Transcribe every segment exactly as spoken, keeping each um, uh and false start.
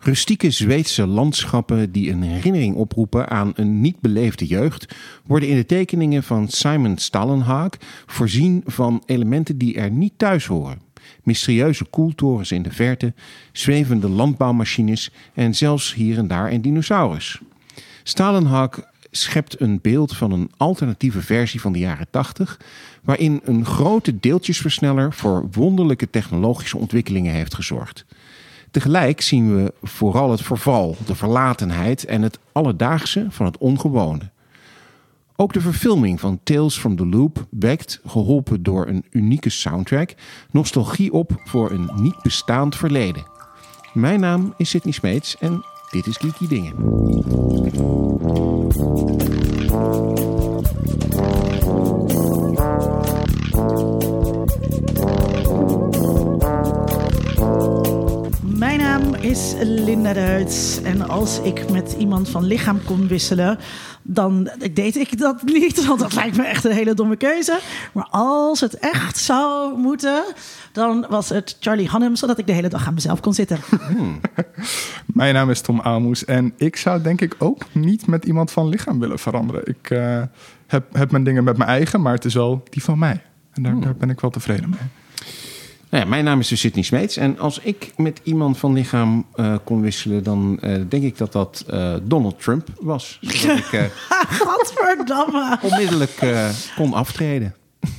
Rustieke Zweedse landschappen die een herinnering oproepen aan een niet beleefde jeugd, worden in de tekeningen van Simon Stallenhag voorzien van elementen die er niet thuis horen. Mysterieuze koeltorens in de verte, zwevende landbouwmachines en zelfs hier en daar een dinosaurus. Stallenhag schept een beeld van een alternatieve versie van de jaren tachtig, waarin een grote deeltjesversneller voor wonderlijke technologische ontwikkelingen heeft gezorgd. Tegelijk zien we vooral het verval, de verlatenheid en het alledaagse van het ongewone. Ook de verfilming van Tales from the Loop wekt, geholpen door een unieke soundtrack, nostalgie op voor een niet bestaand verleden. Mijn naam is Sidney Smeets en dit is Geeky Dingen. Mijn naam is Linda Duits en als ik met iemand van lichaam kon wisselen, dan deed ik dat niet, want dat lijkt me echt een hele domme keuze. Maar als het echt zou moeten, dan was het Charlie Hunnam, zodat ik de hele dag aan mezelf kon zitten. Hmm. Mijn naam is Tom Aalmoes en ik zou denk ik ook niet met iemand van lichaam willen veranderen. Ik uh, heb, heb mijn dingen met mijn eigen, maar het is wel die van mij. En daar, hmm. daar ben ik wel tevreden mee. Nou ja, mijn naam is dus Sidney Smeets. En als ik met iemand van lichaam uh, kon wisselen, dan uh, denk ik dat dat uh, Donald Trump was. Zodat ik uh, Godverdamme. onmiddellijk uh, kon aftreden.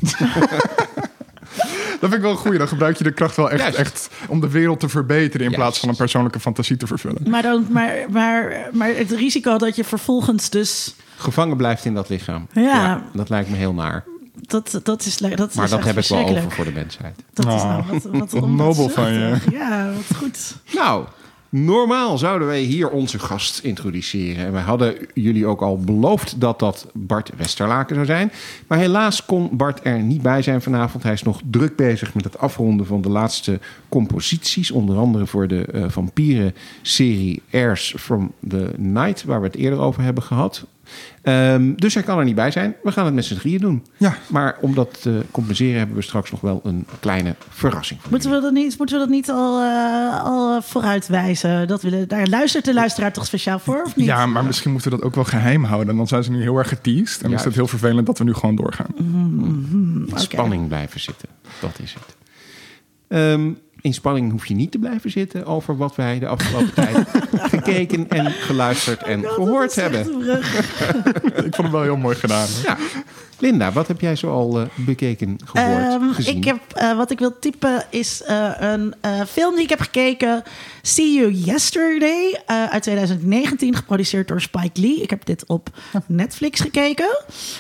Dat vind ik wel een goeie. Dan gebruik je de kracht wel echt, echt om de wereld te verbeteren in Juist. plaats van een persoonlijke fantasie te vervullen. Maar, dan, maar, maar, maar het risico dat je vervolgens dus gevangen blijft in dat lichaam. Ja. ja dat lijkt me heel naar. Dat, dat is, dat maar is dat heb ik wel over voor de mensheid. Dat oh, is nou wat, wat, wat nobel van je. Ja, wat goed. Nou, normaal zouden wij hier onze gast introduceren. En wij hadden jullie ook al beloofd dat dat Bart Westerlaken zou zijn. Maar helaas kon Bart er niet bij zijn vanavond. Hij is nog druk bezig met het afronden van de laatste composities. Onder andere voor de uh, vampieren-serie Airs from the Night, waar we het eerder over hebben gehad. Um, dus hij kan er niet bij zijn. We gaan het met z'n drieën doen. Ja. Maar om dat te compenseren hebben we straks nog wel een kleine verrassing. Moeten we dat niet, moeten we dat niet al, uh, al vooruitwijzen? Dat we, daar luistert de luisteraar toch speciaal voor, of niet? Ja, maar misschien moeten we dat ook wel geheim houden. Dan zijn ze nu heel erg geteased. En dan is het heel vervelend dat we nu gewoon doorgaan. Mm-hmm. In Okay. spanning blijven zitten. Dat is het. Um, in spanning hoef je niet te blijven zitten over wat wij de afgelopen tijd gekeken en geluisterd en oh God, gehoord hebben. Ik vond het wel heel mooi gedaan. Ja. Linda, wat heb jij zo al uh, bekeken, gehoord, um, gezien? Ik heb, uh, wat ik wil typen is uh, een uh, film die ik heb gekeken. See You Yesterday uh, uit twintig negentien, geproduceerd door Spike Lee. Ik heb dit op Netflix gekeken.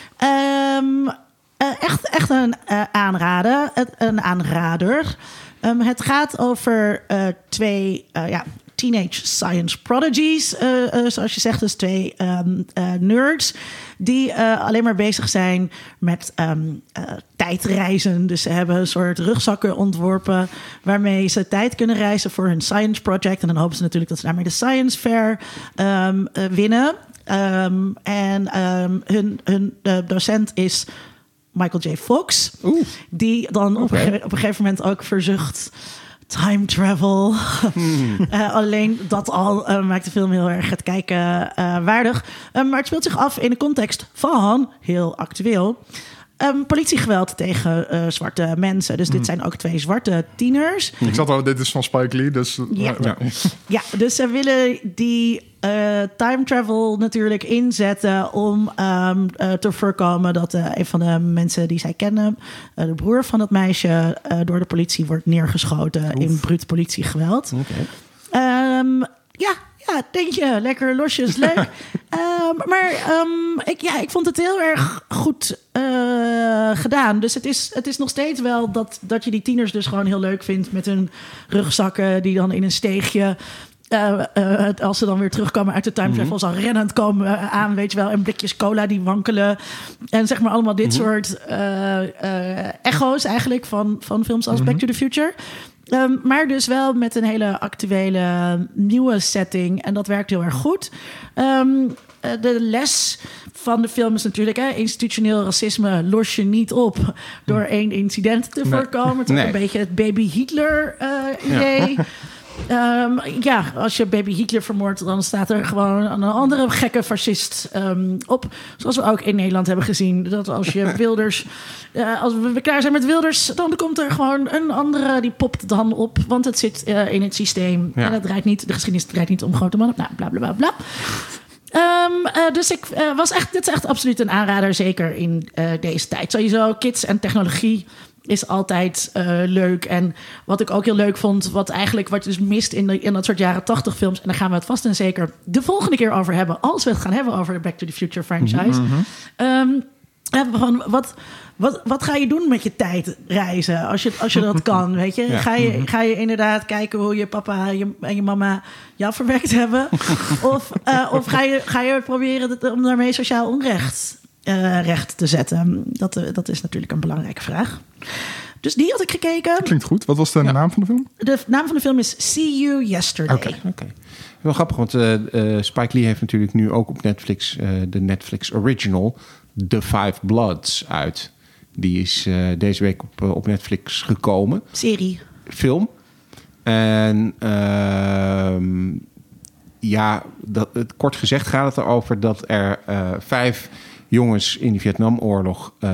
Um, uh, echt, echt een uh, aanrader. Een aanrader. Um, het gaat over uh, twee uh, ja, teenage science prodigies, uh, uh, zoals je zegt. Dus twee um, uh, nerds die uh, alleen maar bezig zijn met um, uh, tijdreizen. Dus ze hebben een soort rugzakken ontworpen waarmee ze tijd kunnen reizen voor hun science project. En dan hopen ze natuurlijk dat ze daarmee de Science Fair um, uh, winnen. Um, en um, hun, hun uh, docent is Michael J. Fox, Oeh. die dan op, okay. een, op een gegeven moment ook verzucht time travel. Hmm. uh, alleen dat al uh, maakt de film heel erg het kijken uh, waardig. Uh, maar het speelt zich af in de context van, heel actueel, Um, politiegeweld tegen uh, zwarte mensen. Dus dit zijn ook twee zwarte tieners. Ik zat al, dit is van Spike Lee. Dus, ja. Ja. ja, dus ze willen die uh, time travel natuurlijk inzetten om um, uh, te voorkomen dat uh, een van de mensen die zij kennen, uh, de broer van dat meisje, uh, door de politie wordt neergeschoten Oef. in bruut politiegeweld. Okay. Um, ja, Ja, denk je, lekker losjes, leuk. um, maar um, ik, ja, ik vond het heel erg goed uh, gedaan. Dus het is, het is nog steeds wel dat, dat je die tieners dus gewoon heel leuk vindt met hun rugzakken die dan in een steegje, Uh, uh, als ze dan weer terugkomen uit de time travel, mm-hmm. al rennend komen uh, aan, weet je wel, en blikjes cola die wankelen. En zeg maar allemaal dit mm-hmm. soort uh, uh, echo's eigenlijk van, van films als mm-hmm. Back to the Future. Um, maar dus wel met een hele actuele nieuwe setting. En dat werkt heel erg goed. Um, uh, de les van de film is natuurlijk, hè, institutioneel racisme los je niet op door één incident te voorkomen. Het is nee. een beetje het baby Hitler uh, idee. Ja. Um, ja, als je baby Hitler vermoordt, dan staat er gewoon een andere gekke fascist um, op. Zoals we ook in Nederland hebben gezien. Dat als je Wilders, uh, als we klaar zijn met Wilders, dan komt er gewoon een andere, die popt dan op. Want het zit uh, in het systeem. Ja. En het draait niet, de geschiedenis draait niet om grote mannen. Nou, bla bla bla bla. Um, uh, dus ik uh, was echt, dit is echt absoluut een aanrader, zeker in uh, deze tijd. Sowieso, kids en technologie is altijd uh, leuk. En wat ik ook heel leuk vond, wat eigenlijk wat je dus mist in, de, in dat soort jaren tachtig films, en daar gaan we het vast en zeker de volgende keer over hebben, als we het gaan hebben over de Back to the Future franchise. Mm-hmm. Um, hebben we gewoon, wat, wat, wat ga je doen met je tijd reizen, als je, als je dat kan, weet je? Ja. Ga je, ga je inderdaad kijken hoe je papa je, en je mama jou verwerkt hebben? of uh, of ga, je, ga je proberen om daarmee sociaal onrecht Uh, recht te zetten? Dat, uh, dat is natuurlijk een belangrijke vraag. Dus die had ik gekeken. Klinkt goed. Wat was de ja. naam van de film? De naam van de film is See You Yesterday. Oké. Okay. Okay. Wel grappig, want uh, uh, Spike Lee heeft natuurlijk nu ook op Netflix uh, de Netflix original The Five Bloods uit. Die is uh, deze week op, uh, op Netflix gekomen. Serie. Film. En uh, ja, dat, het, kort gezegd gaat het erover dat er uh, vijf jongens in de Vietnamoorlog uh,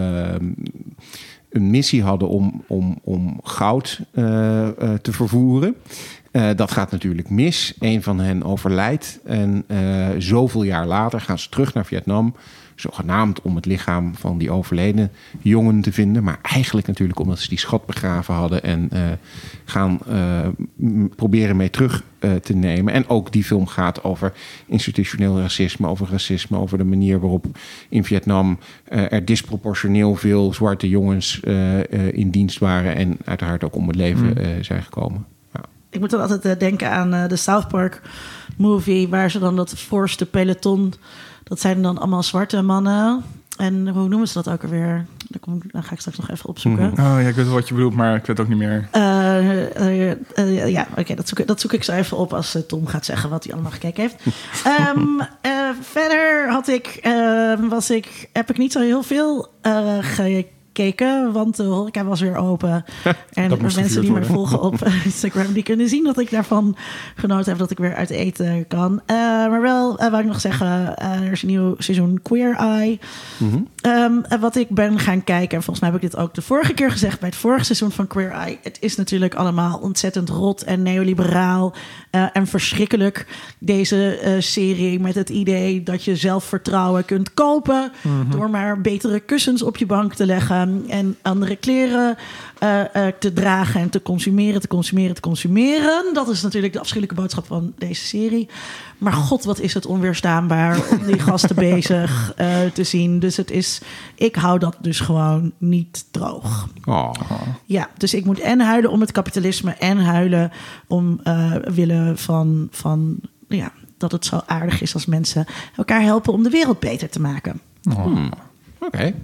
een missie hadden om, om, om goud uh, uh, te vervoeren. Uh, dat gaat natuurlijk mis. Een van hen overlijdt. En uh, zoveel jaar later gaan ze terug naar Vietnam, zogenaamd om het lichaam van die overleden jongen te vinden. Maar eigenlijk natuurlijk omdat ze die schat begraven hadden en uh, gaan uh, m- proberen mee terug uh, te nemen. En ook die film gaat over institutioneel racisme, over racisme, over de manier waarop in Vietnam uh, er disproportioneel veel zwarte jongens uh, uh, in dienst waren en uiteraard ook om het leven uh, zijn gekomen. Ja. Ik moet dan altijd uh, denken aan uh, de South Park movie, waar ze dan dat voorste peloton, dat zijn dan allemaal zwarte mannen. En hoe noemen ze dat ook alweer? Daar, kom ik, daar ga ik straks nog even opzoeken. Mm-hmm. Oh ja, ik weet wel wat je bedoelt, maar ik weet ook niet meer. Uh, uh, uh, uh, ja, oké, okay, dat, zoek, dat zoek ik zo even op als uh, Tom gaat zeggen wat hij allemaal gekeken heeft. um, uh, verder had ik, uh, was ik, heb ik niet zo heel veel uh, gekeken. Keken, want de horeca was weer open. En mensen die me volgen op Instagram, die kunnen zien dat ik daarvan genoten heb dat ik weer uit eten kan. Uh, maar wel, uh, wou ik nog zeggen, uh, er is een nieuw seizoen Queer Eye. Mm-hmm. Um, wat ik ben gaan kijken, en volgens mij heb ik dit ook de vorige keer gezegd bij het vorige seizoen van Queer Eye. Het is natuurlijk allemaal ontzettend rot en neoliberaal uh, en verschrikkelijk. Deze uh, serie met het idee dat je zelfvertrouwen kunt kopen, mm-hmm, door maar betere kussens op je bank te leggen en andere kleren uh, uh, te dragen en te consumeren, te consumeren, te consumeren. Dat is natuurlijk de afschuwelijke boodschap van deze serie. Maar god, wat is het onweerstaanbaar om die gasten bezig uh, te zien. Dus het is, ik hou dat dus gewoon niet droog. Oh. Ja, dus ik moet en huilen om het kapitalisme en huilen om uh, willen van, van ja, dat het zo aardig is als mensen elkaar helpen om de wereld beter te maken. Oh. Hmm. Oké. Okay.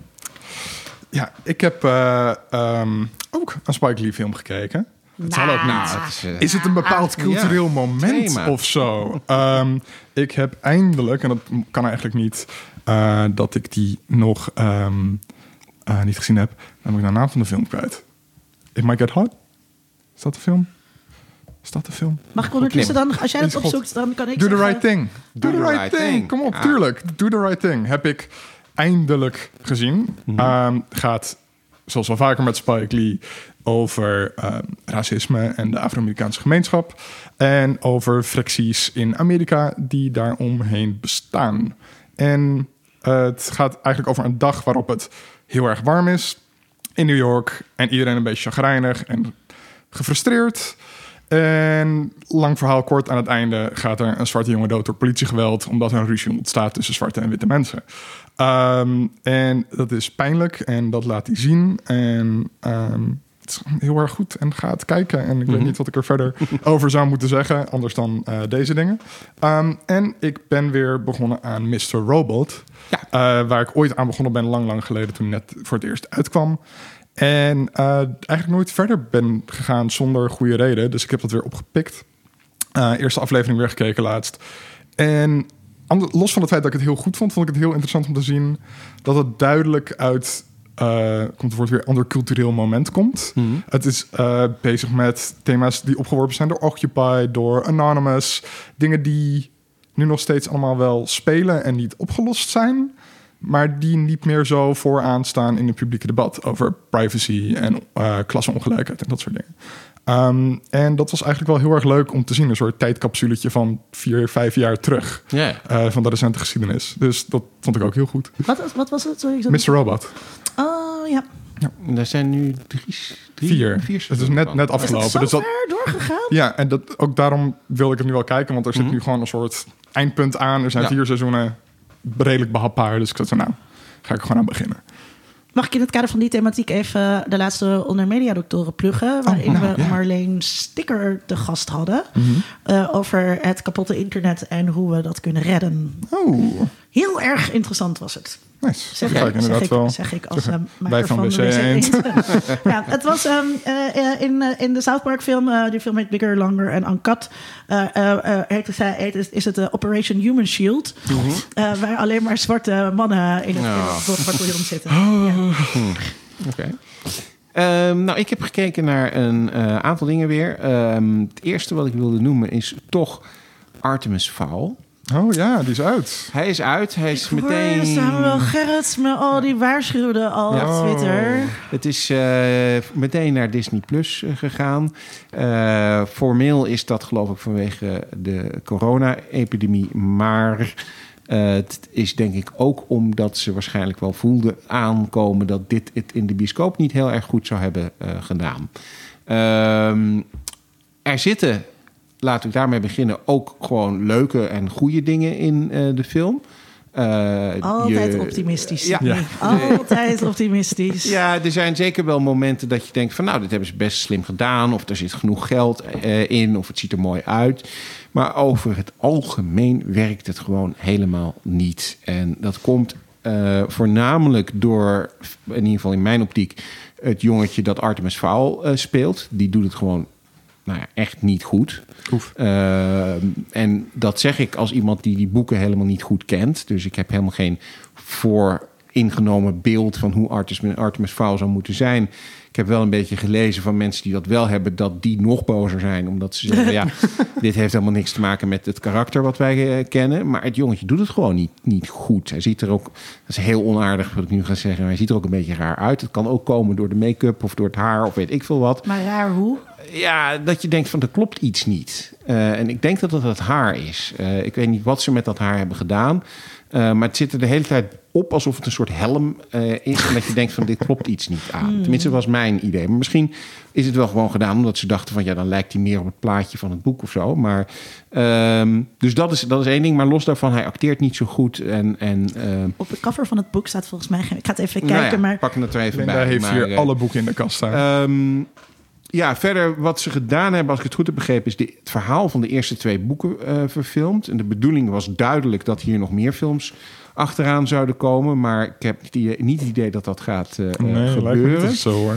Ja, ik heb uh, um, ook een Spike Lee film gekeken. Het zal ook niet. Is, uh, is het een bepaald cultureel ja, moment thema of zo? Um, ik heb eindelijk, en dat kan eigenlijk niet, uh, dat ik die nog um, uh, niet gezien heb. Dan moet ik de naam van de film kwijt. It Might Get Hot? Is dat de film? Is dat de film? Mag ik ondertussen dan, als jij dat opzoekt, dan kan ik Do zeggen... the right thing. Do, Do the, the right, right thing. thing. Kom op, ja, tuurlijk. Do the right thing. Heb ik eindelijk gezien. Mm-hmm. Um, gaat, zoals wel vaker met Spike Lee, over um, racisme en de Afro-Amerikaanse gemeenschap. En over fricties in Amerika die daaromheen bestaan. En uh, het gaat eigenlijk over een dag waarop het heel erg warm is in New York. En iedereen een beetje chagrijnig en gefrustreerd. En lang verhaal kort, aan het einde gaat er een zwarte jongen dood door politiegeweld, omdat er een ruzie ontstaat tussen zwarte en witte mensen. Um, en dat is pijnlijk en dat laat hij zien. En um, het is heel erg goed en ga het kijken. En ik mm-hmm. weet niet wat ik er verder over zou moeten zeggen, anders dan uh, deze dingen. Um, en ik ben weer begonnen aan mister Robot. Ja. Uh, waar ik ooit aan begonnen ben, lang, lang geleden, toen net voor het eerst uitkwam. En uh, eigenlijk nooit verder ben gegaan zonder goede reden. Dus ik heb dat weer opgepikt. Uh, eerste aflevering weer gekeken laatst. En los van het feit dat ik het heel goed vond, vond ik het heel interessant om te zien dat het duidelijk uit Uh, komt het woord weer ander cultureel moment komt. Mm-hmm. Het is uh, bezig met thema's die opgeworpen zijn door Occupy, door Anonymous. Dingen die nu nog steeds allemaal wel spelen en niet opgelost zijn, maar die niet meer zo vooraan staan in het publieke debat over privacy en uh, klassenongelijkheid en dat soort dingen. Um, en dat was eigenlijk wel heel erg leuk om te zien. Een soort tijdcapsuletje van vier, vijf jaar terug. Yeah. Uh, van de recente geschiedenis. Dus dat vond ik ook heel goed. Wat, wat was het? Sorry, mister Robot. Oh, ja. Ja. Er zijn nu drie, drie vier. vier het is net, net afgelopen. Is het dus zo dat, ver doorgegaan? Ja, en dat, ook daarom wil ik het nu wel kijken. Want er zit mm-hmm. nu gewoon een soort eindpunt aan. Er zijn ja. vier seizoenen redelijk behapbaar. Dus ik zat zo, nou, ga ik gewoon aan beginnen. Mag ik in het kader van die thematiek even de laatste onder mediadoktoren pluggen, waarin oh, nou, we ja. Marleen Sticker te gast hadden mm-hmm. uh, over het kapotte internet en hoe we dat kunnen redden. Oh. Heel erg interessant was het. Nice. Zeg, ja, ik, ik zeg, ik, wel. zeg ik als uh, Wij van W C Eend. Ja, het was um, uh, in, uh, in de South Park film, uh, die film heet Bigger, Longer en Uncut, uh, uh, uh, heet het, heet het, is het uh, Operation Human Shield, mm-hmm. uh, waar alleen maar zwarte mannen in het oh. bataljon zitten. Oh. Ja. Hmm. Oké. Okay. Um, nou, ik heb gekeken naar een uh, aantal dingen weer. Um, het eerste wat ik wilde noemen is toch Artemis Fowl. Oh ja, die is uit. Hij is uit. Hij is ik meteen... Samuel Gerrits met al die waarschuwden al ja. op Twitter. Het is uh, meteen naar Disney Plus uh, gegaan. Uh, formeel is dat geloof ik vanwege de corona-epidemie. Maar uh, het is denk ik ook omdat ze waarschijnlijk wel voelden aankomen dat dit het in de bioscoop niet heel erg goed zou hebben uh, gedaan. Uh, er zitten... Laten we daarmee beginnen. Ook gewoon leuke en goede dingen in uh, de film. Uh, Altijd je, optimistisch. Ja. Ja. Altijd optimistisch. Ja, er zijn zeker wel momenten dat je denkt van... nou, dit hebben ze best slim gedaan. Of er zit genoeg geld uh, in. Of het ziet er mooi uit. Maar over het algemeen werkt het gewoon helemaal niet. En dat komt uh, voornamelijk door... in ieder geval in mijn optiek... het jongetje dat Artemis Fowl uh, speelt. Die doet het gewoon... Nou ja, echt niet goed. Uh, en dat zeg ik als iemand die die boeken helemaal niet goed kent. Dus ik heb helemaal geen vooringenomen beeld van hoe Artemis, Artemis Fowl zou moeten zijn. Ik heb wel een beetje gelezen van mensen die dat wel hebben, dat die nog bozer zijn. Omdat ze zeggen, ja, dit heeft helemaal niks te maken met het karakter wat wij uh, kennen. Maar het jongetje doet het gewoon niet, niet goed. Hij ziet er ook, dat is heel onaardig wat ik nu ga zeggen, maar hij ziet er ook een beetje raar uit. Het kan ook komen door de make-up of door het haar of weet ik veel wat. Maar raar hoe? Ja, dat je denkt van er klopt iets niet. Uh, en ik denk dat het het haar is. Uh, ik weet niet wat ze met dat haar hebben gedaan. Uh, maar het zit er de hele tijd op alsof het een soort helm uh, is. En dat je denkt van dit klopt iets niet aan. Mm. Tenminste, dat was mijn idee. Maar misschien is het wel gewoon gedaan omdat ze dachten van ja, dan lijkt hij meer op het plaatje van het boek of zo. Maar um, dus dat is, dat is één ding. Maar los daarvan, hij acteert niet zo goed. En, en, uh, op de cover van het boek staat volgens mij... Ik ga het even kijken, nou ja, maar... pak het er even bij. Daar heeft maar, hier uh, alle boeken in de kast staan. Um, Ja, verder wat ze gedaan hebben, als ik het goed heb begrepen... is de, het verhaal van de eerste twee boeken uh, verfilmd. En de bedoeling was duidelijk dat hier nog meer films achteraan zouden komen. Maar ik heb niet, niet het idee dat dat gaat uh, nee, gebeuren. Lijkt me niet zo, hoor.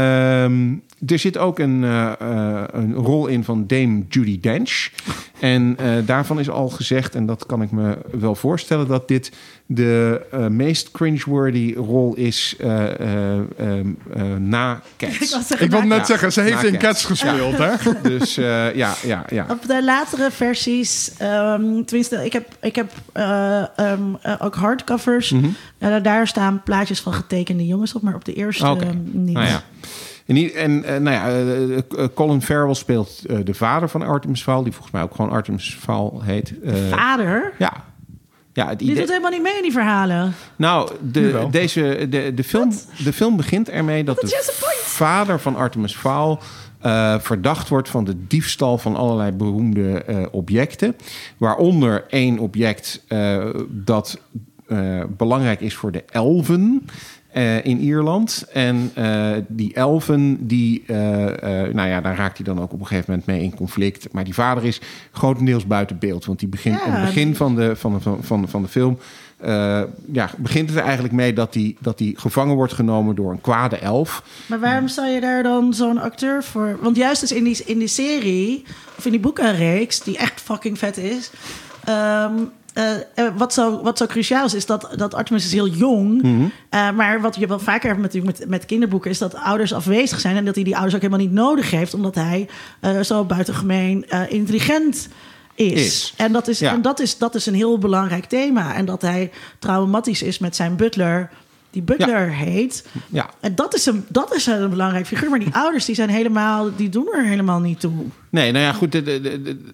Um, er zit ook een, uh, uh, een rol in van Dame Judi Dench. En uh, daarvan is al gezegd, en dat kan ik me wel voorstellen... dat dit de uh, meest cringeworthy rol is uh, uh, uh, uh, na Cats. Ik wil net ja, zeggen, ze heeft in Cats, Cats gespeeld, ja. hè? Dus uh, ja, ja, ja. Op de latere versies, um, tenminste, ik heb, ik heb uh, um, uh, ook hardcovers. Mm-hmm. Uh, daar staan plaatjes van getekende jongens op, maar op de eerste okay. um, niet. Nou ja. En, en uh, nou ja, uh, uh, Colin Farrell speelt uh, de vader van Artemis Fowl... die volgens mij ook gewoon Artemis Fowl heet. Uh, vader? Ja. Ja, het idee... Die doet helemaal niet mee in die verhalen. Nou, de, deze, de, de, film, de film begint ermee dat, dat de vader van Artemis Fowl... Uh, verdacht wordt van de diefstal van allerlei beroemde uh, objecten. Waaronder één object uh, dat uh, belangrijk is voor de elfen... Uh, in Ierland. En uh, die elfen, die, uh, uh, nou ja, daar raakt hij dan ook op een gegeven moment mee in conflict. Maar die vader is grotendeels buiten beeld. Want die begint, ja, aan het begin van de, van de, van, van, van de film... Uh, ja, begint het er eigenlijk mee dat hij dat die gevangen wordt genomen door een kwade elf. Maar waarom zou je daar dan zo'n acteur voor... Want juist dus in die, in die serie in die boekenreeks, die echt fucking vet is... Um, Uh, uh, wat, zo, wat zo cruciaal is, is dat, dat Artemis is heel jong. Mm-hmm. Uh, maar wat je wel vaker hebt met, met, met kinderboeken... is dat ouders afwezig zijn... en dat hij die ouders ook helemaal niet nodig heeft... omdat hij uh, zo buitengemeen uh, intelligent is. is. En, dat is, ja. en dat is dat is een heel belangrijk thema. En dat hij traumatisch is met zijn butler... die butler ja. heet. Ja. En dat is, een, dat is een belangrijk figuur. Maar die ouders die zijn helemaal, die doen er helemaal niet toe. Nee, nou ja, goed... De, de, de, de...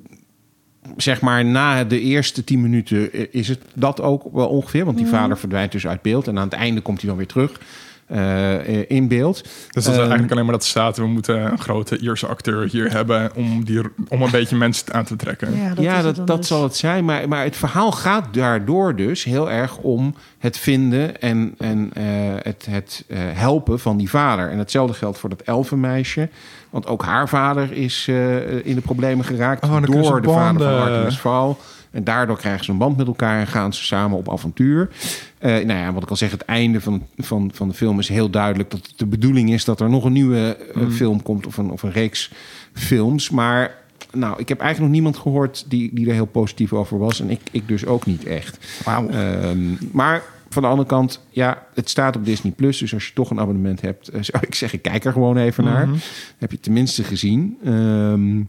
zeg maar na de eerste tien minuten is het dat ook wel ongeveer. Want die mm. vader verdwijnt dus uit beeld. En aan het einde komt hij dan weer terug uh, in beeld. Dus dat is um, eigenlijk alleen maar dat staat... we moeten een grote Ierse acteur hier hebben... om, die, om een beetje mensen aan te trekken. Ja, dat, ja, dat, dat dus. zal het zijn. Maar, maar het verhaal gaat daardoor dus heel erg om het vinden... en, en uh, het, het uh, helpen van die vader. En hetzelfde geldt voor dat elfenmeisje... Want ook haar vader is uh, in de problemen geraakt oh, door de vader van Artemis Fowl. En daardoor krijgen ze een band met elkaar en gaan ze samen op avontuur. Uh, nou ja, wat ik al zeg, het einde van, van, van de film is heel duidelijk... dat het de bedoeling is dat er nog een nieuwe uh, mm. film komt... Of een, of een reeks films. Maar nou, ik heb eigenlijk nog niemand gehoord die, die er heel positief over was. En ik, ik dus ook niet echt. Wauw. Um, maar... Van de andere kant, ja, het staat op Disney Plus. Dus als je toch een abonnement hebt, zou ik zeggen, kijk er gewoon even naar. Mm-hmm. Heb je het tenminste gezien. Um,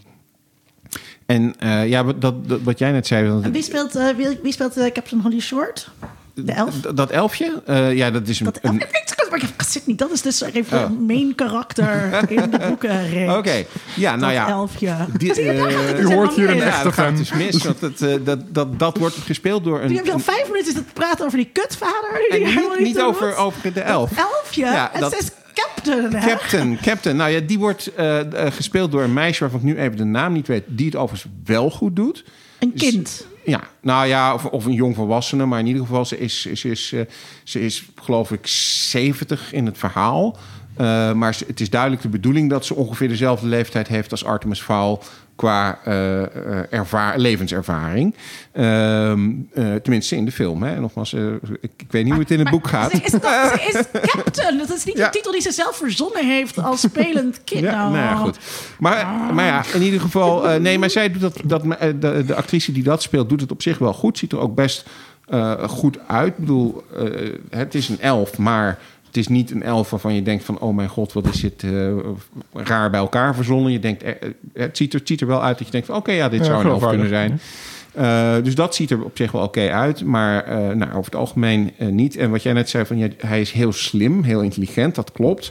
en uh, ja, dat, dat, wat jij net zei... En wie speelt, uh, wie, wie speelt uh, Captain Holly Short? De elf? D- dat elfje? Uh, ja, dat is een... Dat elf, een... Maar ik zit niet. Dat is dus even oh. een main karakter in de boekenreeks. Oké, okay. ja, nou ja. Dat elfje. Die, uh, U hoort hier een echte fan. Het is mis, want het, uh, dat, dat, dat wordt gespeeld door een... Je hebt al vijf minuten te praten over die kutvader. Die en niet, niet, niet over, over de elf. Dat elfje? Ja, en dat, ze is Captain, hè? Captain, Captain. Nou ja, die wordt uh, uh, gespeeld door een meisje... waarvan ik nu even de naam niet weet... die het overigens wel goed doet. Een kind. Ja, nou ja, of, of een jong volwassene, maar in ieder geval, ze is, ze is, uh, ze is geloof ik zeventig in het verhaal. Uh, maar het is duidelijk de bedoeling dat ze ongeveer dezelfde leeftijd heeft als Artemis Fowl qua uh, ervaar, levenservaring. Uh, uh, tenminste in de film. Hè. Nogmaals, uh, ik, ik weet niet hoe het in het boek gaat. Ze is, dat, ze is Captain. Dat is niet ja. de titel die ze zelf verzonnen heeft als spelend kind. Ja, nou ja, goed. Maar, ah. maar ja, in ieder geval... Uh, nee, maar zij doet dat... dat de, de actrice die dat speelt, doet het op zich wel goed. Ziet er ook best uh, goed uit. Ik bedoel, uh, het is een elf, maar... Het is niet een elf waarvan je denkt van... oh mijn god, wat is dit uh, raar bij elkaar verzonnen. Je denkt, eh, het, ziet er, het ziet er wel uit dat je denkt van... oké, okay, ja, dit ja, zou een elf kunnen zijn. Uh, dus dat ziet er op zich wel oké okay uit. Maar uh, nou, over het algemeen uh, niet. En wat jij net zei, van ja, hij is heel slim, heel intelligent. Dat klopt.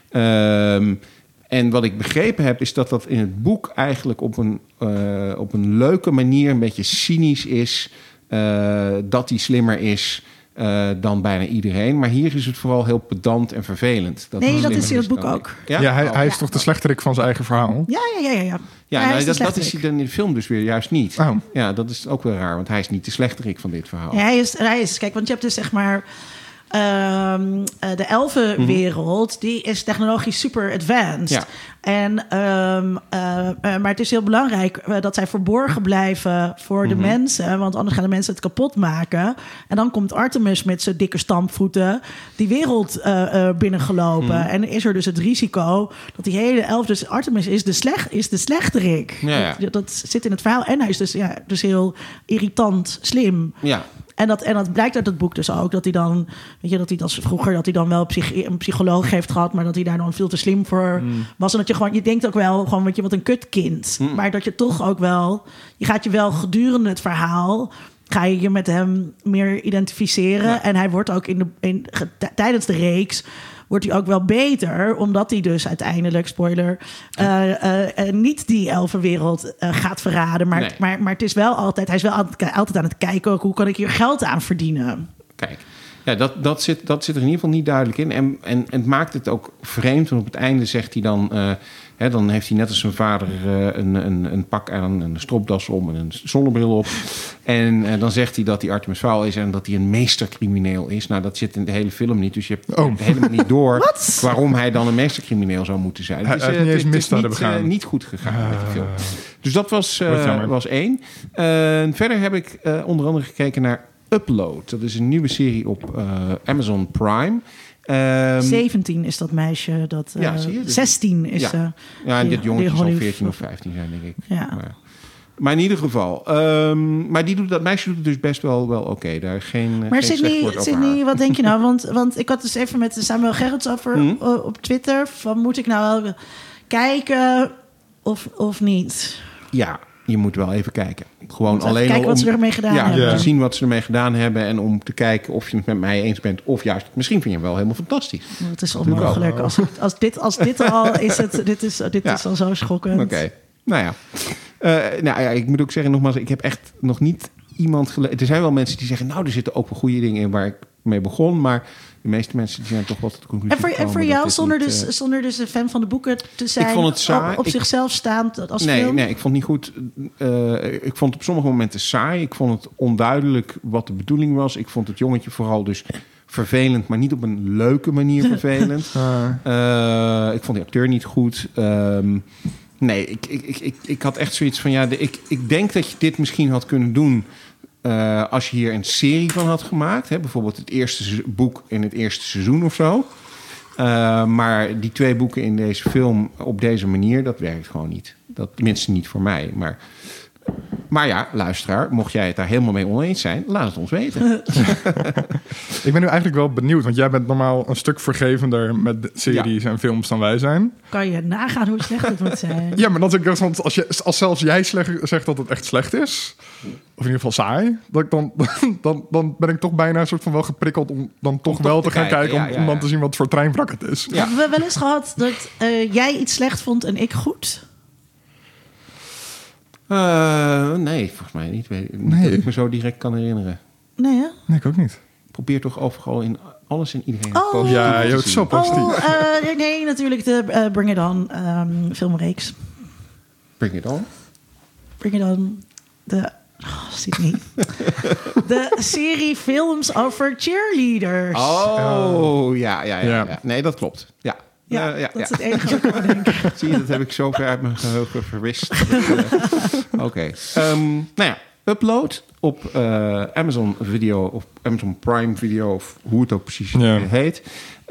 Um, en wat ik begrepen heb, is dat dat in het boek... eigenlijk op een, uh, op een leuke manier een beetje cynisch is... Uh, dat hij slimmer is... Uh, dan bijna iedereen. Maar hier is het vooral heel pedant en vervelend. Dat nee, dat is in het boek ook. Ja, ja hij, hij is ja. toch de slechterik van zijn eigen verhaal? Ja, ja, ja. ja, ja. ja nou, dat, dat is hij dan in de film dus weer juist niet. Oh. Ja, dat is ook wel raar, want hij is niet de slechterik van dit verhaal. Ja, hij is, hij is, kijk, want je hebt dus zeg maar... Um, uh, de elfenwereld, mm-hmm. die is technologisch super advanced. Ja. En, um, uh, uh, maar het is heel belangrijk uh, dat zij verborgen blijven voor mm-hmm. de mensen. Want anders gaan de mensen het kapot maken. En dan komt Artemis met zijn dikke stampvoeten die wereld uh, uh, binnengelopen. Mm-hmm. En is er dus het risico dat die hele elf... Dus Artemis is de, slecht, is de slechterik. Ja, ja. Dat, dat zit in het verhaal. En hij is dus, ja, dus heel irritant, slim. Ja. En dat, en dat blijkt uit het boek dus ook. Dat hij dan, weet je, dat hij dat vroeger dat hij dan wel psych, een psycholoog heeft gehad, maar dat hij daar dan veel te slim voor mm. was. En dat je gewoon, je denkt ook wel, gewoon, weet je, wat een kutkind. Mm. Maar dat je toch ook wel, je gaat je wel gedurende het verhaal, ga je je met hem meer identificeren. Ja. En hij wordt ook in de, in, tijdens de reeks wordt hij ook wel beter, omdat hij dus uiteindelijk, spoiler, uh, uh, uh, niet die elfenwereld uh, gaat verraden. Maar, nee. maar, maar het is wel altijd, hij is wel altijd, altijd aan het kijken, hoe kan ik hier geld aan verdienen? Kijk, ja, dat, dat, zit, dat zit er in ieder geval niet duidelijk in. En, en, en het maakt het ook vreemd, want op het einde zegt hij dan... Uh, He, dan heeft hij net als zijn vader uh, een, een, een pak aan, een stropdas om en een zonnebril op. En uh, dan zegt hij dat hij Artemis Fowl is en dat hij een meestercrimineel is. Nou, dat zit in de hele film niet. Dus je hebt oh. helemaal niet door waarom hij dan een meestercrimineel zou moeten zijn. Hij, dus, hij uh, heeft niet eens misdaden niet, begaan. Uh, niet goed gegaan uh, met die film. Dus dat was, uh, was één. Uh, verder heb ik uh, onder andere gekeken naar Upload. Dat is een nieuwe serie op uh, Amazon Prime. Um, zeventien is dat meisje. Dat, uh, ja, zie je? Dus, zestien is ja. ze. Uh, ja, en die, dit jongetje zal Hollywood, veertien of vijftien zijn, denk ik. Ja. Maar, maar in ieder geval. Um, maar die doet, dat meisje doet het dus best wel, wel oké. Okay. Daar geen, maar geen Sydney, Sydney wat denk je nou? Want, want ik had dus even met Samuel Gerrits over mm. op Twitter. Van, moet ik nou wel kijken of, of niet? Ja, je moet wel even kijken. Gewoon even alleen kijken om, wat ze ermee gedaan ja, hebben. Ja. Te zien wat ze ermee gedaan hebben. En om te kijken of je het met mij eens bent. Of juist, misschien vind je hem wel helemaal fantastisch. Het is onmogelijk. Als, als, dit, als dit al is, het, dit is, dit ja. is al zo schokkend. Oké, okay. nou ja. Uh, nou ja, ik moet ook zeggen nogmaals, ik heb echt nog niet iemand gelezen. Er zijn wel mensen die zeggen, nou, er zitten ook wel goede dingen in waar ik mee begon. Maar de meeste mensen die zijn toch wel tot de conclusie En voor, en voor jou, zonder, niet, dus, uh, zonder dus een fan van de boeken te zijn, ik vond het saai. op, op ik, zichzelf staand als nee, film? Nee, ik vond het niet goed. Uh, ik vond het op sommige momenten saai. Ik vond het onduidelijk wat de bedoeling was. Ik vond het jongetje vooral dus vervelend, maar niet op een leuke manier vervelend. uh, ik vond die acteur niet goed. Um, nee, ik, ik, ik, ik, ik had echt zoiets van, ja, de, ik, ik denk dat je dit misschien had kunnen doen Uh, als je hier een serie van had gemaakt. Hè, bijvoorbeeld het eerste boek in het eerste seizoen of zo. Uh, maar die twee boeken in deze film op deze manier, dat werkt gewoon niet. Dat, tenminste niet voor mij. Maar, maar ja, luisteraar, mocht jij het daar helemaal mee oneens zijn, laat het ons weten. Ik ben nu eigenlijk wel benieuwd, want jij bent normaal een stuk vergevender met series ja. en films dan wij zijn. Kan je nagaan hoe slecht het moet zijn? Ja, maar dat ik, want als, je, als zelfs jij slecht, zegt dat het echt slecht is, of in ieder geval saai, dat ik dan, dan, dan ben ik toch bijna een soort van wel geprikkeld om dan toch om wel toch te, te gaan kijken, kijken ja, om, ja, ja. om dan te zien wat voor treinwrak het is. Ja. Hebben we wel eens gehad dat uh, jij iets slecht vond en ik goed? Uh, nee, volgens mij niet. Weet, niet nee. Dat ik me zo direct kan herinneren. Nee, hè? Nee, ik ook niet. Probeer toch overal in alles en iedereen oh, positief ja, je bent zo positief. Oh, uh, nee, natuurlijk de uh, Bring It On um, filmreeks. Bring It On? Bring It On. De... Oh, ziet niet. De serie films over cheerleaders. Oh, ja, ja, ja, ja. ja. Nee, dat klopt. Ja. Ja, uh, ja, dat ja. is het enige wat ik kan denken. Zie je, dat heb ik zo ver uit mijn geheugen verwist. uh, Oké. Okay. Um, nou ja, upload op uh, Amazon Video of Amazon Prime Video of hoe het ook precies ja. heet.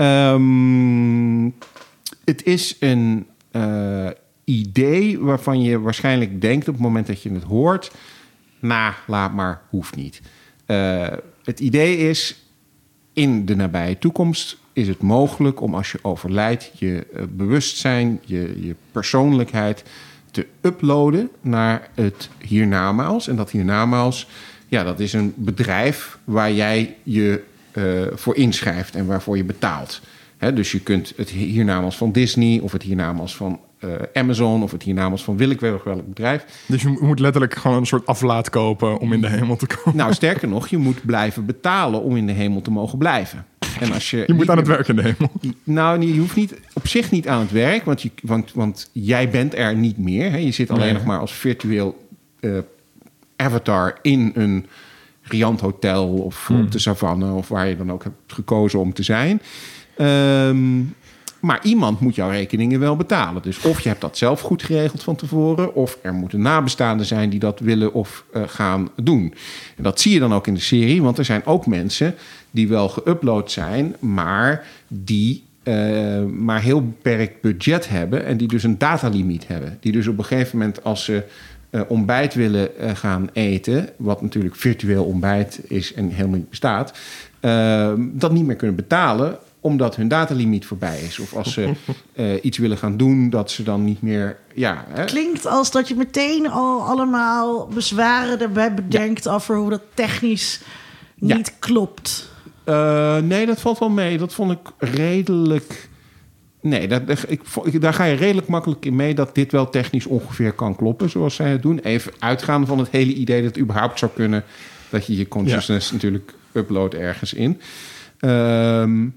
Um, het is een uh, idee waarvan je waarschijnlijk denkt op het moment dat je het hoort, nou, laat maar, hoeft niet. Uh, het idee is, in de nabije toekomst is het mogelijk om als je overlijdt je uh, bewustzijn, je, je persoonlijkheid te uploaden naar het hiernamaals. En dat hiernamaals, ja, dat is een bedrijf waar jij je uh, voor inschrijft en waarvoor je betaalt. He, dus je kunt het hiernamaals van Disney of het hiernamaals van uh, Amazon of het hiernamaals van willekeurig welk bedrijf. Dus je moet letterlijk gewoon een soort aflaat kopen om in de hemel te komen. Nou, sterker nog, je moet blijven betalen om in de hemel te mogen blijven. En als je je moet aan het werk in de hemel. Nou, je hoeft niet, op zich niet aan het werk, want, je, want, want jij bent er niet meer. Hè? Je zit alleen nee. nog maar als virtueel uh, avatar in een riant hotel of hmm. op de savanne of waar je dan ook hebt gekozen om te zijn. Um, maar iemand moet jouw rekeningen wel betalen. Dus of je hebt dat zelf goed geregeld van tevoren, of er moeten nabestaanden zijn die dat willen of uh, gaan doen. En dat zie je dan ook in de serie, want er zijn ook mensen die wel geüpload zijn, maar die uh, maar heel beperkt budget hebben en die dus een datalimiet hebben. Die dus op een gegeven moment als ze uh, ontbijt willen uh, gaan eten, wat natuurlijk virtueel ontbijt is en helemaal niet bestaat, uh, dat niet meer kunnen betalen, omdat hun datalimiet voorbij is. Of als ze uh, iets willen gaan doen, dat ze dan niet meer... Ja, hè? Klinkt als dat je meteen al allemaal bezwaren erbij bedenkt ja. over hoe dat technisch niet ja. klopt. Uh, nee, dat valt wel mee. Dat vond ik redelijk... Nee, dat, ik, ik, daar ga je redelijk makkelijk in mee dat dit wel technisch ongeveer kan kloppen, zoals zij het doen. Even uitgaande van het hele idee dat het überhaupt zou kunnen, dat je je consciousness ja. natuurlijk uploadt ergens in. Um,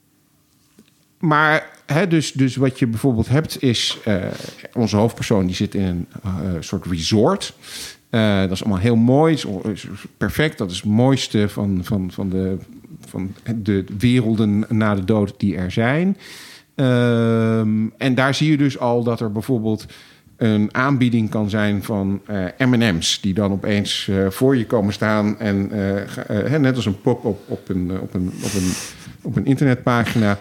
Maar hè, dus, dus wat je bijvoorbeeld hebt is... Uh, onze hoofdpersoon die zit in een uh, soort resort. Uh, dat is allemaal heel mooi. Is, is perfect. Dat is het mooiste van, van, van, de, van de werelden na de dood die er zijn. Uh, en daar zie je dus al dat er bijvoorbeeld een aanbieding kan zijn van uh, M en M's... die dan opeens uh, voor je komen staan. En uh, uh, net als een pop op, op een... Op een, op een op een internetpagina.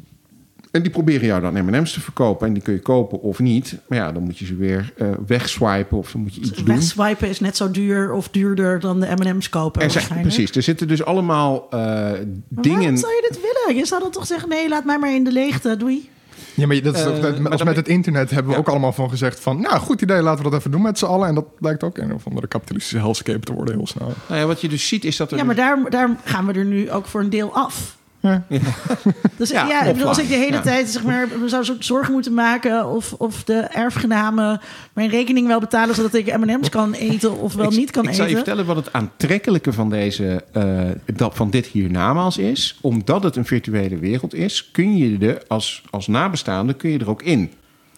En die proberen jou dan M en M's te verkopen. En die kun je kopen of niet. Maar ja, dan moet je ze weer uh, wegswipen of dan moet je iets doen. Wegswipen is net zo duur of duurder dan de M en M's kopen. Er zijn, precies, er zitten dus allemaal uh, dingen... Waarom zou je dit willen? Je zou dan toch zeggen, nee, laat mij maar in de leegte, doei. Ja, maar dat is Uh, toch, maar als dan- met het internet hebben we Ja. ook allemaal van gezegd van... nou, goed idee, laten we dat even doen met z'n allen. En dat blijkt ook een of andere kapitalistische hellscape te worden heel snel. Nou ja, wat je dus ziet is dat er... Ja, maar daar, daar gaan we er nu ook voor een deel af. Ja. Dus Ja, ja, ik bedoel, als ik de hele ja. tijd zeg maar, me zou zo- zorgen moeten maken of, of de erfgenamen mijn rekening wel betalen zodat ik M en M's kan eten of wel ik, niet kan ik eten. zal je vertellen wat het aantrekkelijke van, deze, uh, dat, van dit hiernamaals is. Omdat het een virtuele wereld is, kun je er als, als nabestaande kun je er ook in.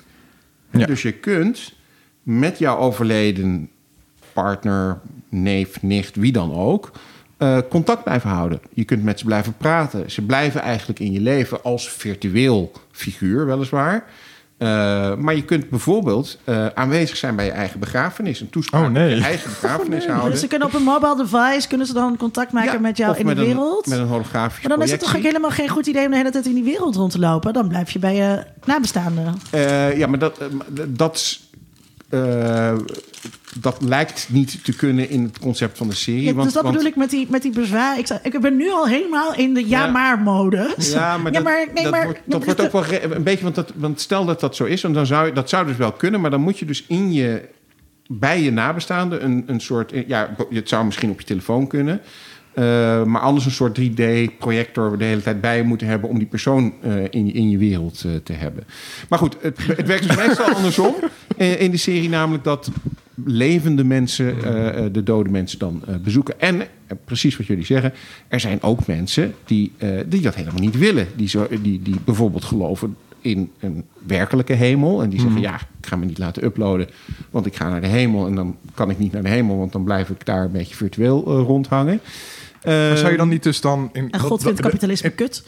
Ja. Dus je kunt met jouw overleden partner, neef, nicht, wie dan ook... Uh, contact blijven houden. Je kunt met ze blijven praten. Ze blijven eigenlijk in je leven als virtueel figuur, weliswaar. Uh, maar je kunt bijvoorbeeld uh, aanwezig zijn bij je eigen begrafenis. Een toespraak Oh, nee. op je eigen begrafenis Ja, houden. dus ze kunnen op een mobile device kunnen ze dan contact maken Ja, met jou of in met de een- wereld. met een holografische Maar dan is het projectie. toch ook helemaal geen goed idee om de hele tijd in die wereld rond te lopen. Dan blijf je bij je nabestaanden. Uh, ja, maar dat, uh, dat, uh, dat lijkt niet te kunnen in het concept van de serie. Ja, want, dus dat want, bedoel ik met die, met die bezwaar. Ik, zou- ik ben nu al helemaal in de ja-maar-modus. Ja, maar dat, nee, dat, maar, wordt, ja, dat maar wordt dit- ook wel re- een beetje... Want, dat, want stel dat dat zo is, en dan zou, je- dat zou dus wel kunnen... maar dan moet je dus in je, bij je nabestaande een, een soort... Ja, het zou misschien op je telefoon kunnen... Uh, maar anders een soort drie D-projector de hele tijd bij je moeten hebben... om die persoon uh, in, in je wereld uh, te hebben. Maar goed, het, het werkt dus meestal andersom in, in de serie. Namelijk dat levende mensen uh, de dode mensen dan uh, bezoeken. En uh, precies wat jullie zeggen... er zijn ook mensen die, uh, die dat helemaal niet willen. Die, zo, die, die bijvoorbeeld geloven in een werkelijke hemel. En die zeggen, ja, ik ga me niet laten uploaden... want ik ga naar de hemel en dan kan ik niet naar de hemel... want dan blijf ik daar een beetje virtueel uh, rondhangen. Maar zou je dan niet dus dan... In, En God vindt kapitalisme kut.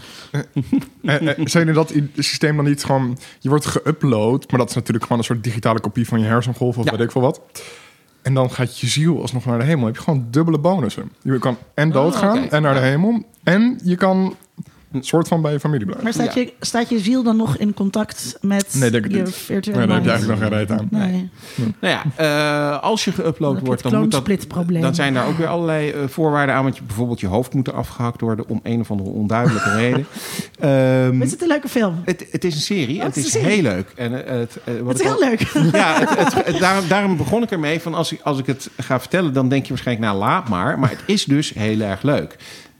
Eh, eh, zou je dat i- systeem dan niet gewoon... Je wordt geüpload, maar dat is natuurlijk gewoon een soort digitale kopie van je hersengolf of Ja. weet ik veel wat. En dan gaat je ziel alsnog naar de hemel. Dan heb je gewoon dubbele bonussen. Je kan en doodgaan Oh, okay. en naar de Ja. hemel. En je kan een soort van bij je familie blijven. Maar staat, Ja. je, staat je ziel dan nog in contact met Nee, denk ik je niet. virtuele Nee, daar heb je mind? eigenlijk nog geen reet aan. Nee. Nou ja, uh, als je geüpload heb je wordt, het dan, moet dat, kloonsplitprobleem. dan zijn daar ook weer allerlei uh, voorwaarden aan. Want je bijvoorbeeld je hoofd moet er afgehakt worden om een of andere onduidelijke reden. Um, Is het een leuke film? het, het is een serie en Oh, het het is is een heel serie. leuk. En, uh, het, uh, wat Het is ik heel al- leuk. Ja, het, het, het- daarom, daarom begon ik ermee van als ik, als ik het ga vertellen, dan denk je waarschijnlijk, nou laat maar. Maar het is dus heel erg leuk.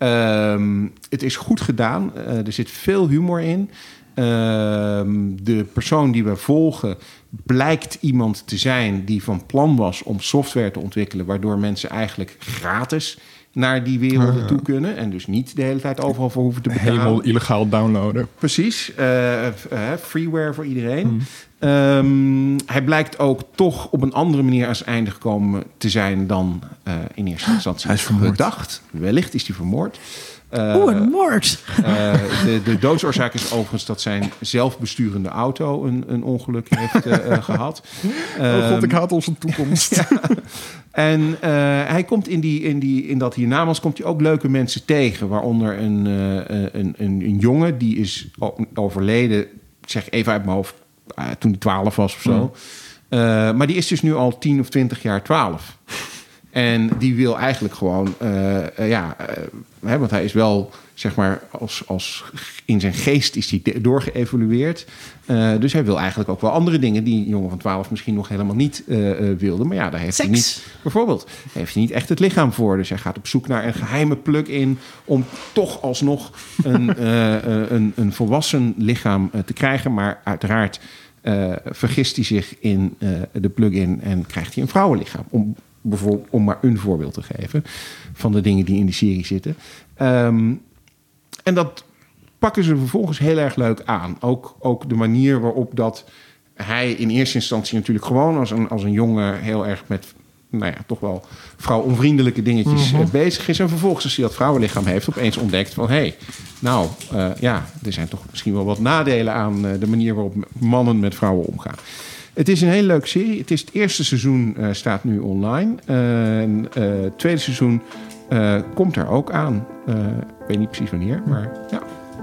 Um, het is goed gedaan. Uh, er zit veel humor in. Um, de persoon die we volgen blijkt iemand te zijn die van plan was om software te ontwikkelen, waardoor mensen eigenlijk gratis naar die werelden Ja. toe kunnen. En dus niet de hele tijd overal voor hoeven te betalen. Helemaal illegaal downloaden. Precies, uh, uh, freeware voor iedereen. Hmm. Um, hij blijkt ook toch op een andere manier aan zijn einde gekomen te zijn dan uh, in eerste instantie Hij is vermoord. gedacht. Wellicht is hij vermoord. Uh, Oeh, een moord. Uh, de, de doodsoorzaak is overigens dat zijn zelfbesturende auto een, een ongeluk heeft uh, gehad. Oh god, ik haat onze toekomst. Ja. En uh, hij komt in, die, in, die, in dat hiernamaals komt hij ook leuke mensen tegen. Waaronder een, uh, een, een, een jongen die is overleden, ik zeg even uit mijn hoofd, uh, toen hij twaalf was of zo. Mm. Uh, maar die is dus nu al tien of twintig jaar twaalf. En die wil eigenlijk gewoon, uh, uh, ja, uh, hè, want hij is wel, zeg maar, als, als in zijn geest is hij doorgeëvolueerd. Uh, dus hij wil eigenlijk ook wel andere dingen die een jongen van twaalf misschien nog helemaal niet uh, uh, wilde. Maar ja, daar heeft Seks. hij niet, bijvoorbeeld, heeft hij niet echt het lichaam voor. Dus hij gaat op zoek naar een geheime plug-in om toch alsnog een, uh, uh, een, een volwassen lichaam uh, te krijgen. Maar uiteraard uh, vergist hij zich in uh, de plug-in en krijgt hij een vrouwenlichaam. Om, bijvoorbeeld, om maar een voorbeeld te geven van de dingen die in die serie zitten. Um, en dat pakken ze vervolgens heel erg leuk aan. Ook, ook de manier waarop dat hij in eerste instantie natuurlijk gewoon als een, als een jongen heel erg met, nou ja, toch wel vrouwonvriendelijke dingetjes mm-hmm. bezig is. En vervolgens, als hij dat vrouwenlichaam heeft, opeens ontdekt van, hé, hey, nou uh, ja, er zijn toch misschien wel wat nadelen aan uh, de manier waarop mannen met vrouwen omgaan. Het is een hele leuke serie. Het is het eerste seizoen uh, staat nu online. Uh, en uh, het tweede seizoen uh, komt er ook aan. Uh, ik weet niet precies wanneer, maar ja.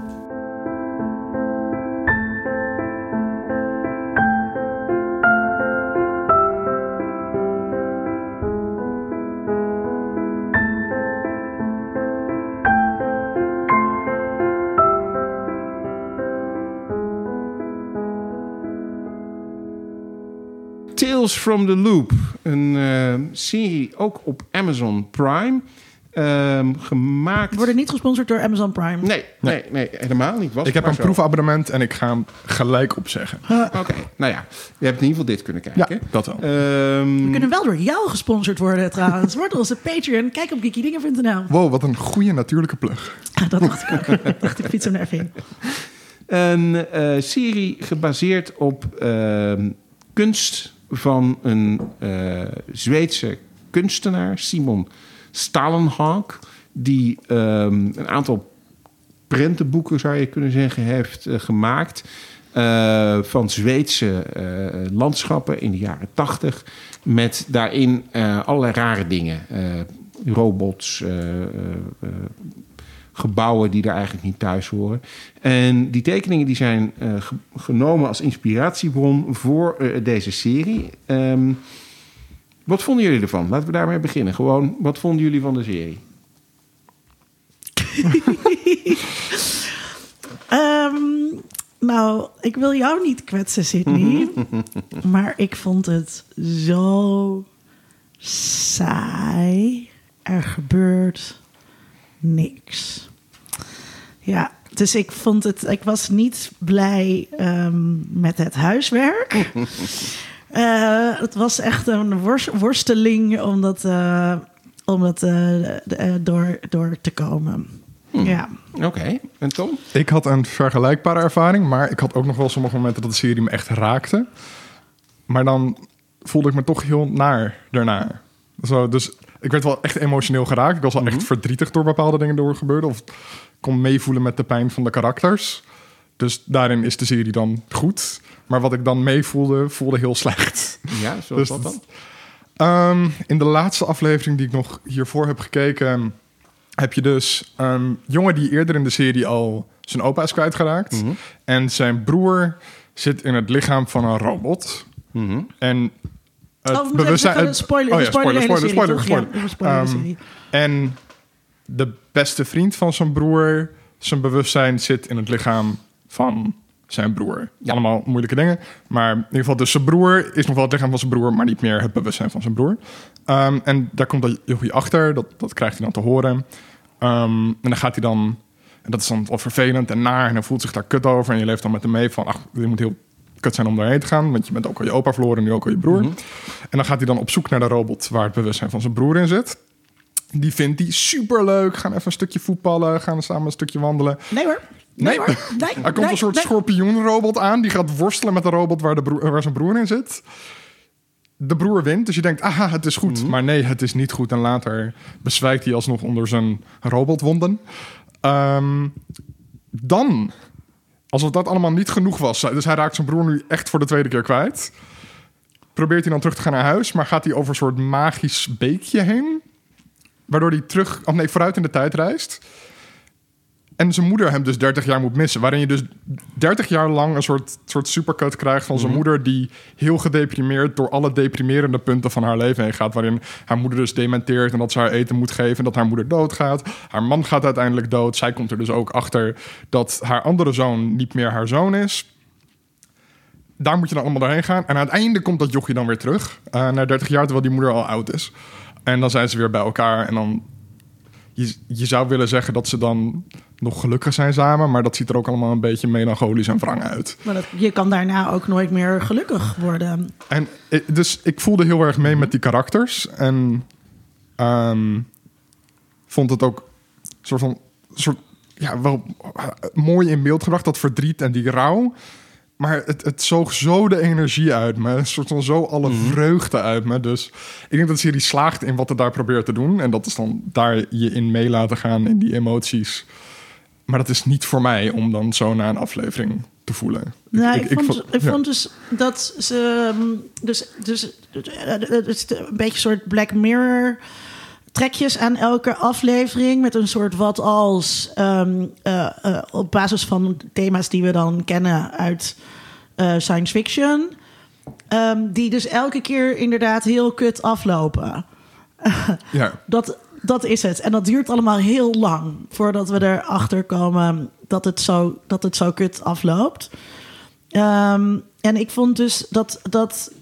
Tales from the Loop. Een uh, serie ook op Amazon Prime. Um, gemaakt... We worden niet gesponsord door Amazon Prime. Nee, nee, nee helemaal niet. Was ik heb een zo. proefabonnement en ik ga hem gelijk opzeggen. Uh, Oké, okay. nou ja. Je hebt in ieder geval dit kunnen kijken. Ja, dat wel. Um... We kunnen wel door jou gesponsord worden trouwens. Word onze Patreon. Kijk op geekydingen punt n l. Wow, wat een goede natuurlijke plug. Ah, dat dacht ik ook. dacht ik fiets hem er even in. Een uh, serie gebaseerd op uh, kunst van een uh, Zweedse kunstenaar, Simon Stalenhag, die um, een aantal prentenboeken, zou je kunnen zeggen, heeft uh, gemaakt uh, van Zweedse uh, landschappen in de jaren tachtig, met daarin uh, allerlei rare dingen. Uh, robots, uh, uh, uh, gebouwen die daar eigenlijk niet thuis horen. En die tekeningen die zijn uh, ge- genomen als inspiratiebron voor uh, deze serie. Um, wat vonden jullie ervan? Laten we daarmee beginnen. Gewoon, wat vonden jullie van de serie? um, nou, ik wil jou niet kwetsen, Sydney. Maar ik vond het zo saai. Er gebeurt niks. Ja, dus ik vond het... Ik was niet blij um, met het huiswerk. uh, het was echt een worst, worsteling om dat, uh, om dat uh, uh, door, door te komen. Hmm. Ja. Oké, okay. En Tom? Ik had een vergelijkbare ervaring, maar ik had ook nog wel sommige momenten dat de serie me echt raakte. Maar dan voelde ik me toch heel naar daarna. Zo, dus ik werd wel echt emotioneel geraakt. Ik was wel mm-hmm. echt verdrietig door bepaalde dingen die er gebeurden. Of kon meevoelen met de pijn van de karakters. Dus daarin is de serie dan goed. Maar wat ik dan meevoelde, voelde heel slecht. Ja, zoals dus, wat dan? Um, in de laatste aflevering die ik nog hiervoor heb gekeken, heb je dus een jongen die eerder in de serie al zijn opa is kwijtgeraakt. Mm-hmm. En zijn broer zit in het lichaam van een robot. Mm-hmm. En het oh, bewustzijn... Het, spoiler, oh ja, spoiler, spoiler, spoiler, spoiler, spoiler, spoiler, spoiler um, En de beste vriend van zijn broer, zijn bewustzijn zit in het lichaam van zijn broer. Ja. Allemaal moeilijke dingen. Maar in ieder geval, dus zijn broer is nog wel het lichaam van zijn broer, maar niet meer het bewustzijn van zijn broer. Um, en daar komt dat jochie achter. Dat, dat krijgt hij dan te horen. Um, en dan gaat hij dan... En dat is dan wat vervelend en naar. En hij voelt zich daar kut over. En je leeft dan met hem mee van... ach, dit moet heel kut zijn om daarheen te gaan. Want je bent ook al je opa verloren en nu ook al je broer. Mm-hmm. En dan gaat hij dan op zoek naar de robot waar het bewustzijn van zijn broer in zit. Die vindt hij superleuk. Gaan even een stukje voetballen. Gaan samen een stukje wandelen. Nee hoor. Nee, nee, nee er komt nee, een soort nee. schorpioenrobot aan. Die gaat worstelen met de robot waar, de broer, waar zijn broer in zit. De broer wint, dus je denkt, aha, het is goed. Mm-hmm. Maar nee, het is niet goed. En later bezwijkt hij alsnog onder zijn robotwonden. Um, dan, alsof dat allemaal niet genoeg was... dus hij raakt zijn broer nu echt voor de tweede keer kwijt... probeert hij dan terug te gaan naar huis... maar gaat hij over een soort magisch beekje heen... waardoor hij terug, of nee, vooruit in de tijd reist... en zijn moeder hem dus dertig jaar moet missen... waarin je dus dertig jaar lang een soort, soort supercut krijgt... van zijn mm-hmm. moeder die heel gedeprimeerd... door alle deprimerende punten van haar leven heen gaat... waarin haar moeder dus dementeert... en dat ze haar eten moet geven... en dat haar moeder doodgaat. Haar man gaat uiteindelijk dood. Zij komt er dus ook achter... dat haar andere zoon niet meer haar zoon is. Daar moet je dan allemaal doorheen gaan. En aan het einde komt dat jochie dan weer terug... Uh, na dertig jaar, terwijl die moeder al oud is. En dan zijn ze weer bij elkaar... en dan... Je, je zou willen zeggen dat ze dan nog gelukkig zijn samen... maar dat ziet er ook allemaal een beetje melancholisch en wrang uit. Maar dat, je kan daarna ook nooit meer gelukkig worden. En dus ik voelde heel erg mee met die karakters. En um, vond het ook soort van, soort, ja, wel mooi in beeld gebracht... dat verdriet en die rouw... Maar het, het zoog zo de energie uit me. Een soort van zo alle vreugde uit me. Dus ik denk dat de serie slaagt in wat het daar probeert te doen. En dat is dan daar je in mee laten gaan in die emoties. Maar dat is niet voor mij om dan zo na een aflevering te voelen. Nou, ik, ik, ik, vond, ik, ik ja. vond dus dat ze... Dus, dus het is een beetje een soort Black Mirror... trekjes aan elke aflevering met een soort wat als... Um, uh, uh, op basis van thema's die we dan kennen uit uh, science fiction... Um, die dus elke keer inderdaad heel kut aflopen. Ja. dat, dat is het. En dat duurt allemaal heel lang... voordat we erachter komen dat het zo, dat het zo kut afloopt. Um, en ik vond dus dat... dat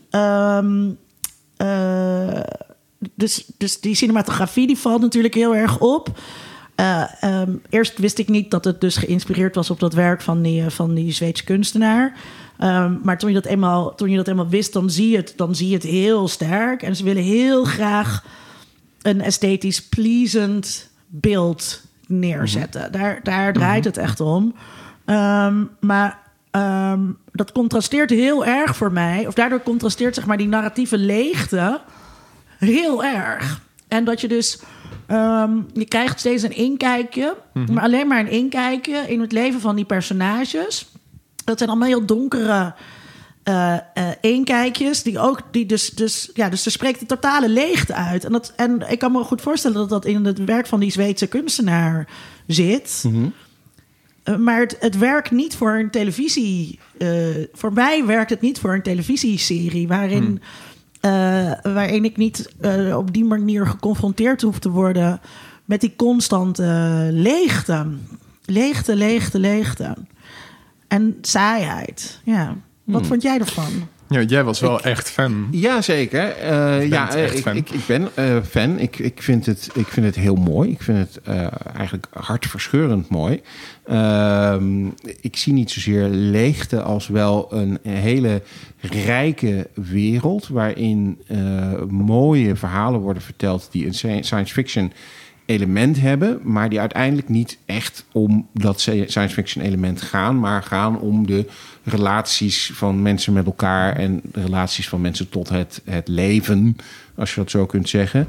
Um, uh, dus, dus die cinematografie die valt natuurlijk heel erg op. Uh, um, eerst wist ik niet dat het dus geïnspireerd was op dat werk van die, van die Zweedse kunstenaar. Um, maar toen je, dat eenmaal, toen je dat eenmaal wist, dan zie, je het, dan zie je het heel sterk. En ze willen heel graag een esthetisch pleasant beeld neerzetten. Mm-hmm. Daar, daar draait mm-hmm. het echt om. Um, maar um, dat contrasteert heel erg voor mij. Of daardoor contrasteert zeg maar die narratieve leegte heel erg. En dat je dus... Um, je krijgt steeds een inkijkje, mm-hmm. maar alleen maar een inkijkje in het leven van die personages. Dat zijn allemaal heel donkere uh, uh, inkijkjes, die ook, die dus, dus, ja, dus er spreekt de totale leegte uit. En, dat, en ik kan me goed voorstellen dat dat in het werk van die Zweedse kunstenaar zit. Mm-hmm. Uh, maar het, het werkt niet voor een televisie. Uh, voor mij werkt het niet voor een televisieserie waarin. Mm. Uh, waarin ik niet uh, op die manier geconfronteerd hoef te worden met die constante uh, leegte. Leegte, leegte, leegte. En saaiheid. Ja. Wat hmm. vond jij ervan? Ja, jij was wel ik, echt fan. Ja, zeker. Uh, ja, uh, ik, ik, ik ben uh, fan. Ik, ik, vind het, ik vind het heel mooi. Ik vind het uh, eigenlijk hartverscheurend mooi. Uh, ik zie niet zozeer leegte als wel een hele rijke wereld waarin uh, mooie verhalen worden verteld die een science fiction element hebben, maar die uiteindelijk niet echt om dat science fiction element gaan, maar gaan om de relaties van mensen met elkaar en de relaties van mensen tot het, het leven, als je dat zo kunt zeggen.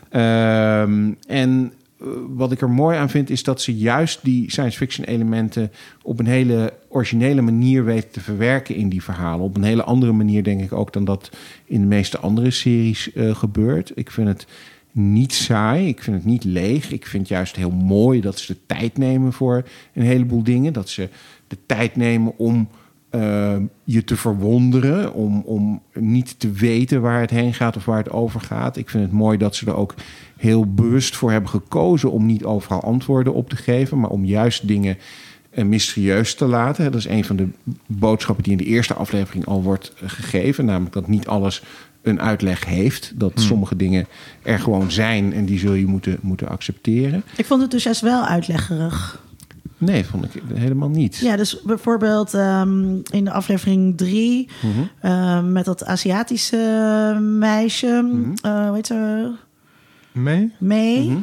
Um, en wat ik er mooi aan vind, is dat ze juist die science fiction elementen op een hele originele manier weten te verwerken in die verhalen. Op een hele andere manier, denk ik ook, dan dat in de meeste andere series uh, gebeurt. Ik vind het niet saai, ik vind het niet leeg. Ik vind juist heel mooi dat ze de tijd nemen voor een heleboel dingen. Dat ze de tijd nemen om uh, je te verwonderen, om, om niet te weten waar het heen gaat of waar het over gaat. Ik vind het mooi dat ze er ook heel bewust voor hebben gekozen om niet overal antwoorden op te geven, maar om juist dingen uh, mysterieus te laten. Dat is een van de boodschappen die in de eerste aflevering al wordt uh, gegeven, namelijk dat niet alles een uitleg heeft. Dat hmm. sommige dingen er gewoon zijn en die zul je moeten, moeten accepteren. Ik vond het dus juist wel uitleggerig. Nee, vond ik helemaal niet. Ja, dus bijvoorbeeld um, in de aflevering drie mm-hmm. uh, met dat Aziatische meisje. Mm-hmm. Uh, hoe heet ze? May? May. Mm-hmm.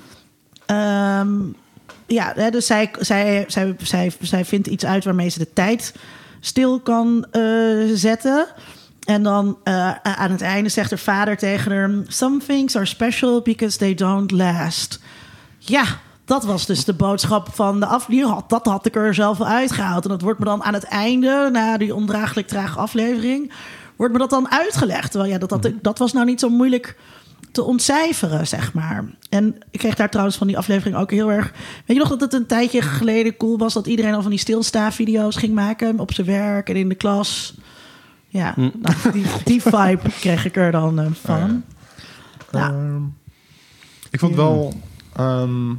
Um, ja, dus zij, zij, zij, zij, zij vindt iets uit waarmee ze de tijd stil kan uh, zetten. En dan uh, aan het einde zegt haar vader tegen haar: "Some things are special because they don't last." Ja, dat was dus de boodschap van de aflevering. Dat had ik er zelf uitgehaald. En dat wordt me dan aan het einde, na die ondraaglijk trage aflevering, wordt me dat dan uitgelegd. Terwijl ja, dat, dat, dat was nou niet zo moeilijk te ontcijferen, zeg maar. En ik kreeg daar trouwens van die aflevering ook heel erg... Weet je nog dat het een tijdje geleden cool was dat iedereen al van die stilsta-video's ging maken op zijn werk en in de klas? Ja, mm. nou, die, die vibe kreeg ik er dan uh, van. Uh, ja. um, ik vond ja. wel... Um...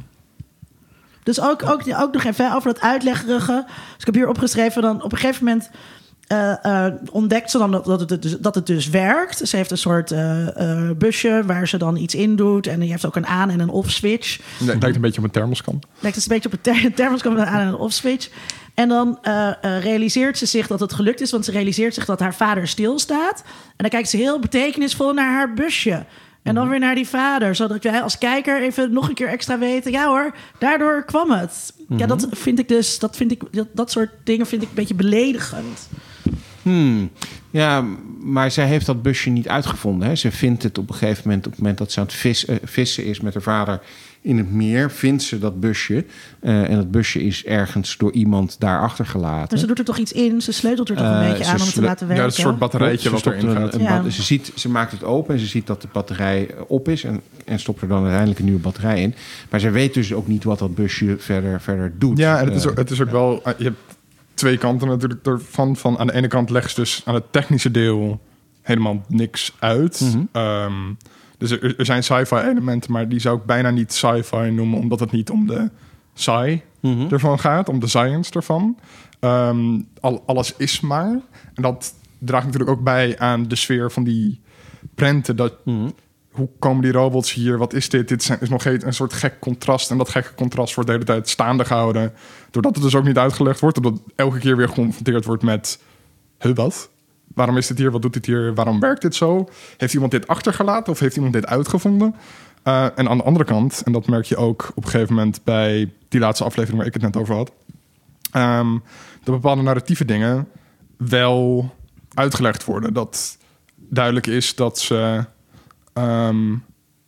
Dus ook, ook, ook nog even over dat uitleggerige. Dus ik heb hier opgeschreven dan op een gegeven moment uh, uh, ontdekt ze dan dat, dat, het dus, dat het dus werkt. Ze heeft een soort uh, uh, busje waar ze dan iets in doet. En die heeft ook een aan- en een off-switch. Het lijkt een beetje op een thermoskan. Lijkt dus een beetje op een ther- thermoskan met een aan- en een off-switch. En dan uh, uh, realiseert ze zich dat het gelukt is. Want ze realiseert zich dat haar vader stilstaat. En dan kijkt ze heel betekenisvol naar haar busje. En dan weer naar die vader. Zodat wij als kijker even nog een keer extra weten. Ja hoor, daardoor kwam het. Mm-hmm. Ja, dat vind ik dus... Dat, vind ik, dat, dat soort dingen vind ik een beetje beledigend. Hmm. Ja, maar zij heeft dat busje niet uitgevonden. Hè? Ze vindt het op een gegeven moment... op het moment dat ze aan het vis, uh, vissen is met haar vader in het meer... vindt ze dat busje. Uh, en dat busje is ergens door iemand daar achtergelaten. Maar ze doet er toch iets in? Ze sleutelt er toch een uh, beetje aan om het te laten werken? Ja, dat is een soort batterijtje wat erin gaat. Een, een ja. bad, ze, ziet, ze maakt het open en ze ziet dat de batterij op is... en, en stopt er dan uiteindelijk een nieuwe batterij in. Maar ze weet dus ook niet wat dat busje verder, verder doet. Ja, en het is ook, het is ook ja. wel... Je hebt twee kanten natuurlijk ervan. Van aan de ene kant legt ze dus aan het technische deel helemaal niks uit. Mm-hmm. Um, dus er, er zijn sci-fi elementen, maar die zou ik bijna niet sci-fi noemen, omdat het niet om de sci mm-hmm. ervan gaat, om de science ervan. Um, al, alles is maar. En dat draagt natuurlijk ook bij aan de sfeer van die prenten. Dat, Mm. Hoe komen die robots hier? Wat is dit? Dit zijn, is nog een soort gek contrast. En dat gekke contrast wordt de hele tijd staande gehouden. Doordat het dus ook niet uitgelegd wordt. Doordat elke keer weer geconfronteerd wordt met... Huh, wat? Waarom is dit hier? Wat doet dit hier? Waarom werkt dit zo? Heeft iemand dit achtergelaten? Of heeft iemand dit uitgevonden? Uh, en aan de andere kant... En dat merk je ook op een gegeven moment... bij die laatste aflevering waar ik het net over had... Um, dat bepaalde narratieve dingen wel uitgelegd worden. Dat duidelijk is dat ze... Um,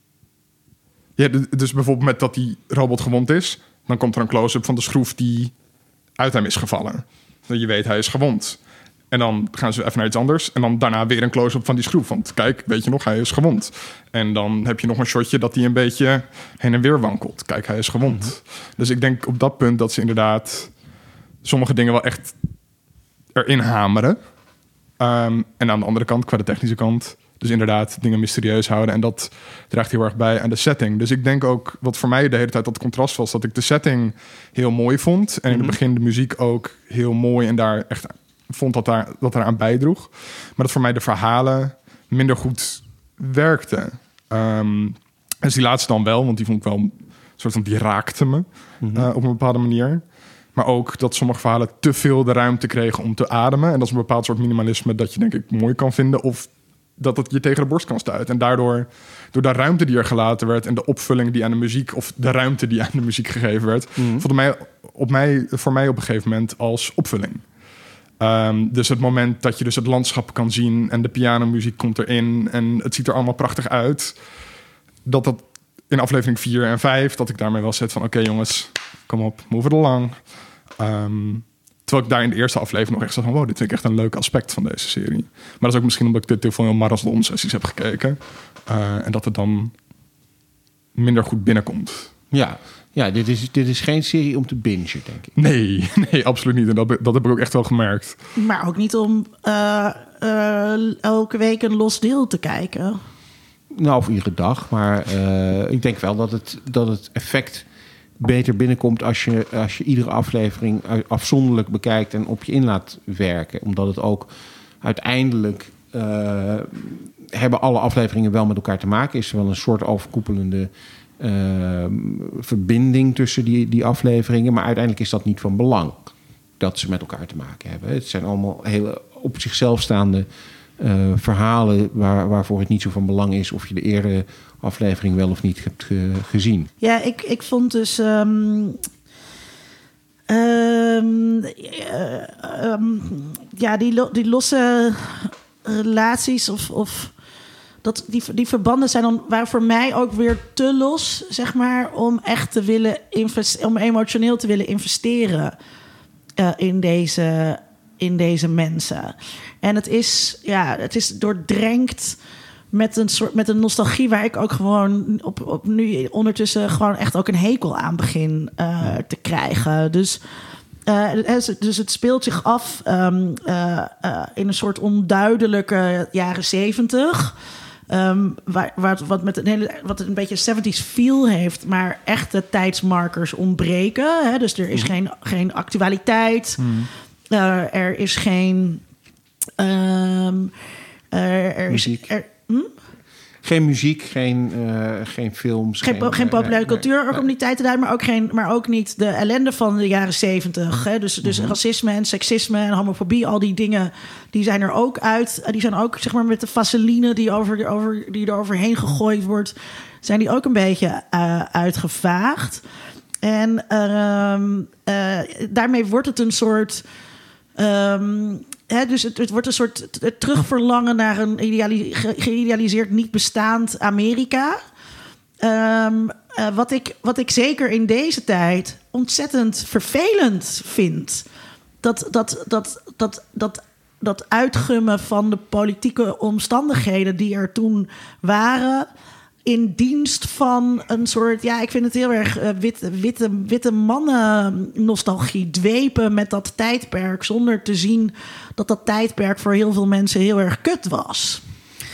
ja, dus bijvoorbeeld met dat die robot gewond is... dan komt er een close-up van de schroef die uit hem is gevallen. Dat je weet, hij is gewond. En dan gaan ze even naar iets anders... en dan daarna weer een close-up van die schroef. Want kijk, weet je nog, hij is gewond. En dan heb je nog een shotje dat hij een beetje heen en weer wankelt. Kijk, hij is gewond. Mm-hmm. Dus ik denk op dat punt dat ze inderdaad... sommige dingen wel echt erin hameren. Um, en aan de andere kant, qua de technische kant... dus inderdaad dingen mysterieus houden. En dat draagt heel erg bij aan de setting. Dus ik denk ook, wat voor mij de hele tijd dat contrast was... dat ik de setting heel mooi vond. En in het begin de muziek ook heel mooi... en daar echt vond dat daar, dat eraan bijdroeg. Maar dat voor mij de verhalen minder goed werkten. Um, dus die laatste dan wel, want die vond ik wel... een soort van, die raakte me mm-hmm. uh, op een bepaalde manier... Maar ook dat sommige verhalen te veel de ruimte kregen om te ademen. En dat is een bepaald soort minimalisme dat je denk ik mooi kan vinden. Of dat het je tegen de borst kan stuiten. En daardoor, door de ruimte die er gelaten werd... en de opvulling die aan de muziek... of de ruimte die aan de muziek gegeven werd... Mm-hmm. voelde mij, op mij, voor mij op een gegeven moment als opvulling. Um, dus het moment dat je dus het landschap kan zien... en de pianomuziek komt erin... en het ziet er allemaal prachtig uit... dat dat in aflevering vier en vijf... dat ik daarmee wel zet van... oké okay, jongens, kom op, move it along... Um, terwijl ik daar in de eerste aflevering nog echt zo van... wow, dit vind ik echt een leuk aspect van deze serie. Maar dat is ook misschien omdat ik dit heel veel marathon-sessies heb gekeken. Uh, en dat het dan minder goed binnenkomt. Ja, ja dit, is, dit is geen serie om te bingen, denk ik. Nee, nee, absoluut niet. En dat, dat heb ik ook echt wel gemerkt. Maar ook niet om uh, uh, elke week een los deel te kijken. Nou, of iedere dag. Maar uh, ik denk wel dat het, dat het effect... beter binnenkomt als je, als je iedere aflevering afzonderlijk bekijkt... en op je in laat werken. Omdat het ook uiteindelijk... Uh, hebben alle afleveringen wel met elkaar te maken. Is er wel een soort overkoepelende uh, verbinding tussen die, die afleveringen. Maar uiteindelijk is dat niet van belang dat ze met elkaar te maken hebben. Het zijn allemaal hele op zichzelf staande uh, verhalen... Waar, waarvoor het niet zo van belang is of je de eerdere aflevering wel of niet hebt ge- gezien. Ja, ik, ik vond dus... Um, um, uh, um, ja, die, lo- die losse relaties of... of dat, die, die verbanden zijn dan, waren voor mij ook weer te los, zeg maar... om echt te willen investeren, om emotioneel te willen investeren uh, in deze... in deze mensen. En het is, ja, het is doordrenkt met een soort met een nostalgie waar ik ook gewoon op, op nu ondertussen gewoon echt ook een hekel aan begin uh, te krijgen. Dus, uh, dus het speelt zich af um, uh, uh, in een soort onduidelijke jaren zeventig. Um, waar, waar, wat, met een hele, wat een beetje seventies feel heeft, maar echte tijdsmarkers ontbreken. Hè? Dus er is mm. geen, geen actualiteit. Mm. Uh, er is geen... Um, uh, er muziek. Is, er, hm? Geen muziek, geen, uh, geen films. Geen, geen, geen populaire uh, cultuur, nee, ook om die tijd te duiden, maar ook, geen, maar ook niet de ellende van de jaren zeventig. Hè? Dus, dus mm-hmm. racisme en seksisme en homofobie, al die dingen, die zijn er ook uit. Die zijn ook, zeg maar, met de vaseline die, over, over, die er overheen gegooid wordt, zijn die ook een beetje uh, uitgevaagd. En uh, uh, daarmee wordt het een soort... Um, He, dus het, het wordt een soort het terugverlangen naar een ideali- ge- geïdealiseerd niet bestaand Amerika. Um, uh, wat, ik, wat ik zeker in deze tijd ontzettend vervelend vind. Dat, dat, dat, dat, dat, dat uitgummen van de politieke omstandigheden die er toen waren... in dienst van een soort... ja, ik vind het heel erg uh, witte, witte, witte mannen nostalgie. Dwepen met dat tijdperk... zonder te zien dat dat tijdperk voor heel veel mensen heel erg kut was.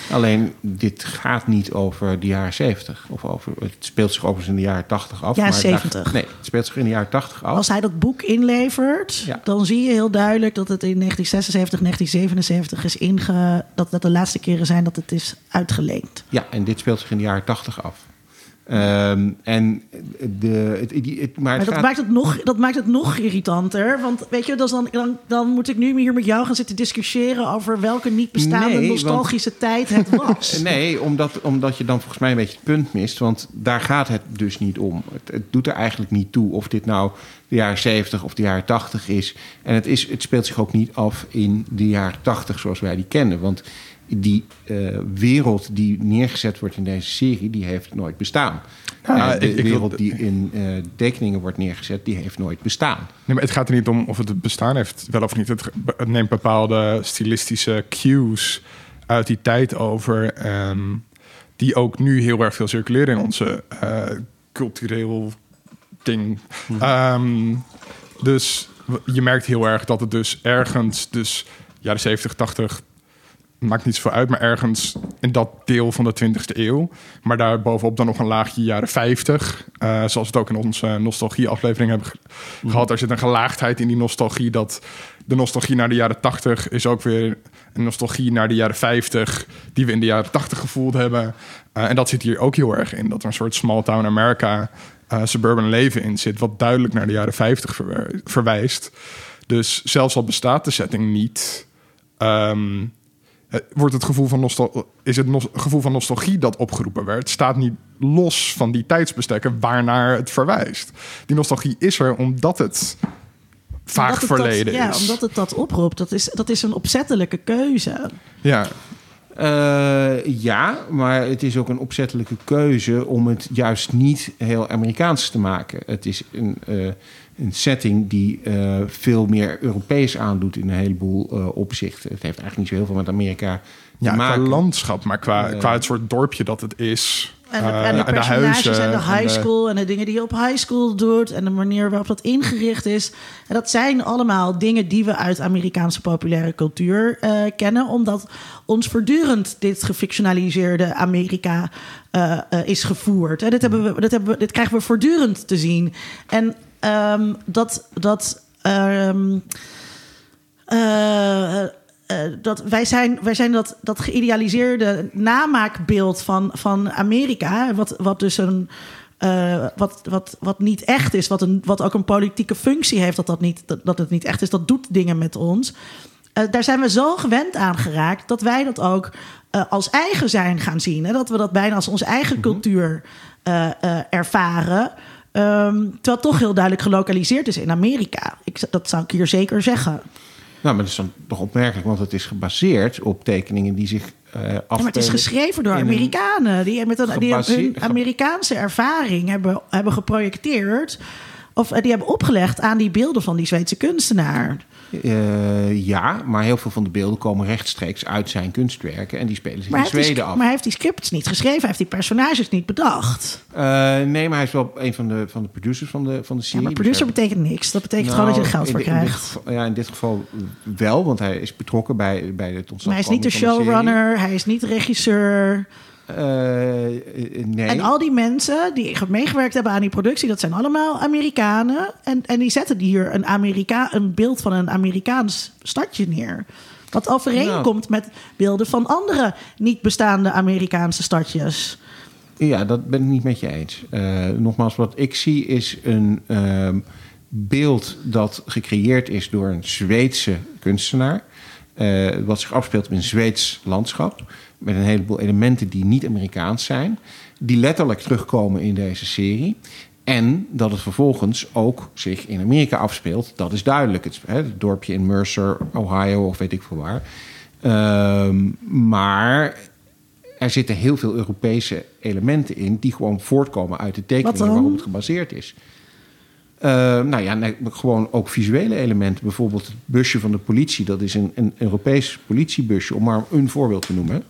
Alleen, dit gaat niet over de jaren zeventig. Of over, het speelt zich overigens in de jaren tachtig af. Ja, maar zeventig. Daar, nee, het speelt zich in de jaren tachtig af. Als hij dat boek inlevert, ja. dan zie je heel duidelijk dat het in negentien zesenzeventig, negentien zevenenzeventig is inge... dat dat de laatste keren zijn dat het is uitgeleend. Ja, en dit speelt zich in de jaren tachtig af. Um, en de, het, het, het, maar, het maar dat, gaat... maakt het nog, dat maakt het nog irritanter. Want weet je, dan, dan, dan moet ik nu hier met jou gaan zitten discussiëren over welke niet bestaande nee, nostalgische want... tijd het was. Nee, omdat, omdat je dan volgens mij een beetje het punt mist. Want daar gaat het dus niet om. Het, het doet er eigenlijk niet toe of dit nou de jaren zeventig of de jaren tachtig is. En het, is, het speelt zich ook niet af in de jaren tachtig zoals wij die kennen. Want die uh, wereld die neergezet wordt in deze serie, die heeft nooit bestaan. Ja, uh, de ik, wereld ik, die in uh, tekeningen wordt neergezet, die heeft nooit bestaan. Nee, maar het gaat er niet om of het bestaan heeft, wel of niet. Het, het neemt bepaalde stilistische cues uit die tijd over, um, die ook nu heel erg veel circuleren in onze uh, cultureel ding. Hmm. Um, dus je merkt heel erg dat het dus ergens, dus jaren zeventig, tachtig... maakt niet zoveel uit, maar ergens in dat deel van de twintigste eeuw. Maar daar bovenop dan nog een laagje jaren vijftig. Uh, zoals we het ook in onze nostalgie-aflevering hebben ge- mm. gehad. Er zit een gelaagdheid in die nostalgie. Dat de nostalgie naar de jaren tachtig is ook weer een nostalgie naar de jaren vijftig... die we in de jaren tachtig gevoeld hebben. Uh, en dat zit hier ook heel erg in. Dat er een soort small-town America uh, suburban leven in zit... wat duidelijk naar de jaren vijftig verwijst. verwijst. Dus zelfs al bestaat de setting niet... Um, wordt het gevoel van nostal- is het no- gevoel van nostalgie dat opgeroepen werd... staat niet los van die tijdsbestekken waarnaar het verwijst. Die nostalgie is er omdat het vaak omdat het verleden dat, is. Ja, omdat het dat oproept. Dat is, dat is een opzettelijke keuze. Ja. Uh, ja, maar het is ook een opzettelijke keuze... om het juist niet heel Amerikaans te maken. Het is een... Uh, Een setting die uh, veel meer Europees aandoet in een heleboel uh, opzichten. Het heeft eigenlijk niet zo heel veel met Amerika te ja, maken. Qua landschap, maar qua, uh, qua het soort dorpje dat het is. En de, uh, en de personages en de, en de high school en de... en de dingen die je op high school doet... en de manier waarop dat ingericht is. En dat zijn allemaal dingen die we uit Amerikaanse populaire cultuur uh, kennen... omdat ons voortdurend dit gefictionaliseerde Amerika uh, uh, is gevoerd. En dit, hebben we, dit, hebben we, dit krijgen we voortdurend te zien. En um, dat... dat um, uh, Uh, dat wij zijn, wij zijn dat, dat geïdealiseerde namaakbeeld van, van Amerika, wat, wat dus een uh, wat, wat, wat niet echt is, wat, een, wat ook een politieke functie heeft, dat, dat, niet, dat, dat het niet echt is, dat doet dingen met ons. Uh, daar zijn we zo gewend aan geraakt dat wij dat ook uh, als eigen zijn gaan zien. Hè? Dat we dat bijna als onze eigen mm-hmm. cultuur uh, uh, ervaren. Um, terwijl het toch heel duidelijk gelokaliseerd is in Amerika. Ik, dat zou ik hier zeker zeggen. Nou, maar dat is dan toch opmerkelijk, want het is gebaseerd op tekeningen die zich uh, afspelen. Ja, maar het is geschreven door Amerikanen die met een, die hun Amerikaanse ervaring hebben, hebben geprojecteerd. Of die hebben opgelegd aan die beelden van die Zweedse kunstenaar. Uh, ja, maar heel veel van de beelden komen rechtstreeks uit zijn kunstwerken. En die spelen zich maar in Zweden die, af. Maar hij heeft die scripts niet geschreven. Hij heeft die personages niet bedacht. Uh, nee, maar hij is wel een van de, van de producers van de, van de serie. Ja, maar producer dus betekent niks. Dat betekent nou, gewoon dat je er geld voor krijgt. In dit geval, ja, in dit geval wel. Want hij is betrokken bij, bij de tot Maar hij is niet de showrunner. Hij is niet de regisseur. Uh, nee. En al die mensen die meegewerkt hebben aan die productie, dat zijn allemaal Amerikanen. En, en die zetten hier een, Amerika, een beeld van een Amerikaans stadje neer. Wat overeenkomt nou. met beelden van andere niet bestaande Amerikaanse stadjes. Ja, dat ben ik niet met je eens. Uh, nogmaals, wat ik zie is een uh, beeld dat gecreëerd is door een Zweedse kunstenaar. Uh, wat zich afspeelt in een Zweeds landschap. Met een heleboel elementen die niet Amerikaans zijn. Die letterlijk terugkomen in deze serie. En dat het vervolgens ook zich in Amerika afspeelt. Dat is duidelijk. Het, hè, het dorpje in Mercer, Ohio of weet ik veel waar. Um, maar er zitten heel veel Europese elementen in... die gewoon voortkomen uit de tekeningen waarop het gebaseerd is. Uh, nou ja, nee, gewoon ook visuele elementen. Bijvoorbeeld het busje van de politie. Dat is een, een Europees politiebusje, om maar een voorbeeld te noemen.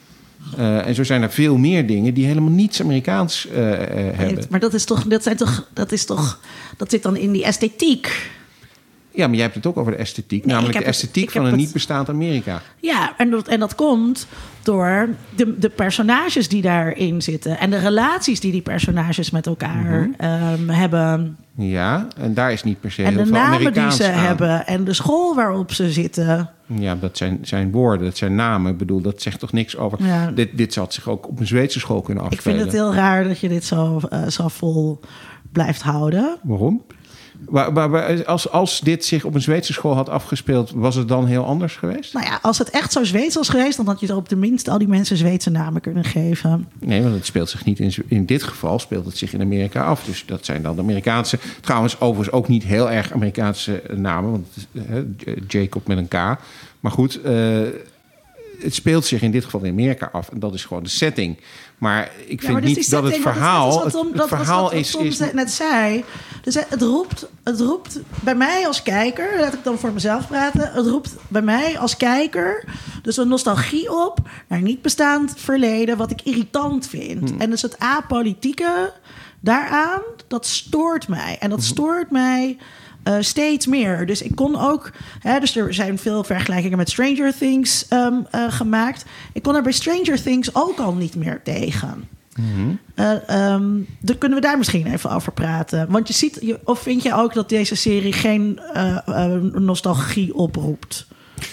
Uh, en zo zijn er veel meer dingen die helemaal niets Amerikaans uh, uh, hebben. Maar dat is toch, dat zijn toch, dat is toch, dat zit dan in die esthetiek. Ja, maar jij hebt het ook over de esthetiek. Nee, namelijk ik de heb het- esthetiek ik van heb een het- niet bestaand Amerika. Ja, en dat, en dat komt door de, de personages die daarin zitten. En de relaties die die personages met elkaar ehm, hebben. Ja, en daar is niet per se En heel de veel namen die Amerikaans ze aan. hebben. En de school waarop ze zitten. Ja, dat zijn, zijn woorden, dat zijn namen. Ik bedoel, dat zegt toch niks over... Ja. Dit, dit had zich ook op een Zweedse school kunnen Ik afspelen. vind het heel raar dat je dit zo, uh, zo vol blijft houden. Waarom? Waar, waar, waar- als, als dit zich op een Zweedse school had afgespeeld... was het dan heel anders geweest? Nou ja, als het echt zo Zweeds was geweest... dan had je er op de minst al die mensen Zweedse namen kunnen geven. Nee, want het speelt zich niet in... In dit geval speelt het zich in Amerika af. Dus dat zijn dan de Amerikaanse... Trouwens, overigens ook niet heel erg Amerikaanse namen. Want het is, hè, Jacob met een K. Maar goed... Uh, het speelt zich in dit geval in Amerika af. En dat is gewoon de setting. Maar ik vind ja, maar dus niet dat het setting, verhaal... Dat is, het, Tom, het dat verhaal was wat is... Tom is net zei. Dus het roept, het roept bij mij als kijker... laat ik dan voor mezelf praten... het roept bij mij als kijker... dus een nostalgie op naar niet bestaand verleden... wat ik irritant vind. Hmm. En dus het apolitieke daaraan... dat stoort mij. En dat stoort mij... Uh, steeds meer. Dus ik kon ook... Hè, dus er zijn veel vergelijkingen met Stranger Things um, uh, gemaakt. Ik kon er bij Stranger Things ook al niet meer tegen. Mm-hmm. Uh, um, dan kunnen we daar misschien even over praten. Want je ziet... Je, of vind je ook dat deze serie geen uh, uh, nostalgie oproept?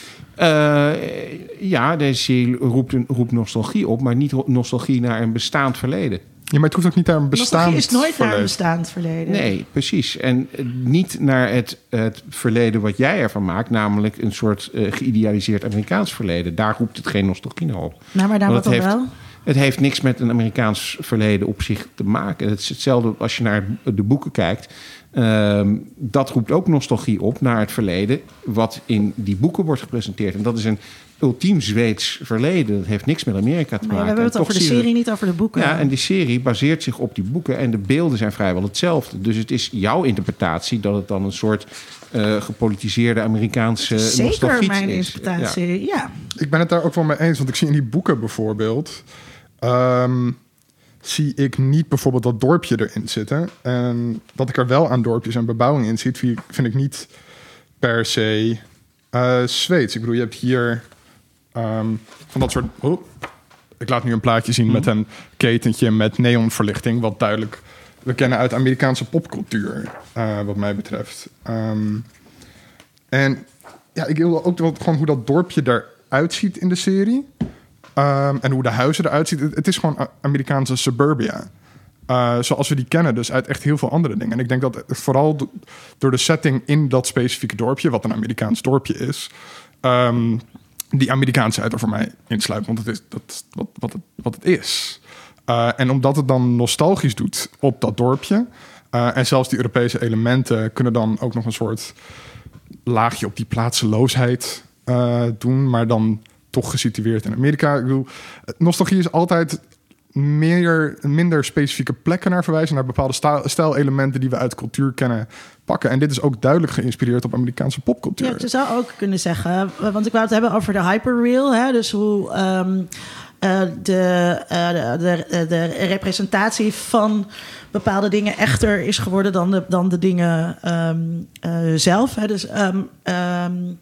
Uh, ja, deze serie roept, een, roept nostalgie op... maar niet nostalgie naar een bestaand verleden. Ja, maar het hoeft ook niet naar een bestaand nostalgie is nooit verleden. naar een bestaand verleden. Nee, precies. En niet naar het, het verleden wat jij ervan maakt... namelijk een soort uh, geïdealiseerd Amerikaans verleden. Daar roept het geen nostalgie naar op. Nou, maar daar wat dan heeft, wel? Het heeft niks met een Amerikaans verleden op zich te maken. Het is hetzelfde als je naar de boeken kijkt. Uh, dat roept ook nostalgie op naar het verleden... wat in die boeken wordt gepresenteerd. En dat is een ultiem Zweeds verleden. Dat heeft niks met Amerika te maar maken. We hebben het over de serie, we... niet over de boeken. Ja, en die serie baseert zich op die boeken... en de beelden zijn vrijwel hetzelfde. Dus het is jouw interpretatie dat het dan een soort... Uh, gepolitiseerde Amerikaanse nostalgie is. Zeker mijn interpretatie, ja. ja. Ik ben het daar ook wel mee eens. Want ik zie in die boeken bijvoorbeeld... Um, zie ik niet bijvoorbeeld dat dorpje erin zitten. En dat ik er wel aan dorpjes en bebouwing in zit... vind ik niet per se uh, Zweeds. Ik bedoel, je hebt hier um, van dat soort... Oh, ik laat nu een plaatje zien mm. met een ketentje met neonverlichting... wat duidelijk we kennen uit Amerikaanse popcultuur, uh, wat mij betreft. Um, en ja, ik wil ook wel gewoon hoe dat dorpje eruit ziet in de serie... Um, en hoe de huizen eruit zien. Het, het is gewoon Amerikaanse suburbia. Uh, zoals we die kennen, dus uit echt heel veel andere dingen. En ik denk dat het vooral do- door de setting in dat specifieke dorpje... wat een Amerikaans dorpje is... Um, die Amerikaansheid er voor mij insluit. Want het is dat, wat, wat, het, wat het is. Uh, en omdat het dan nostalgisch doet op dat dorpje... Uh, en zelfs die Europese elementen kunnen dan ook nog een soort... laagje op die plaatseloosheid uh, doen... maar dan... toch gesitueerd in Amerika. Ik bedoel, nostalgie is altijd meer, minder specifieke plekken naar verwijzen... naar bepaalde stijl, stijlelementen die we uit cultuur kennen pakken. En dit is ook duidelijk geïnspireerd op Amerikaanse popcultuur. Ja, je zou ook kunnen zeggen... want ik wou het hebben over de hyperreal. Hè, dus hoe um, uh, de, uh, de, de, de representatie van bepaalde dingen echter is geworden... dan de, dan de dingen um, uh, zelf. Hè. Dus... Um, um,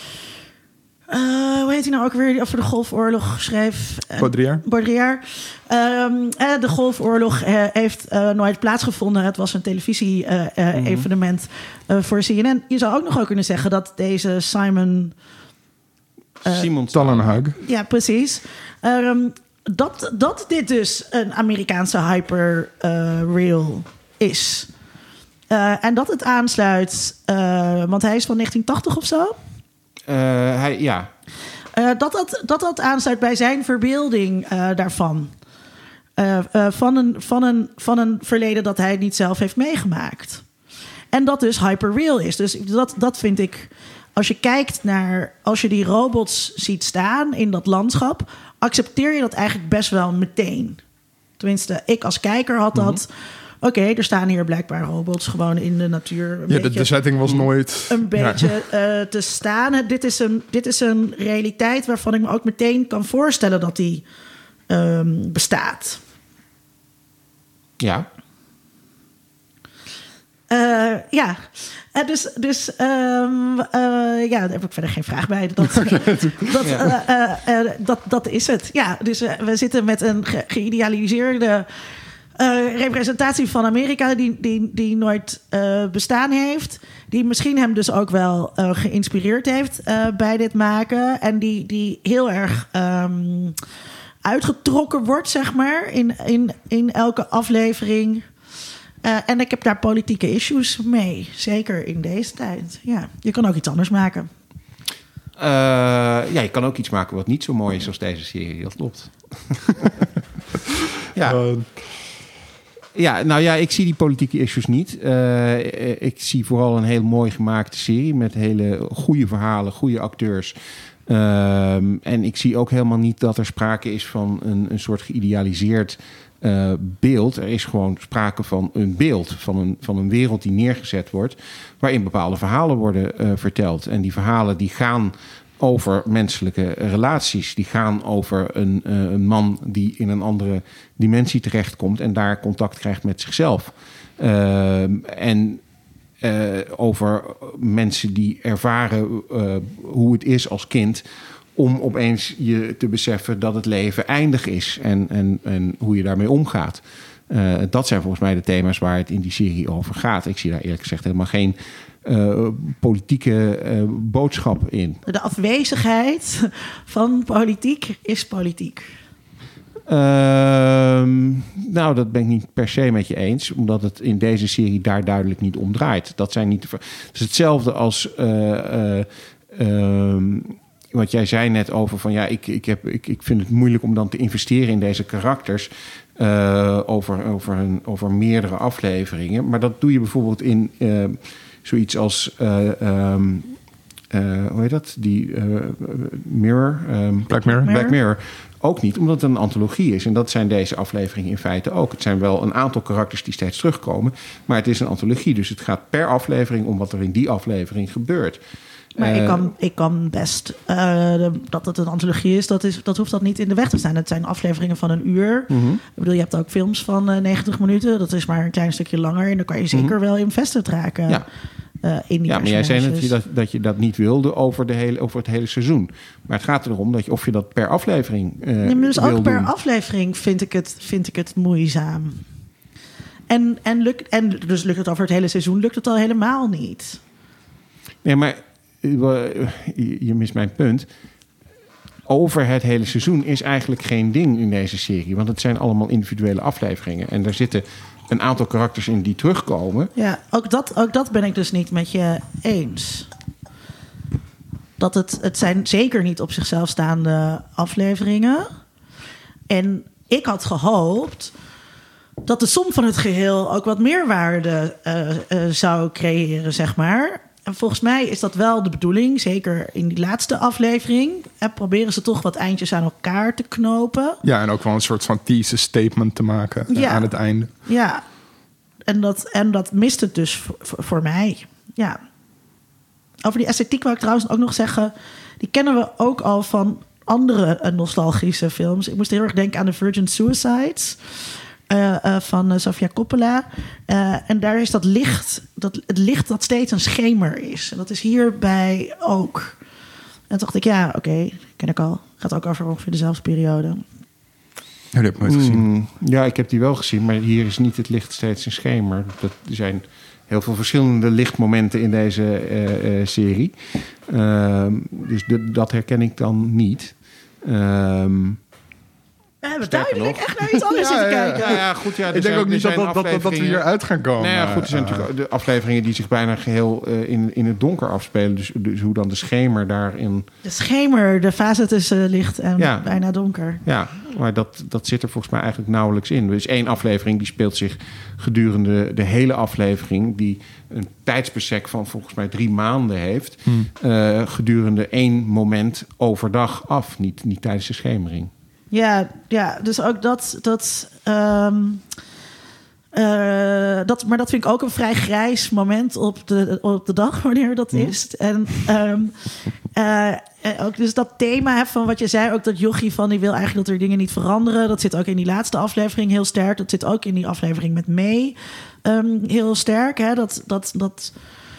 Uh, hoe heet hij nou ook weer die over de Golfoorlog schreef? Uh, Baudrillard. Baudrillard. Um, uh, de Golfoorlog uh, heeft uh, nooit plaatsgevonden. Het was een televisie-evenement uh, uh, voor C N N. Je zou ook nog ook kunnen zeggen dat deze Simon... Uh, Simon Stallenhag. Ja, precies. Um, dat, dat dit dus een Amerikaanse hyperreal uh, is. Uh, en dat het aansluit... Uh, want hij is van negentien tachtig of zo... Uh, hij, ja. Uh, dat, dat, dat dat aansluit bij zijn verbeelding uh, daarvan. Uh, uh, van, een, van, een, van een verleden dat hij niet zelf heeft meegemaakt. En dat dus hyperreal is. Dus dat, dat vind ik... Als je kijkt naar... Als je die robots ziet staan in dat landschap... accepteer je dat eigenlijk best wel meteen. Tenminste, ik als kijker had dat... Mm-hmm. Oké, okay, er staan hier blijkbaar robots gewoon in de natuur. Een ja, beetje, de, de setting was nooit... Een beetje ja. uh, te staan. Dit is, een, dit is een realiteit waarvan ik me ook meteen kan voorstellen dat die um, bestaat. Ja. Uh, ja, uh, dus, dus um, uh, ja, daar heb ik verder geen vraag bij. Dat, dat, uh, uh, uh, dat, dat is het. Ja, dus uh, we zitten met een ge- geïdealiseerde uh, representatie van Amerika die, die, die nooit uh, bestaan heeft. Die misschien hem dus ook wel uh, geïnspireerd heeft uh, bij dit maken. En die, die heel erg um, uitgetrokken wordt, zeg maar, in, in, in elke aflevering. Uh, en ik heb daar politieke issues mee. Zeker in deze tijd. Ja, je kan ook iets anders maken. Uh, ja, je kan ook iets maken wat niet zo mooi is als deze serie. Dat klopt. ja. Uh, Ja, nou ja, ik zie die politieke issues niet. Uh, ik zie vooral een heel mooi gemaakte serie met hele goede verhalen, goede acteurs. Uh, en ik zie ook helemaal niet dat er sprake is van een, een soort geïdealiseerd uh, beeld. Er is gewoon sprake van een beeld, van een, van een wereld die neergezet wordt, waarin bepaalde verhalen worden uh, verteld. En die verhalen die gaan over menselijke relaties. Die gaan over een, uh, een man die in een andere dimensie terechtkomt en daar contact krijgt met zichzelf. Uh, en uh, over mensen die ervaren uh, hoe het is als kind om opeens je te beseffen dat het leven eindig is en, en, en hoe je daarmee omgaat. Uh, dat zijn volgens mij de thema's waar het in die serie over gaat. Ik zie daar eerlijk gezegd helemaal geen Uh, politieke uh, boodschap in. De afwezigheid van politiek is politiek. Uh, nou, dat ben ik niet per se met je eens, omdat het in deze serie daar duidelijk niet om draait. Dat zijn niet. Het is hetzelfde als uh, uh, uh, wat jij zei net over van ja, ik, ik, heb, ik, ik vind het moeilijk om dan te investeren in deze karakters. Uh, over, over, een, over meerdere afleveringen. Maar dat doe je bijvoorbeeld in Uh, zoiets als, uh, um, uh, hoe heet dat? Die uh, Mirror. Um, Black Mirror. Black Mirror. Ook niet, omdat het een antologie is. En dat zijn deze afleveringen in feite ook. Het zijn wel een aantal karakters die steeds terugkomen. Maar het is een antologie. Dus het gaat per aflevering om wat er in die aflevering gebeurt. Maar uh, ik, kan, ik kan best... Uh, de, dat het een antologie is dat, is, dat hoeft dat niet in de weg te staan. Het zijn afleveringen van een uur. Mm-hmm. Ik bedoel, je hebt ook films van uh, negentig minuten. Dat is maar een klein stukje langer. En dan kan je zeker mm-hmm. wel invested raken. Ja. Uh, in die ja, maar jij zei net dat je dat, dat je dat niet wilde over, de hele, over het hele seizoen. Maar het gaat erom dat je, of je dat per aflevering uh, nee, maar dus wil ook per doen. aflevering vind ik het, vind ik het moeizaam. En, en, lukt, en dus lukt het over het hele seizoen, lukt het al helemaal niet. Nee, maar je mist mijn punt. Over het hele seizoen is eigenlijk geen ding in deze serie. Want het zijn allemaal individuele afleveringen. En daar zitten een aantal karakters in die terugkomen. Ja, ook dat, ook dat ben ik dus niet met je eens. Dat het, het zijn zeker niet op zichzelf staande afleveringen. En ik had gehoopt dat de som van het geheel ook wat meerwaarde uh, uh, zou creëren, zeg maar. En volgens mij is dat wel de bedoeling. Zeker in die laatste aflevering. En proberen ze toch wat eindjes aan elkaar te knopen. Ja, en ook wel een soort van thesis statement te maken ja. aan het einde. Ja, en dat, en dat mist het dus voor, voor mij. Ja. Over die esthetiek wou ik trouwens ook nog zeggen. Die kennen we ook al van andere uh, nostalgische films. Ik moest heel erg denken aan The Virgin Suicides. Uh, uh, van uh, Sofia Coppola. Uh, en daar is dat licht, dat, het licht dat steeds een schemer is. En dat is hierbij ook. En toen dacht ik, ja, oké, okay, ken ik al. Gaat ook over ongeveer dezelfde periode. Ja, die heb ik nooit gezien. Mm, ja, ik heb die wel gezien, maar hier is niet het licht steeds een schemer. Dat, er zijn heel veel verschillende lichtmomenten in deze uh, uh, serie. Uh, dus de, dat herken ik dan niet. Um, We hebben duidelijk nog. echt naar iets anders ja, zitten ja, kijken. Ja, ja, goed, ja, ik denk zijn, ook niet dat, dat, dat, dat we hier uit gaan komen. Nee, ja, goed, er zijn uh, natuurlijk de afleveringen die zich bijna geheel uh, in, in het donker afspelen. Dus, dus hoe dan de schemer daarin... De schemer, de fase tussen licht en ja. bijna donker. Ja, maar dat, dat zit er volgens mij eigenlijk nauwelijks in. Er is één aflevering die speelt zich gedurende de hele aflevering... die een tijdsbestek van volgens mij drie maanden heeft... Hmm. Uh, gedurende één moment overdag af, niet, niet tijdens de schemering. Ja, ja, dus ook dat, dat, um, uh, dat... Maar dat vind ik ook een vrij grijs moment op de, op de dag wanneer dat is. En um, uh, ook dus dat thema hè, van wat je zei... ook dat jochie van die wil eigenlijk dat er dingen niet veranderen. Dat zit ook in die laatste aflevering heel sterk. Dat zit ook in die aflevering met May. um, heel sterk. Hè? Dat, dat, dat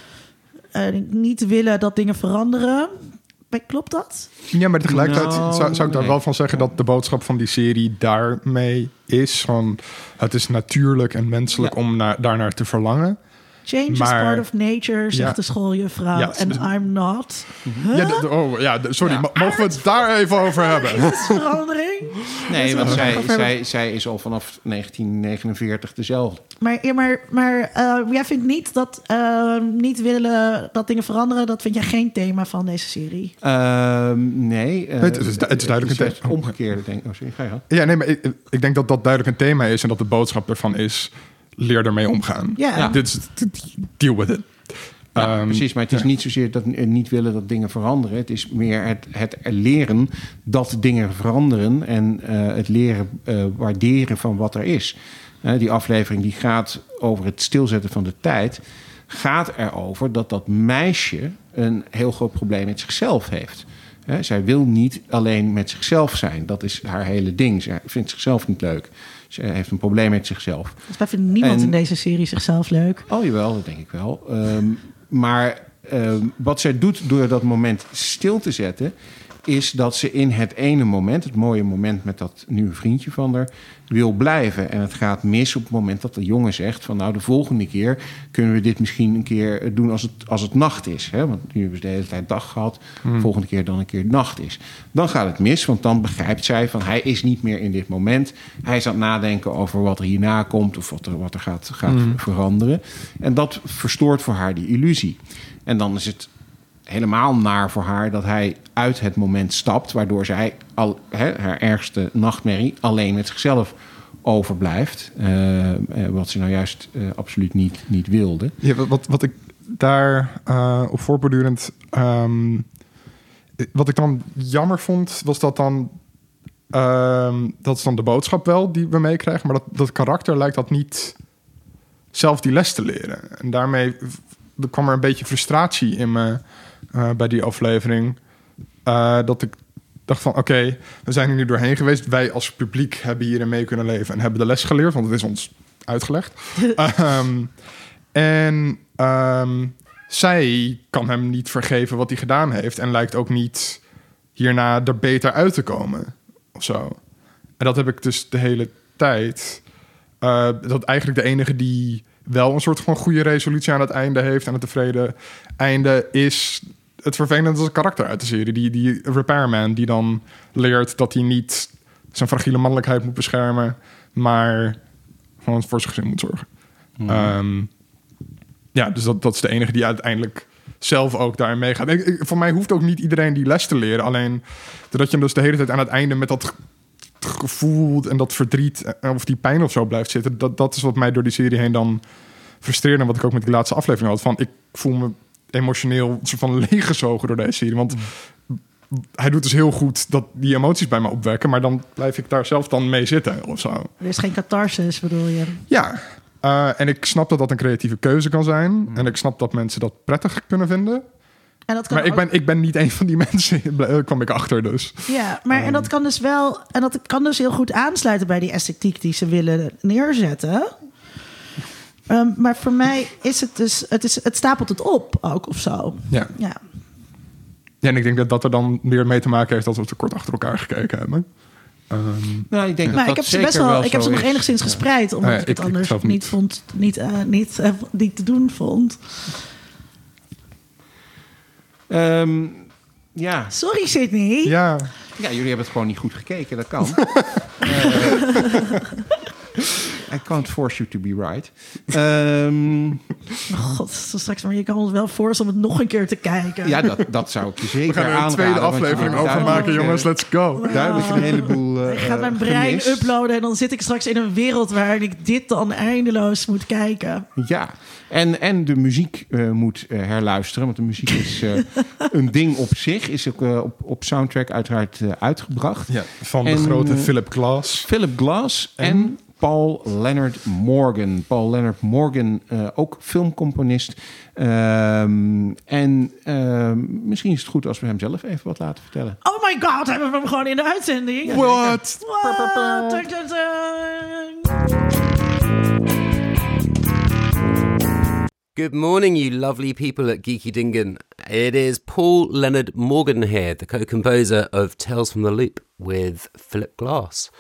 uh, niet willen dat dingen veranderen. Klopt dat? Ja, maar tegelijkertijd No, zou, zou ik daar nee. wel van zeggen dat de boodschap van die serie daarmee is. Van, het is natuurlijk en menselijk Ja. om naar, daarnaar te verlangen. Change Maar- is part of nature, zegt Ja. de schooljuffrouw. Ja, En dus- I'm not. Ja, de- de- oh, ja, de- sorry, Ja. mo- mogen we het daar even over hebben? Is het verandering? Nee, want zij, Over- zij, zij is al vanaf negentien negenenveertig dezelfde. Maar, ja, maar, maar uh, jij vindt niet dat uh, niet willen dat dingen veranderen... dat vind jij geen thema van deze serie? Ehm, nee. uh, Het is- het is du- het is duidelijk het een is thema. het omgekeerde, denk ik. Oh, sorry, ga je gang. Ja, nee, maar ik, ik denk dat dat duidelijk een thema is... en dat de boodschap ervan is, leer ermee omgaan. Ja. Ja. Dit is, deal with it. Ja, Ehm, precies, maar het is ja. niet zozeer dat we niet willen dat dingen veranderen. Het is meer het, het leren dat dingen veranderen... en uh, het leren uh, waarderen van wat er is. Uh, die aflevering die gaat over het stilzetten van de tijd... gaat erover dat dat meisje een heel groot probleem met zichzelf heeft. Uh, zij wil niet alleen met zichzelf zijn. Dat is haar hele ding. Zij vindt zichzelf niet leuk. Ze heeft een probleem met zichzelf. Volgens mij vindt niemand En- in deze serie zichzelf leuk. Oh jawel, dat denk ik wel. Um, maar um, wat zij doet door dat moment stil te zetten... is dat ze in het ene moment, het mooie moment met dat nieuwe vriendje van haar... wil blijven. En het gaat mis op het moment dat de jongen zegt... van nou, de volgende keer kunnen we dit misschien een keer doen als het, als het nacht is. Hè? Want nu hebben ze de hele tijd dag gehad. De volgende keer dan een keer nacht is. Dan gaat het mis, want dan begrijpt zij van... hij is niet meer in dit moment. Hij is aan het nadenken over wat er hierna komt... of wat er, wat er gaat, gaat veranderen. En dat verstoort voor haar die illusie. En dan is het helemaal naar voor haar dat hij uit het moment stapt... waardoor zij al, hè, haar ergste nachtmerrie alleen met zichzelf overblijft. Uh, wat ze nou juist uh, absoluut niet, niet wilde. Ja, wat, wat, wat ik daar uh, op voortbordurend... Um, wat ik dan jammer vond, was dat dan... Um, dat is dan de boodschap wel die we meekrijgen... maar dat, dat karakter lijkt dat niet zelf die les te leren. En daarmee er kwam er een beetje frustratie in me... Uh, bij die aflevering, uh, dat ik dacht van... oké, okay, we zijn er nu doorheen geweest. Wij als publiek hebben hierin mee kunnen leven... en hebben de les geleerd, want het is ons uitgelegd. um, en um, zij kan hem niet vergeven wat hij gedaan heeft... en lijkt ook niet hierna er beter uit te komen, of zo. En dat heb ik dus de hele tijd... Uh, dat eigenlijk de enige die wel een soort van goede resolutie aan het einde heeft... en een tevreden einde is... het vervelende is het karakter uit de serie. Die, die repairman die dan leert dat hij niet zijn fragiele mannelijkheid moet beschermen... maar gewoon voor zijn gezin moet zorgen. Mm. Um, ja, dus dat, dat is de enige die uiteindelijk zelf ook daarin meegaat. Ik, ik, voor mij hoeft ook niet iedereen die les te leren. Alleen doordat je dus de hele tijd aan het einde met dat gevoel en dat verdriet... of die pijn of zo blijft zitten... dat, dat is wat mij door die serie heen dan frustreerde... en wat ik ook met die laatste aflevering had. Van, ik voel me emotioneel een soort van leeggezogen door deze serie. Want mm. hij doet dus heel goed dat die emoties bij me opwekken... maar dan blijf ik daar zelf dan mee zitten of zo. Er is geen catharsis, bedoel je? Ja, uh, en ik snap dat dat een creatieve keuze kan zijn... Mm. en ik snap dat mensen dat prettig kunnen vinden... En dat kan maar ik ook... ben, ik ben niet een van die mensen, daar kwam ik achter dus. Ja, maar um. en dat kan dus wel... en dat kan dus heel goed aansluiten bij die esthetiek die ze willen neerzetten... Um, maar voor mij is het dus... Het, is, het stapelt het op ook, of zo. Ja. Ja. Ja, en ik denk dat dat er dan meer mee te maken heeft... dat we te kort achter elkaar gekeken hebben. Um, nou, ik denk ja. dat maar dat ik heb ze zeker best wel... wel ik heb ze nog is. enigszins gespreid... omdat ja, ja, ik het ik, anders ik niet, niet vond... Niet, uh, niet, uh, niet te doen vond. Um, ja. Sorry, Sydney. Ja. Ja, jullie hebben het gewoon niet goed gekeken. Dat kan. uh, I can't force you to be right. Um, oh God, zo straks, maar je kan ons wel forcen om het nog een keer te kijken. Ja, dat, dat zou ik je zeker aanraden. We gaan er een tweede aflevering over maken, jongens. Let's go. Duidelijk een heleboel uh, Ik ga mijn brein gemist. uploaden en dan zit ik straks in een wereld waarin ik dit dan eindeloos moet kijken. Ja, en, en de muziek uh, moet uh, herluisteren, want de muziek is uh, een ding op zich. Is ook uh, op, op soundtrack uiteraard uh, uitgebracht. Ja, van de en, grote uh, Philip Glass. Philip Glass en... en Paul Leonard Morgan. Paul Leonard Morgan, uh, ook filmcomponist. Um, en uh, misschien is het goed als we hem zelf even wat laten vertellen. Oh my god, hebben we hem gewoon in de uitzending? Ja, What? What? Good morning, you lovely people at Geeky Dingen. It is Paul Leonard Morgan here, the co-composer of Tales from the Loop with Philip Glass.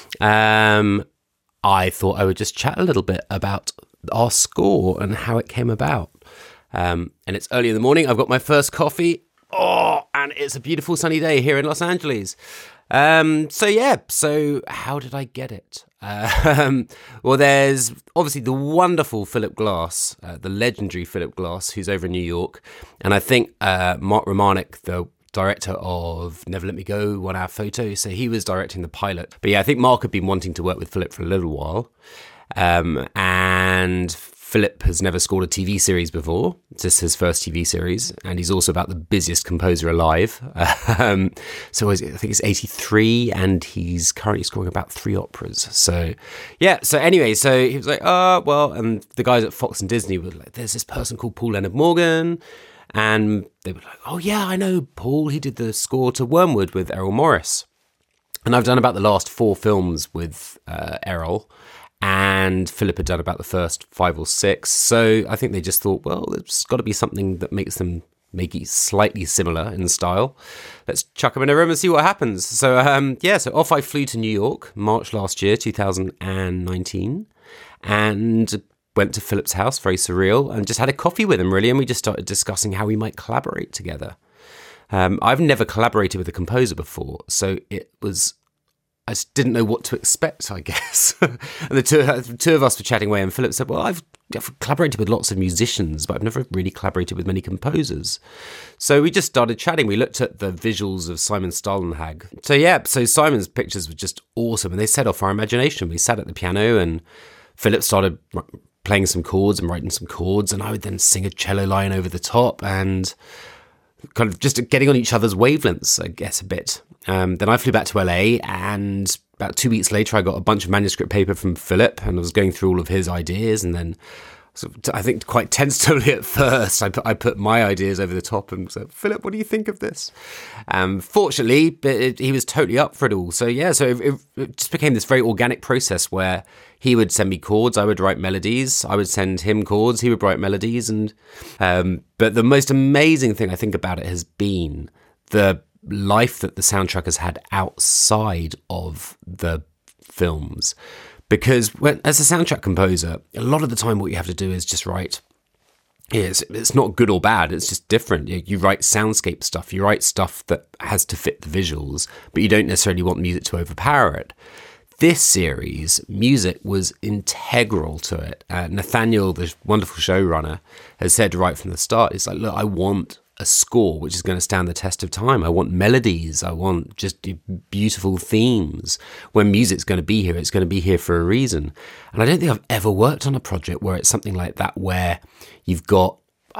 Um, I thought I would just chat a little bit about our score and how it came about. Um, and it's early in the morning. I've got my first coffee. Oh, and it's a beautiful sunny day here in Los Angeles. Um, so yeah, so how did I get it? Um, well, there's obviously the wonderful Philip Glass, uh, the legendary Philip Glass, who's over in New York. And I think uh, Mark Romanek, the director of Never Let Me Go, One Hour Photo, so he was directing the pilot. But yeah, I think Mark had been wanting to work with Philip for a little while. Um, and Philip has never scored a T V series before. It's just his first T V series. And he's also about the busiest composer alive. Um, so I think it's eighty-three and he's currently scoring about three operas. So yeah, so anyway, so he was like, oh, well, and the guys at Fox and Disney were like, there's this person called Paul Leonard Morgan. And they were like, oh yeah, I know Paul. He did the score to Wormwood with Errol Morris. And I've done about the last four films with uh, Errol. And Philip had done about the first five or six. So I think they just thought, well, there's got to be something that makes them maybe slightly similar in style. Let's chuck them in a room and see what happens. So, um, yeah, so off I flew to New York, March last year, two thousand nineteen, and went to Philip's house, very surreal, and just had a coffee with him, really. And we just started discussing how we might collaborate together. Um, I've never collaborated with a composer before, so it was... I just didn't know what to expect, I guess. And the two, the two of us were chatting away, and Philip said, well, I've, I've collaborated with lots of musicians, but I've never really collaborated with many composers. So we just started chatting. We looked at the visuals of Simon Stalenhag. So yeah, so Simon's pictures were just awesome, and they set off our imagination. We sat at the piano, and Philip started playing some chords and writing some chords, and I would then sing a cello line over the top, and kind of just getting on each other's wavelengths, I guess, a bit. Um, then I flew back to L A, and about two weeks later, I got a bunch of manuscript paper from Philip, and I was going through all of his ideas. And then, sort of, I think quite tentatively at first, I put, I put my ideas over the top and said, Philip, what do you think of this? Um, fortunately, but it, he was totally up for it all. So yeah, so it, it just became this very organic process where he would send me chords, I would write melodies, I would send him chords, he would write melodies. And um, but the most amazing thing I think about it has been the life that the soundtrack has had outside of the films. Because when, as a soundtrack composer, a lot of the time what you have to do is just write. It's, it's not good or bad, it's just different. You, you write soundscape stuff, you write stuff that has to fit the visuals, but you don't necessarily want music to overpower it. This series, music was integral to it. Uh, Nathaniel, the wonderful showrunner, has said right from the start, it's like, look, I want a score which is going to stand the test of time. I want melodies. I want just beautiful themes. When music's going to be here, it's going to be here for a reason. And I don't think I've ever worked on a project where it's something like that, where you've got,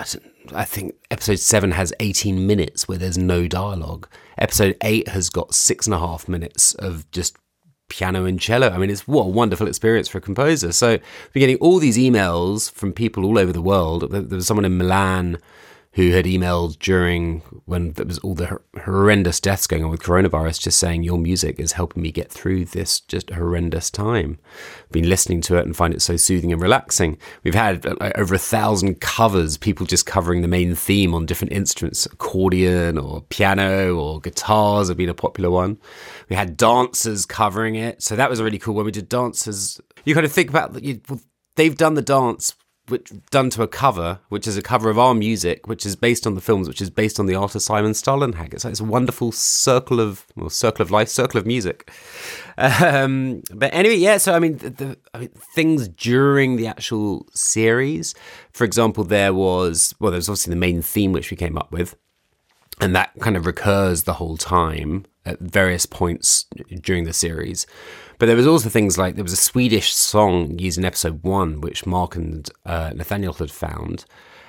I think episode seven has eighteen minutes where there's no dialogue. Episode eight has got six and a half minutes of just piano and cello. I mean, it's what a wonderful experience for a composer. So we're getting all these emails from people all over the world. There was someone in Milan who had emailed during when there was all the horrendous deaths going on with coronavirus, just saying, your music is helping me get through this just horrendous time. Been listening to it and find it so soothing and relaxing. We've had uh, over a thousand covers, people just covering the main theme on different instruments, accordion or piano or guitars have been a popular one. We had dancers covering it. So that was really cool. When we did dancers, you kind of think about, you, they've done the dance which done to a cover, which is a cover of our music, which is based on the films, which is based on the art of Simon Stalenhag. It's like this wonderful circle of, well, circle of life, circle of music. Um, but anyway, yeah. So I mean, the, the I mean, things during the actual series. For example, there was well, there was obviously the main theme which we came up with, and that kind of recurs the whole time at various points during the series. But there was also things like, there was a Swedish song used in episode one, which Mark and uh, Nathaniel had found.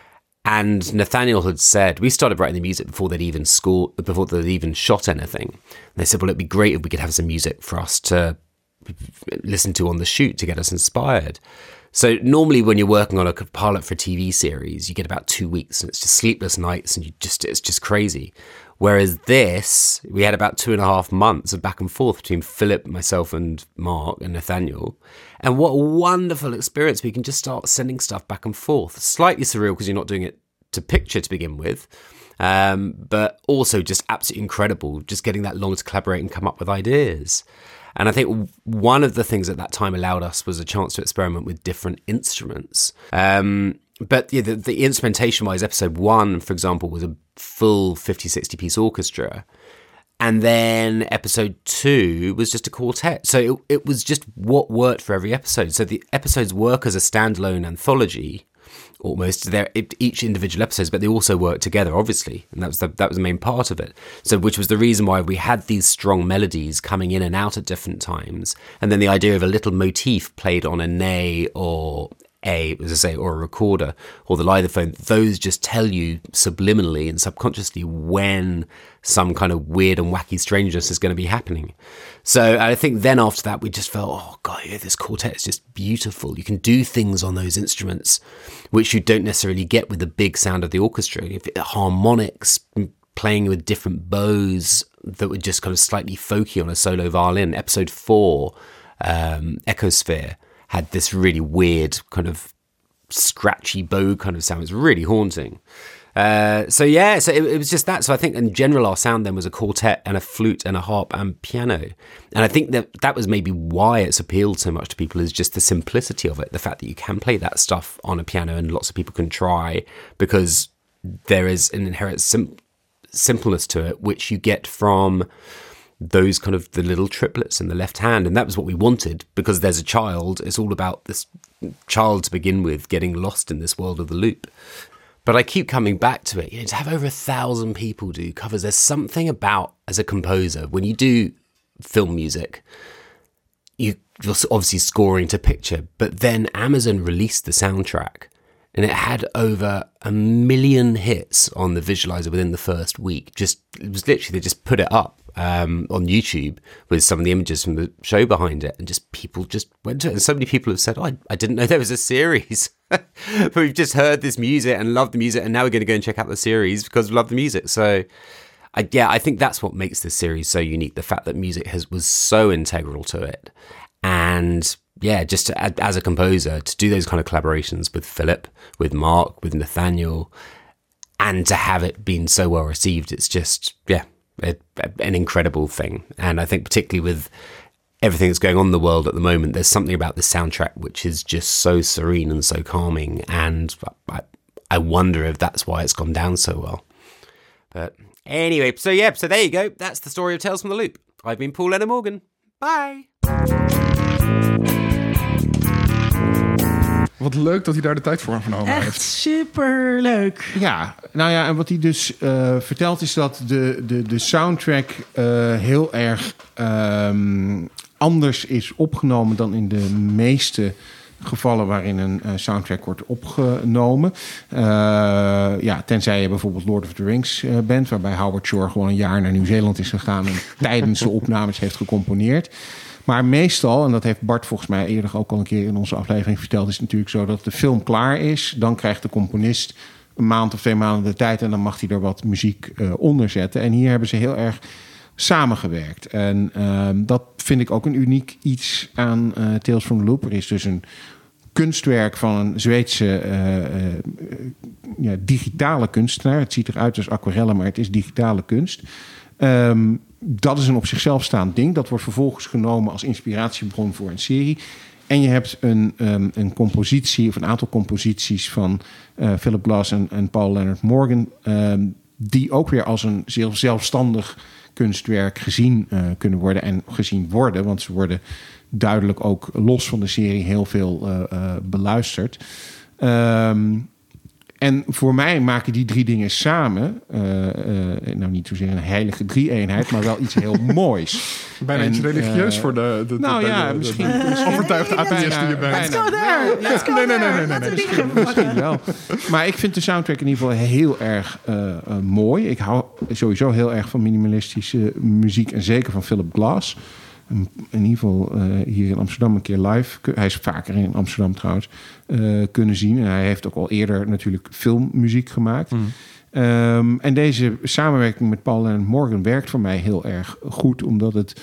And Nathaniel had said, we started writing the music before they'd even scored, before they'd even shot anything. And they said, well, it'd be great if we could have some music for us to listen to on the shoot to get us inspired. So normally when you're working on a pilot for a T V series, you get about two weeks and it's just sleepless nights and you just it's just crazy. Whereas this, we had about two and a half months of back and forth between Philip, myself and Mark and Nathaniel. And what a wonderful experience. We can just start sending stuff back and forth. Slightly surreal because you're not doing it to picture to begin with, um, but also just absolutely incredible, just getting that long to collaborate and come up with ideas. And I think one of the things at that time allowed us was a chance to experiment with different instruments. Um, but yeah, the, the instrumentation-wise, episode one, for example, was a full fifty, sixty piece orchestra. And then episode two was just a quartet. So it, it was just what worked for every episode. So the episodes work as a standalone anthology, almost. They're each individual episodes, but they also work together, obviously. And that was the, that was the main part of it. So which was the reason why we had these strong melodies coming in and out at different times. And then the idea of a little motif played on a ney or a, as I say, or a recorder or the lithophone, those just tell you subliminally and subconsciously when some kind of weird and wacky strangeness is going to be happening. So I think then after that, we just felt, oh God, yeah, this quartet is just beautiful. You can do things on those instruments, which you don't necessarily get with the big sound of the orchestra. If it, harmonics, playing with different bows that were just kind of slightly folky on a solo violin. Episode four, um, Echosphere, had this really weird kind of scratchy bow kind of sound. It was really haunting. Uh, so yeah, so it, it was just that. So I think in general our sound then was a quartet and a flute and a harp and piano. And I think that that was maybe why it's appealed so much to people, is just the simplicity of it. The fact that you can play that stuff on a piano and lots of people can try, because there is an inherent sim- simpleness to it, which you get from those kind of the little triplets in the left hand. And that was what we wanted, because there's a child. It's all about this child to begin with, getting lost in this world of the loop. But I keep coming back to it. You know, to have over a thousand people do covers, there's something about, as a composer, when you do film music, you, you're obviously scoring to picture, but then Amazon released the soundtrack and it had over a million hits on the visualizer within the first week. Just, it was literally, they just put it up um, on YouTube with some of the images from the show behind it, and just people just went to it. And so many people have said, oh, I, I didn't know there was a series. But we've just heard this music and loved the music, and now we're going to go and check out the series because we love the music. So I, yeah, I think that's what makes this series so unique. The fact that music has was so integral to it. And yeah, just to, as a composer, to do those kind of collaborations with Philip, with Mark, with Nathaniel, and to have it been so well received, it's just, yeah, a, a, an incredible thing. And I think particularly with everything that's going on in the world at the moment, there's something about the soundtrack which is just so serene and so calming. And I, I wonder if that's why it's gone down so well. But anyway, so yeah, so there you go. That's the story of Tales from the Loop. I've been Paul Leonard Morgan. Bye. Wat leuk dat hij daar de tijd voor genomen Echt heeft. super leuk. Ja, nou ja, en wat hij dus uh, vertelt is dat de, de, de soundtrack uh, heel erg um, anders is opgenomen dan in de meeste gevallen waarin een uh, soundtrack wordt opgenomen. Uh, ja, tenzij je bijvoorbeeld Lord of the Rings uh, bent, waarbij Howard Shore gewoon een jaar naar Nieuw-Zeeland is gegaan en tijdens de opnames heeft gecomponeerd. Maar meestal, en dat heeft Bart volgens mij eerder ook al een keer in onze aflevering verteld, is het natuurlijk zo dat de film klaar is. Dan krijgt de componist een maand of twee maanden de tijd en dan mag hij er wat muziek uh, onder zetten. En hier hebben ze heel erg samengewerkt. En uh, dat vind ik ook een uniek iets aan uh, Tales from the Loop. Er is dus een kunstwerk van een Zweedse uh, uh, ja, digitale kunstenaar. Het ziet eruit als aquarellen, maar het is digitale kunst. Um, dat is een op zichzelf staand ding. Dat wordt vervolgens genomen als inspiratiebron voor een serie. En je hebt een, um, een compositie of een aantal composities van uh, Philip Glass en, en Paul Leonard Morgan, um, die ook weer als een zeer zelfstandig kunstwerk gezien uh, kunnen worden en gezien worden. Want ze worden duidelijk ook los van de serie heel veel uh, uh, beluisterd. Um, En voor mij maken die drie dingen samen, uh, uh, nou niet zozeer een heilige drie-eenheid, maar wel iets heel moois. Bijna en, iets religieus uh, voor de, de, de, nou de, ja, de, de, misschien, de, de, de misschien overtuigde atheïst die je bent. Let's go there. Let's go nee, nee, there. nee, nee, nee, nee, misschien, misschien wel. Maar ik vind de soundtrack in ieder geval heel erg uh, uh, mooi. Ik hou sowieso heel erg van minimalistische muziek en zeker van Philip Glass. In ieder geval uh, hier in Amsterdam een keer live. Hij is vaker in Amsterdam trouwens uh, kunnen zien. En hij heeft ook al eerder natuurlijk filmmuziek gemaakt. Mm. Um, en deze samenwerking met Paul Leonard Morgan werkt voor mij heel erg goed. Omdat het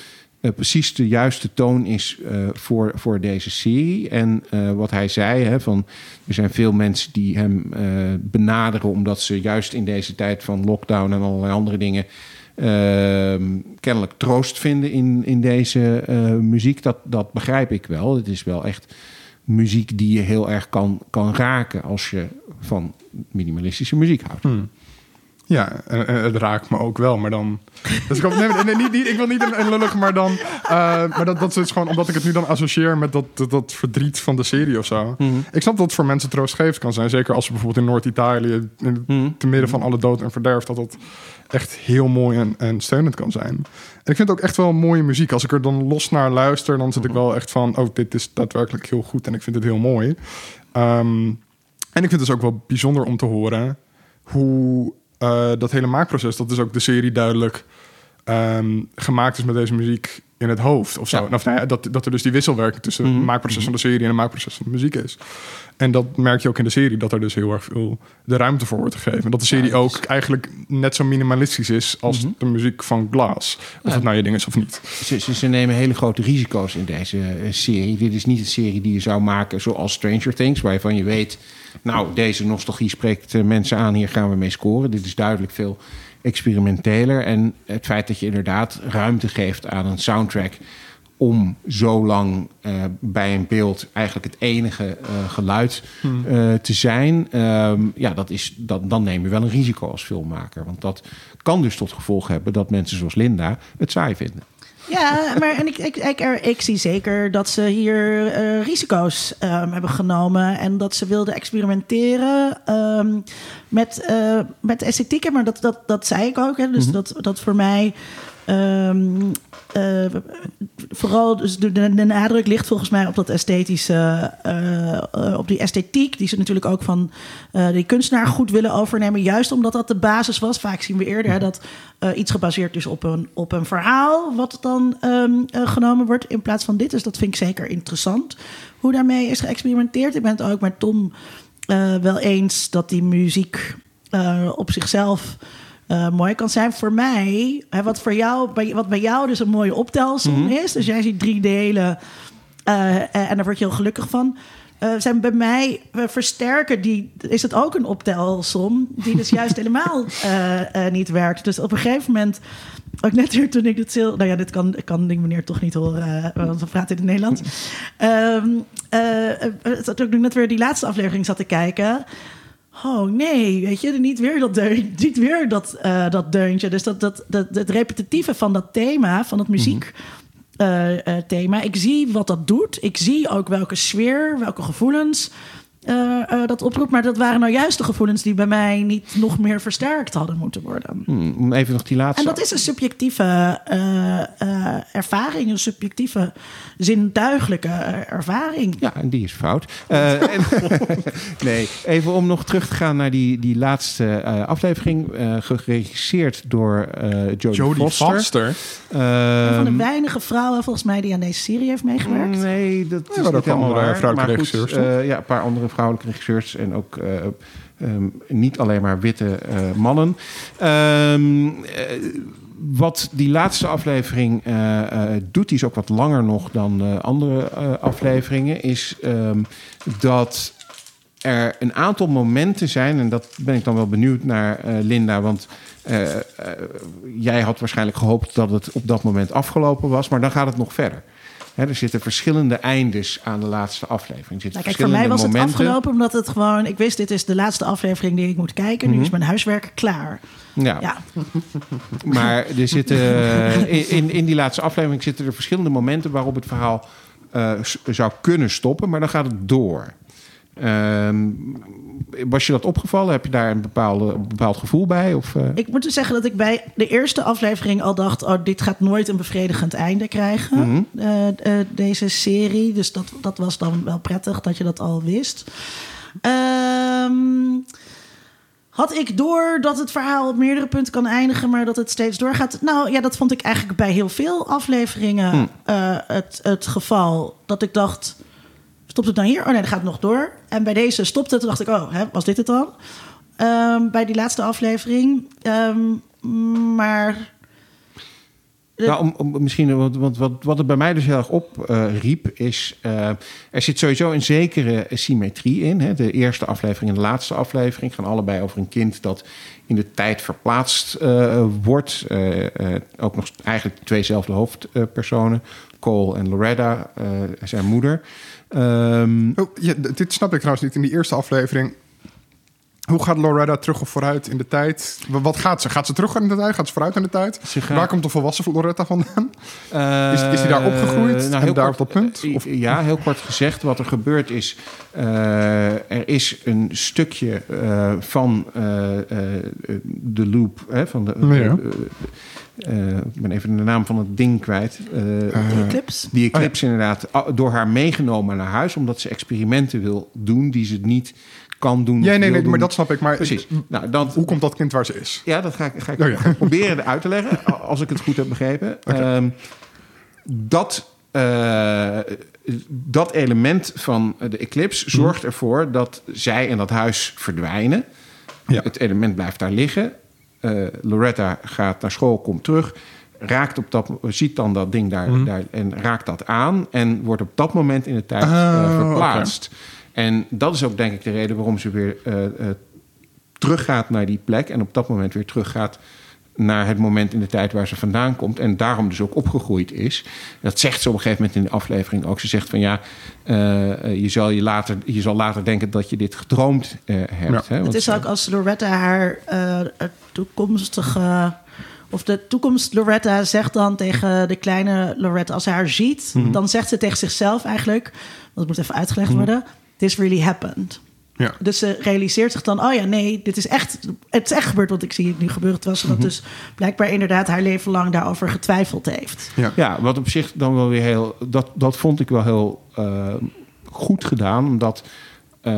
uh, precies de juiste toon is uh, voor, voor deze serie. En uh, wat hij zei, hè, van, er zijn veel mensen die hem uh, benaderen omdat ze juist in deze tijd van lockdown en allerlei andere dingen uh, kennelijk troost vinden in, in deze uh, muziek. Dat, dat begrijp ik wel. Het is wel echt muziek die je heel erg kan, kan raken als je van minimalistische muziek houdt. Hmm. Ja, en, en het raakt me ook wel, maar dan... Dus ik, nee, nee, niet, niet, ik wil niet een, een lullig, maar dan... Uh, maar dat, dat is gewoon omdat ik het nu dan associeer met dat, dat, dat verdriet van de serie of zo. Mm-hmm. Ik snap dat het voor mensen troostgevend kan zijn. Zeker als ze bijvoorbeeld in Noord-Italië, in, mm-hmm. te midden van alle dood en verderf, dat dat echt heel mooi en, en steunend kan zijn. En ik vind het ook echt wel mooie muziek. Als ik er dan los naar luister, dan zit ik wel echt van... oh, dit is daadwerkelijk heel goed en ik vind het heel mooi. Um, en ik vind het dus ook wel bijzonder om te horen hoe... Uh, dat hele maakproces, dat is ook de serie duidelijk um, gemaakt is met deze muziek in het hoofd. Of zo. Ja. Of, nou ja, dat, dat er dus die wisselwerking tussen mm-hmm. het maakproces van de serie en het maakproces van de muziek is. En dat merk je ook in de serie, dat er dus heel erg veel de ruimte voor wordt gegeven. En dat de serie ja, ook eigenlijk net zo minimalistisch is als mm-hmm. de muziek van Glass. Of ja. het nou je ding is of niet. Ze, ze, ze nemen hele grote risico's in deze uh, serie. Dit is niet een serie die je zou maken zoals Stranger Things, waarvan je weet... nou, deze nostalgie spreekt uh, mensen aan, hier gaan we mee scoren. Dit is duidelijk veel experimenteler. En het feit dat je inderdaad ruimte geeft aan een soundtrack om zo lang uh, bij een beeld eigenlijk het enige uh, geluid hmm. uh, te zijn... Um, ja, dat is, dat, dan neem je wel een risico als filmmaker. Want dat kan dus tot gevolg hebben dat mensen zoals Linda het saai vinden. Ja, maar en ik, ik, ik, ik zie zeker dat ze hier uh, risico's um, hebben genomen... en dat ze wilden experimenteren um, met, uh, met de esthetiek. Maar dat, dat, dat zei ik ook. Hè. Dus mm-hmm. dat, dat voor mij... Um, uh, vooral dus de, de, de nadruk ligt volgens mij op dat esthetische, uh, uh, op die esthetiek die ze natuurlijk ook van uh, die kunstenaar goed willen overnemen, juist omdat dat de basis was. Vaak zien we eerder hè, dat uh, iets gebaseerd is op een, op een verhaal wat dan um, uh, genomen wordt in plaats van dit. Dus dat vind ik zeker interessant hoe daarmee is geëxperimenteerd. Ik ben het ook met Tom uh, wel eens dat die muziek uh, op zichzelf Uh, mooi kan zijn voor mij. Hè, wat voor jou, bij, wat bij jou dus een mooie optelsom mm-hmm. is. Dus jij ziet drie delen uh, en daar word je heel gelukkig van. Uh, zijn bij mij uh, versterken die is het ook een optelsom die dus juist helemaal uh, uh, niet werkt. Dus op een gegeven moment, ook net weer toen ik dit heel, nou ja, dit kan kan die meneer toch niet horen, uh, want we praten in het Nederlands. Um, uh, uh, toen ik net weer die laatste aflevering zat te kijken. Oh nee, weet je, niet weer dat deuntje, niet weer dat, uh, dat deuntje. Dus dat, dat, dat, het repetitieve van dat thema, van het muziek uh, uh, thema. Ik zie wat dat doet. Ik zie ook welke sfeer, welke gevoelens uh, uh, dat oproept. Maar dat waren nou juist de gevoelens die bij mij niet nog meer versterkt hadden moeten worden. Hmm, even nog die laatste. En dat is een subjectieve uh, uh, ervaring, een subjectieve, zintuigelijke ervaring. Ja, en die is fout. Uh, en, nee, even om nog terug te gaan naar die, die laatste uh, aflevering. Uh, geregisseerd door uh, Jodie, Jodie Foster. Foster. Uh, een van de weinige vrouwen volgens mij die aan deze serie heeft meegewerkt. Nee, dat is ja, niet helemaal waar. Vrouwelijke regisseurs. Uh, ja, een paar andere vrouwelijke regisseurs en ook uh, um, niet alleen maar witte uh, mannen. Um, uh, Wat die laatste aflevering uh, uh, doet, die is ook wat langer nog dan uh, andere uh, afleveringen, is um, dat er een aantal momenten zijn, en dat ben ik dan wel benieuwd naar uh, Linda, want uh, uh, jij had waarschijnlijk gehoopt dat het op dat moment afgelopen was, maar dan gaat het nog verder. He, er zitten verschillende eindes aan de laatste aflevering. Nou, kijk, voor mij was momenten. Het afgelopen omdat het gewoon... Ik wist, dit is de laatste aflevering die ik moet kijken. Mm-hmm. Nu is mijn huiswerk klaar. Ja. ja. Maar er zitten, uh, in, in die laatste aflevering zitten er verschillende momenten waarop het verhaal uh, zou kunnen stoppen, maar dan gaat het door. Um, was je dat opgevallen? Heb je daar een, bepaalde, een bepaald gevoel bij? Of, uh... Ik moet dus zeggen dat ik bij de eerste aflevering al dacht, oh, dit gaat nooit een bevredigend einde krijgen. Mm-hmm. Uh, uh, deze serie. Dus dat, dat was dan wel prettig dat je dat al wist. Um, had ik door dat het verhaal op meerdere punten kan eindigen, maar dat het steeds doorgaat? Nou ja, dat vond ik eigenlijk bij heel veel afleveringen mm. uh, het, het geval. Dat ik dacht, stopt het dan hier? Oh nee, dat gaat nog door. En bij deze stopte het. Toen dacht ik, oh, hè, was dit het dan? Um, bij die laatste aflevering. Um, maar de- Nou, om, om, misschien wat, wat, wat, wat het bij mij dus heel erg opriep, uh, is... Uh, er zit sowieso een zekere symmetrie in. Hè? De eerste aflevering en de laatste aflevering gaan allebei over een kind dat in de tijd verplaatst uh, wordt. Uh, uh, ook nog eigenlijk tweezelfde hoofdpersonen. Cole en Loretta, uh, zijn moeder. Um, Oh, ja, d- dit snap ik trouwens niet. In die eerste aflevering... Hoe gaat Loretta terug of vooruit in de tijd? W- Wat gaat ze? Gaat ze terug in de tijd? Gaat ze vooruit in de tijd? Ze gaat- Waar komt de volwassen Loretta vandaan? Uh, Is, is die daar opgegroeid? nou, en heel daar kort, op dat punt? uh, Of, ja, heel kort gezegd. Wat er gebeurt is... Uh, er is een stukje uh, van uh, uh, de loop... Hè, van de, Ja. uh, uh, uh, ik ben even de naam van het ding kwijt. Uh, Uh, Eclipse. die eclipse inderdaad uh, door haar meegenomen naar huis... omdat ze experimenten wil doen die ze niet kan doen. ja, of nee, wil nee, doen. maar dat snap ik. Maar Precies. Nou, dan, hoe komt dat kind waar ze is? ja, dat ga ik, ga ik Oh, ja. proberen uit te leggen, als ik het goed heb begrepen. Oké. Um, dat, uh, dat element van de eclipse zorgt ervoor dat zij en dat huis verdwijnen. Ja. Het element blijft daar liggen. Uh, Loretta gaat naar school, komt terug, raakt op dat, ziet dan dat ding daar, Mhm. daar en raakt dat aan en wordt op dat moment in de tijd Oh, uh, verplaatst. En dat is ook denk ik de reden waarom ze weer uh, uh, teruggaat naar die plek en op dat moment weer teruggaat naar het moment in de tijd waar ze vandaan komt en daarom dus ook opgegroeid is. Dat zegt ze op een gegeven moment in de aflevering ook. Ze zegt van ja, uh, je, zal je, later, je zal later denken dat je dit gedroomd uh, hebt. Ja. Hè? Het Want, is ook als Loretta haar uh, toekomstige... Of de toekomst Loretta zegt dan tegen de kleine Loretta... als ze haar ziet, Mm-hmm. dan zegt ze tegen zichzelf eigenlijk... want het moet even uitgelegd worden... This really happened. Ja. Dus ze realiseert zich dan... oh ja, nee, dit is echt, het is echt gebeurd wat ik zie het nu gebeuren. Terwijl ze dat dus blijkbaar inderdaad haar leven lang daarover getwijfeld heeft. Ja. Ja, wat op zich dan wel weer heel... Dat, dat vond ik wel heel uh, goed gedaan. Omdat uh,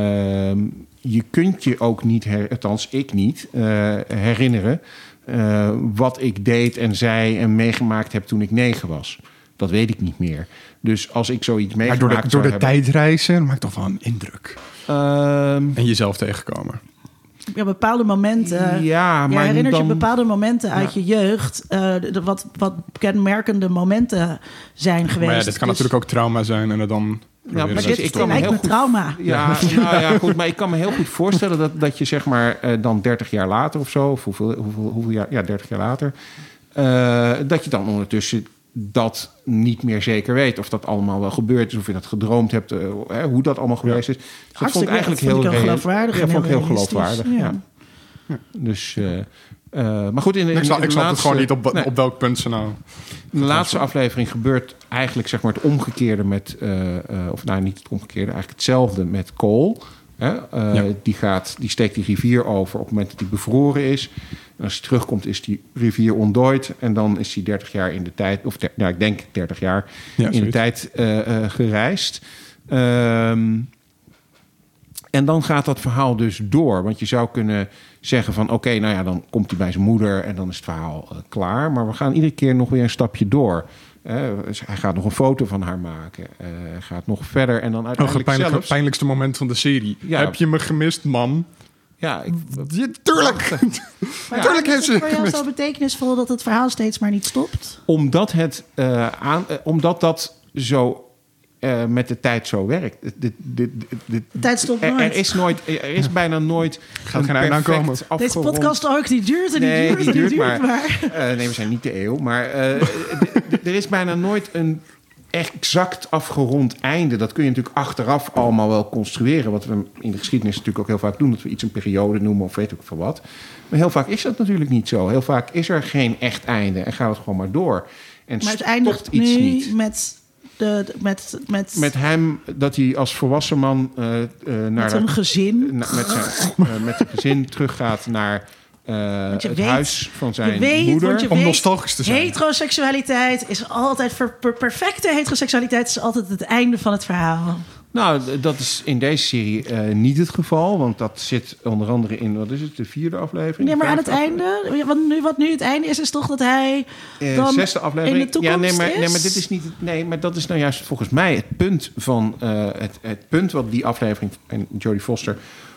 je kunt je ook niet... Her, althans, ik niet uh, herinneren... Uh, wat ik deed en zei en meegemaakt heb toen ik negen was. Dat weet ik niet meer. Dus als ik zoiets Maar meegemaakt door de, door de zou hebben, tijdreizen maakt toch wel een indruk. Um, En jezelf tegenkomen. Ja, bepaalde momenten. Ja, je maar herinnert dan, je bepaalde momenten uit Ja. je jeugd. Uh, de, wat, wat kenmerkende momenten zijn geweest. Maar ja, dit kan Dus- natuurlijk ook trauma zijn en er dan... Ja, maar Maar precies, dit ik kan me lijkt heel me goed- trauma. Ja, nou ja, goed. Maar ik kan me heel goed voorstellen dat, dat je zeg maar uh, dan dertig jaar later of zo... of hoeveel, hoeveel, hoeveel jaar? Ja, dertig jaar later... Uh, dat je dan ondertussen dat niet meer zeker weet. Of dat allemaal wel gebeurd is. Of je dat gedroomd hebt. Uh, hè, hoe dat allemaal geweest is. Dus dat vond Hartstikke- ik eigenlijk dat vond heel, ik heel reëel- geloofwaardig Ja, en vond ik heel heel realistisch. geloofwaardig. Ja. Ja. Dus... Uh, Uh, maar goed, in de, Ik snap, in de ik snap het laatste- gewoon niet op, nee. op welk punt ze nou... In de laatste aflevering gebeurt eigenlijk zeg maar het omgekeerde met... Uh, uh, of nou, niet het omgekeerde, eigenlijk hetzelfde met Cole. Hè? Uh, Ja. die, gaat, die steekt die rivier over op het moment dat hij bevroren is. En als hij terugkomt is die rivier ontdooid. En dan is hij dertig jaar in de tijd... of der, nou, ik denk dertig jaar Ja, in de zoiets. tijd uh, uh, gereisd. Um, en dan gaat dat verhaal dus door. Want je zou kunnen zeggen van... oké, okay, nou ja, dan komt hij bij zijn moeder... en dan is het verhaal uh, klaar. Maar we gaan iedere keer nog weer een stapje door. Uh, dus hij gaat nog een foto van haar maken. Uh, hij gaat nog verder en dan Oh, het uiteindelijk pijnlijke, zelfs... pijnlijkste moment van de serie. Ja. Heb je me gemist, man? Ja, ik, Ja, tuurlijk. Maar Tuurlijk heeft is ze het voor jou gemist. zo betekenisvol dat het verhaal steeds maar niet stopt? omdat, het, uh, aan, uh, omdat dat zo... Uh, met de tijd zo werkt. Dit, dit, dit, dit, De tijd stopt er, nooit. er is nooit, er is bijna nooit Gaat een geen einde perfect aankomen. Deze afgerond- podcast ook, die duurt en die Nee, duurt die en die duurt duurt maar. maar. Uh, nee, we zijn niet de eeuw. Maar uh, d- d- er is bijna nooit een exact afgerond einde. Dat kun je natuurlijk achteraf allemaal wel construeren. Wat we in de geschiedenis natuurlijk ook heel vaak doen. Dat we iets een periode noemen of weet ik veel wat. Maar heel vaak is dat natuurlijk niet zo. Heel vaak is er geen echt einde. En gaat het gewoon maar door. En Maar het stopt eindigt iets nu niet. met, de, de- met, met, Met hem, dat hij als volwassen man uh, uh, naar met de- een gezin. na- met, zijn, uh, met zijn gezin teruggaat naar uh, Want je het weet- huis van zijn je weet, moeder. want je Om weet, nostalgisch te zijn. Heteroseksualiteit is altijd... Per, per- perfecte heteroseksualiteit is altijd het einde van het verhaal. Nou, d- dat is in deze serie uh, niet het geval. Want dat zit onder andere in, wat is het, de vierde aflevering? Nee, maar aan het Vijfde einde... Wat nu, wat nu het einde is, is toch dat hij Uh, dan zesde aflevering. in de toekomst ja, nee, maar, is? nee, maar dit is niet. het- Nee, maar dat is nou juist volgens mij het punt van uh, het, het punt wat die aflevering en Jodie Foster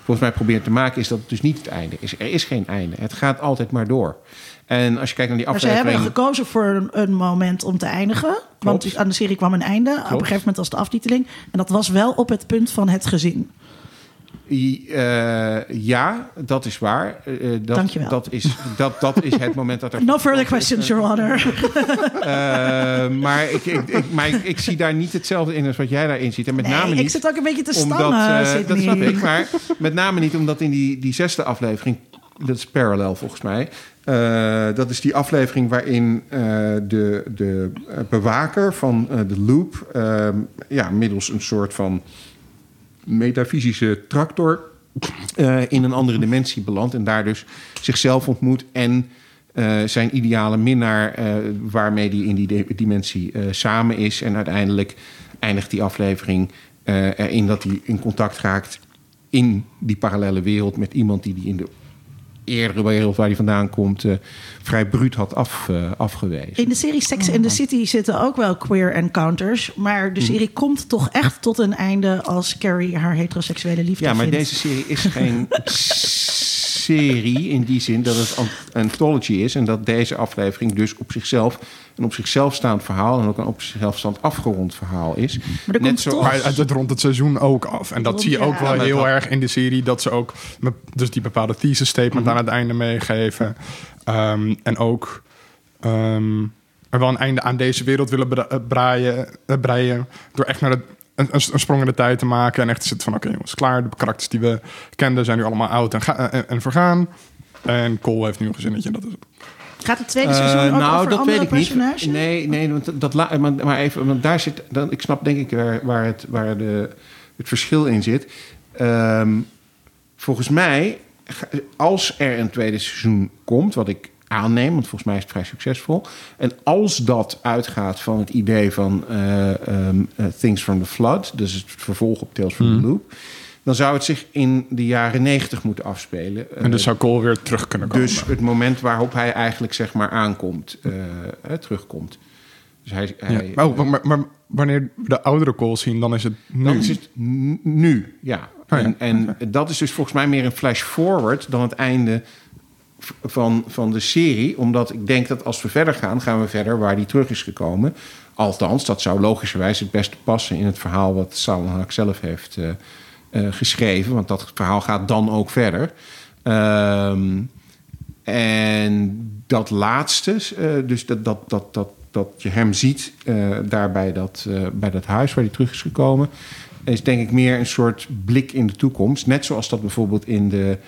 volgens mij probeert te maken... is dat het dus niet het einde is. Er is geen einde. Het gaat altijd maar door. En als je kijkt naar die Maar aflevering... ze hebben gekozen voor een, een moment om te eindigen. Want dus aan de serie kwam een einde. Klopt. Op een gegeven moment was de aftiteling. En dat was wel op het punt van het gezin. Uh, ja, dat is waar. Uh, dat, Dankjewel. Dat is, dat, dat is het moment dat er... No further questions, Your Honor. Uh, maar ik, ik, ik, maar ik, ik zie daar niet hetzelfde in als wat jij daarin ziet. En met nee, name niet... ik zit ook een beetje te stammen, omdat, uh, Sydney. Dat snap ik, maar met name niet omdat in die, die zesde aflevering... Dat is parallel volgens mij. Uh, dat is die aflevering waarin uh, de, de bewaker van uh, de loop... Uh, ja, middels een soort van... metafysische tractor uh, in een andere dimensie belandt... en daar dus zichzelf ontmoet en uh, zijn ideale minnaar... Uh, waarmee hij in die dimensie uh, samen is. En uiteindelijk eindigt die aflevering uh, erin dat hij in contact raakt... in die parallelle wereld met iemand die hij in de eerdere wereld waar hij vandaan komt... Uh, vrij bruut had af, uh, afgewezen. In de serie Sex and the City zitten ook wel queer encounters... maar de serie mm. komt toch echt tot een einde... als Carrie haar heteroseksuele liefde Ja, maar vindt. deze serie is geen serie in die zin dat het een anthology is... en dat deze aflevering dus op zichzelf... een op zichzelf staand verhaal... en ook een op zichzelf staand afgerond verhaal is. Maar Net zoals... Maar het, het rondt het seizoen ook af. En dat Rond, zie je ook ja. wel Ja, heel dat... erg in de serie... dat ze ook dus die bepaalde thesis statement Mm-hmm. aan het einde meegeven. Um, en ook um, er wel een einde aan deze wereld willen bra- breien, uh, breien... door echt naar de, een, een sprong in de tijd te maken... en echt te zitten van, oké okay, jongens, klaar. De karakters die we kenden zijn nu allemaal oud en, ga- en, en vergaan. En Cole heeft nu een gezinnetje, dat is het. Gaat het tweede seizoen Uh, ook nou, over dat andere weet ik niet. personages? Nee, nee, want dat, la- maar, maar even, want daar zit, dan, ik snap denk ik waar, waar, het, waar de, het verschil in zit. Um, volgens mij, als er een tweede seizoen komt, wat ik aanneem, want volgens mij is het vrij succesvol. En als dat uitgaat van het idee van uh, um, uh, Things from the Flood, dus het vervolg op Tales from mm. the Loop, dan zou het zich in de jaren negentig moeten afspelen. En dus zou Cole weer terug kunnen komen. Dus het moment waarop hij eigenlijk zeg maar aankomt, uh, uh, terugkomt. Dus hij, hij, ja. oh, maar, maar wanneer we de oudere Cole zien, dan is het nu. Dan is het n- nu, ja. Oh, ja. En, en okay. dat is dus volgens mij meer een flash-forward dan het einde van, van de serie. Omdat ik denk dat als we verder gaan, gaan we verder waar die terug is gekomen. Althans, dat zou logischerwijs het beste passen in het verhaal wat Salman Haque zelf heeft uh, uh, geschreven. Want dat verhaal gaat dan ook verder. Um, en dat laatste, uh, dus dat, dat, dat, dat, dat je hem ziet uh, daar bij dat, uh, bij dat huis waar hij terug is gekomen, is denk ik meer een soort blik in de toekomst. Net zoals dat bijvoorbeeld in de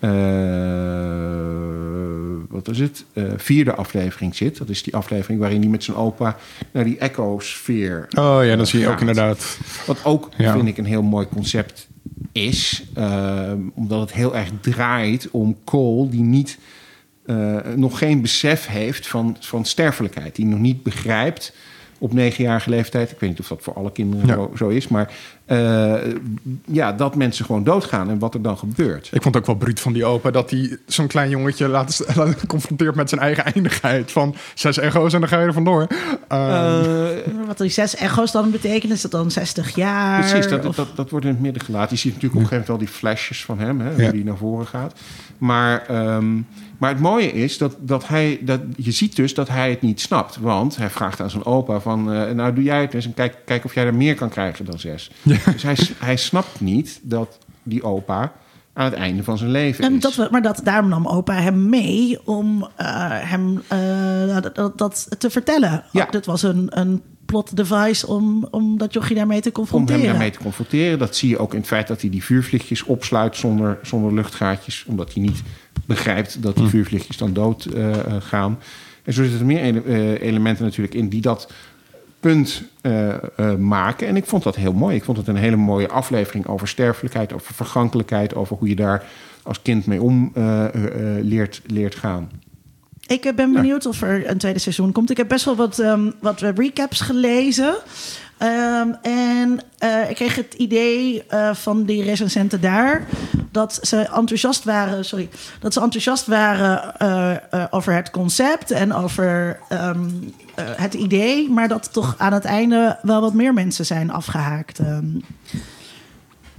uh, wat is het? Uh, vierde aflevering zit. Dat is die aflevering waarin hij met zijn opa naar die ecosfeer. Oh ja, dat zie je gaat. ook inderdaad. Wat ook, ja. vind ik, een heel mooi concept is. Uh, omdat het heel erg draait om Cole, die niet uh, nog geen besef heeft van, van sterfelijkheid. Die nog niet begrijpt op negenjarige leeftijd. Ik weet niet of dat voor alle kinderen ja. zo, zo is. Maar uh, ja, dat mensen gewoon doodgaan en wat er dan gebeurt. Ik vond het ook wel bruut van die opa dat hij zo'n klein jongetje laat, laat confronteert met zijn eigen eindigheid. Van zes echo's en dan ga je er vandoor. Um, uh, wat die zes echo's dan betekenen, is dat dan zestig jaar? Precies, dat, of... dat, dat wordt in het midden gelaten. Je ziet natuurlijk op een gegeven moment wel die flashes van hem, hè, hoe ja. die naar voren gaat. Maar, um, maar het mooie is dat, dat hij, dat je ziet dus dat hij het niet snapt. Want hij vraagt aan zijn opa van, uh, nou doe jij het eens en kijk, kijk of jij er meer kan krijgen dan zes. Ja. Dus hij, hij snapt niet dat die opa aan het einde van zijn leven en is. Dat, maar dat, daarom nam opa hem mee om uh, hem uh, dat, dat te vertellen. Ja. Oh, dit was een, een plot device om, om dat jochie daarmee te confronteren. Om hem daarmee te confronteren. Dat zie je ook in het feit dat hij die vuurvliegjes opsluit zonder, zonder luchtgaatjes. Omdat hij niet begrijpt dat die vuurvliegjes dan dood uh, gaan. En zo zitten er meer ele- uh, elementen natuurlijk in die dat punt uh, uh, maken. En ik vond dat heel mooi. Ik vond het een hele mooie aflevering over sterfelijkheid, over vergankelijkheid, over hoe je daar als kind mee om uh, uh, leert, leert gaan. Ik ben benieuwd ja. of er een tweede seizoen komt. Ik heb best wel wat, um, wat recaps gelezen. Um, en uh, ik kreeg het idee uh, van die recensenten daar dat ze enthousiast waren, sorry, dat ze enthousiast waren uh, uh, over het concept en over um, uh, het idee, maar dat toch aan het einde wel wat meer mensen zijn afgehaakt. Um,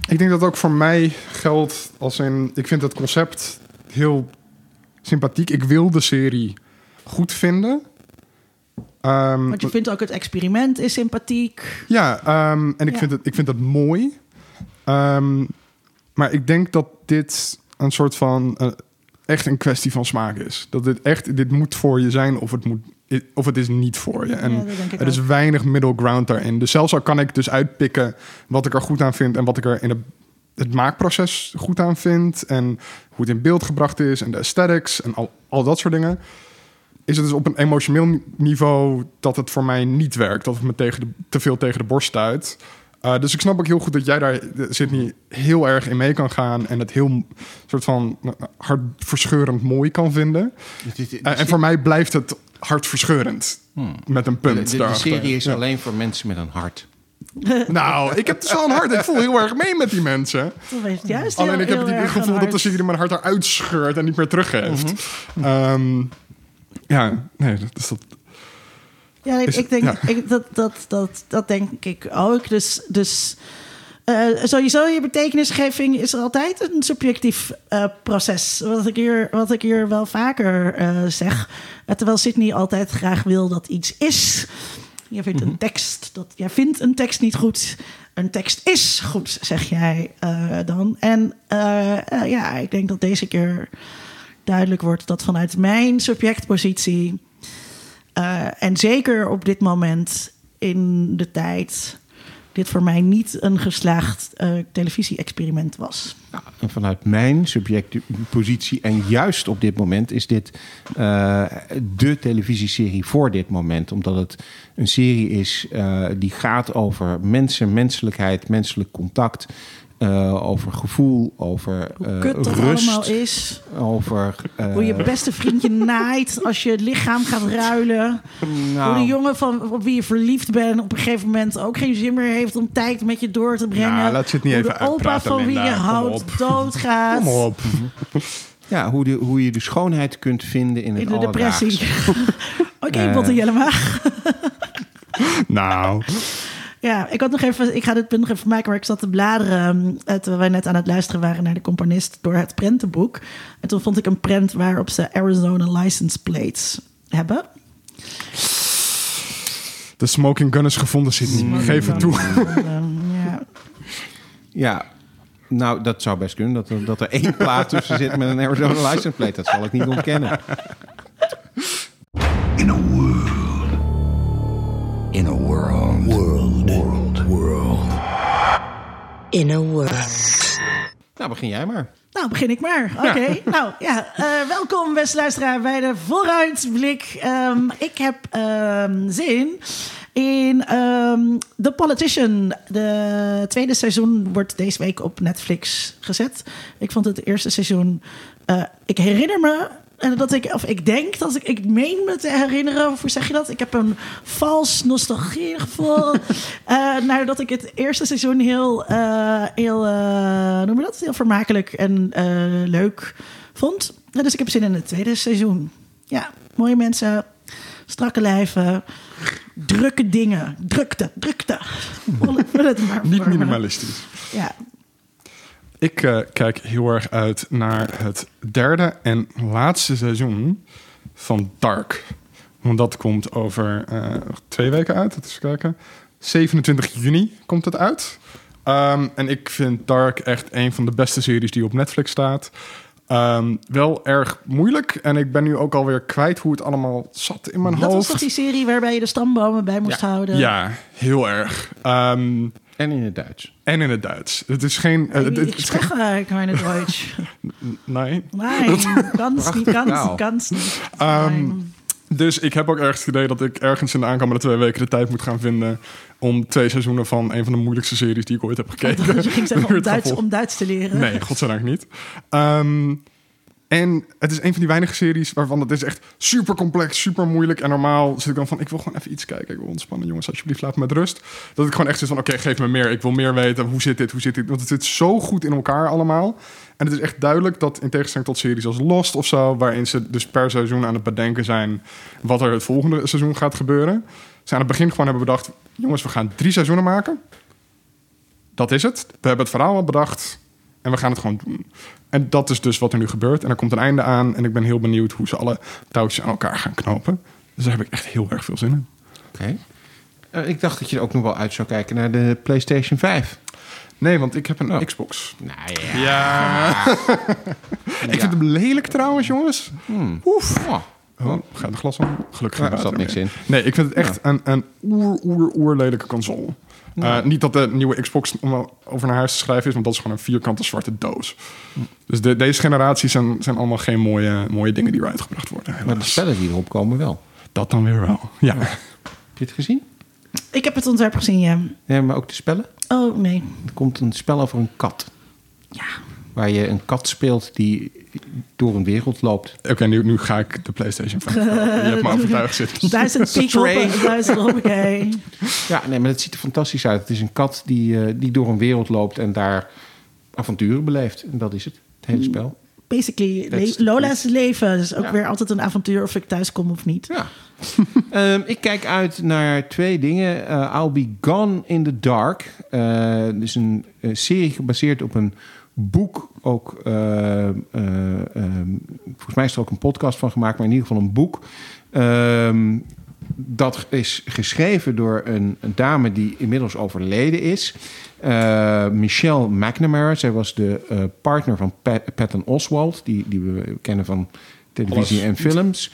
Ik denk dat ook voor mij geldt als in... Ik vind het concept heel sympathiek. Ik wil de serie goed vinden. Um, Want je vindt ook het experiment is sympathiek. Ja, um, en ik, Ja. Vind het, ik vind het mooi. Um, maar ik denk dat dit een soort van... Uh, echt een kwestie van smaak is. Dat dit echt... Dit moet voor je zijn of het, moet, of het is niet voor je. En Ja, dat denk ik er is ook. weinig middle ground daarin. Dus zelfs al kan ik dus uitpikken wat ik er goed aan vind... en wat ik er in het, het maakproces goed aan vind... en hoe het in beeld gebracht is... en de aesthetics en al, al dat soort dingen... is het dus op een emotioneel niveau dat het voor mij niet werkt. Dat het me tegen de, te veel tegen de borst stuit. Uh, dus ik snap ook heel goed dat jij daar, Sydney, heel erg in mee kan gaan... en het heel soort van hartverscheurend mooi kan vinden. Uh, en voor mij blijft het hartverscheurend. Hmm. Met een punt De, de, de daarachter. serie is Ja. alleen voor mensen met een hart. Nou, ik heb dus wel een hart. Ik voel heel erg mee met die mensen. Dat is juist Alleen heel, ik heb heel het erg gevoel een dat de hart. serie mijn hart eruit scheurt... en niet meer teruggeeft. Mm-hmm. Um, ja, nee, dat is dat... Ja, ik, Is- ik denk ja. Ik, dat, dat, dat, dat denk ik ook. Dus, dus uh, sowieso je betekenisgeving is er altijd een subjectief uh, proces. Wat ik hier, wat ik hier wel vaker uh, zeg. Uh, terwijl Sydney altijd graag wil dat iets is. Je vindt een tekst, dat, jij vindt een tekst niet goed. Een tekst is goed, zeg jij uh, dan. En uh, uh, ja, ik denk dat deze keer duidelijk wordt dat vanuit mijn subjectpositie... Uh, en zeker op dit moment in de tijd... dit voor mij niet een geslaagd uh, televisie-experiment was. Nou, en vanuit mijn subjectpositie en juist op dit moment... is dit uh, de televisieserie voor dit moment. Omdat het een serie is uh, die gaat over mensen, menselijkheid, menselijk contact... Uh, over gevoel, over uh, Hoe kut dat rust, allemaal is. over uh, Hoe je beste vriendje naait als je het lichaam gaat ruilen. nou, Hoe de jongen van, op wie je verliefd bent op een gegeven moment ook geen zin meer heeft om tijd met je door te brengen. Nou, laat je het niet Hoe even de opa uitpraten, van wie Linda. je Kom houdt op. doodgaat. Kom op. ja, hoe, de, hoe je de schoonheid kunt vinden in het In de alledaagse. depressie. Oké, okay, Uh, Botte Jellema. Nou... Ja, ik had nog even, ik ga dit punt nog even maken, waar ik zat te bladeren uh, terwijl wij net aan het luisteren waren naar de componist door het prentenboek. En toen vond ik een prent waarop ze Arizona license plates hebben. De smoking gun is gevonden, Sydney. Geef het toe. Um, ja. Ja, nou, dat zou best kunnen. Dat er, dat er één plaat tussen zit met een Arizona license plate. Dat zal ik niet ontkennen. In a world. In a world. World. World. World. In a world. Nou, begin jij maar. Nou, begin ik maar. Oké, okay. nou ja, uh, welkom beste luisteraar bij de Vooruitblik. Um, ik heb um, zin in um, The Politician. De tweede seizoen wordt deze week op Netflix gezet. Ik vond het eerste seizoen... Uh, ik herinner me... En dat ik, of ik denk dat ik, ik meen me te herinneren, of hoe zeg je dat? Ik heb een vals nostalgiegevoel. uh, nou, dat ik het eerste seizoen heel, uh, heel, uh, noem je dat? Heel vermakelijk en uh, leuk vond. Uh, dus ik heb zin in het tweede seizoen. Ja, mooie mensen, strakke lijven, drukke dingen, drukte, drukte. Vul het maar Niet voor me. minimalistisch. Ja. Ik uh, kijk heel erg uit naar het derde en laatste seizoen van Dark. Want dat komt over uh, twee weken uit. Even kijken. zevenentwintig juni komt het uit. Um, en ik vind Dark echt een van de beste series die op Netflix staat. Um, wel erg moeilijk. En ik ben nu ook alweer kwijt hoe het allemaal zat in mijn Dat hoofd. was toch die serie waarbij je de stambomen bij moest Ja. houden? Ja, heel erg. Um, En in het Duits. en in het Duits. Het is geen... uh, het, Ik het is spreche keine Deutsch. nee. Nee, ganz niet, ganz, taal. ganz niet. Um, Nee. Dus ik heb ook ergens het idee dat ik ergens in de aankomende twee weken de tijd moet gaan vinden om twee seizoenen van een van de moeilijkste series die ik ooit heb gekeken. Dus je ging zeggen om weer te Duits, volgen. om Duits te leren. Nee, godzijdank niet. Um, en het is een van die weinige series waarvan het is echt super complex, super moeilijk. En normaal zit ik dan van, ik wil gewoon even iets kijken. Ik wil ontspannen, jongens, alsjeblieft, laat me met rust. Dat ik gewoon echt zit van, oké, okay, geef me meer. Ik wil meer weten. Hoe zit dit? Hoe zit dit? Want het zit zo goed in elkaar allemaal. En het is echt duidelijk dat in tegenstelling tot series als Lost of zo, waarin ze dus per seizoen aan het bedenken zijn wat er het volgende seizoen gaat gebeuren. Ze aan het begin gewoon hebben bedacht, jongens, we gaan drie seizoenen maken. dat is het. We hebben het verhaal al bedacht en we gaan het gewoon doen. En dat is dus wat er nu gebeurt. En er komt een einde aan en ik ben heel benieuwd hoe ze alle touwtjes aan elkaar gaan knopen. Dus daar heb ik echt heel erg veel zin in. Oké. Okay. Uh, ik dacht dat je er ook nog wel uit zou kijken naar de PlayStation vijf. Nee, want ik heb een oh. Xbox. Nou ja. ja. ik vind hem lelijk trouwens, jongens. Hmm. Oef. Oh. Oh, gaat de glas om? Gelukkig ja, er zat niks in. Nee, ik vind het echt ja. een, een oer, oer, oer lelijke console. Ja. Uh, niet dat de nieuwe Xbox om over naar huis te schrijven is, want dat is gewoon een vierkante zwarte doos. Hm. Dus de, deze generatie zijn, zijn allemaal geen mooie, mooie dingen die eruit gebracht worden. Helaas. Maar de spellen die erop komen wel. Dat dan weer wel, ja. Heb je het gezien? Ik heb het ontwerp gezien, ja. Ja, maar ook de spellen? Oh, nee. Er komt een spel over een kat. Ja. Waar je een kat speelt die door een wereld loopt. Oké, okay, nu, nu ga ik de PlayStation vijf. Je hebt me overtuigd zitten. Duizend piek op, duizend op, oké. Ja, nee, maar het ziet er fantastisch uit. Het is een kat die, uh, die door een wereld loopt en daar avonturen beleeft. En dat is het, het hele spel. Basically, le- Lola's leven. Dus ook ja. weer altijd een avontuur of ik thuis kom of niet. Ja. um, ik kijk uit naar twee dingen. Uh, I'll Be Gone in the Dark. Uh, dus een uh, serie gebaseerd op een boek. Ook, uh, uh, um, volgens mij is er ook een podcast van gemaakt, maar in ieder geval een boek. Um, dat is geschreven door een, een dame die inmiddels overleden is. Uh, Michelle McNamara. Zij was de uh, partner van Pat- Patton Oswalt, die, die we kennen van televisie Alles. en films.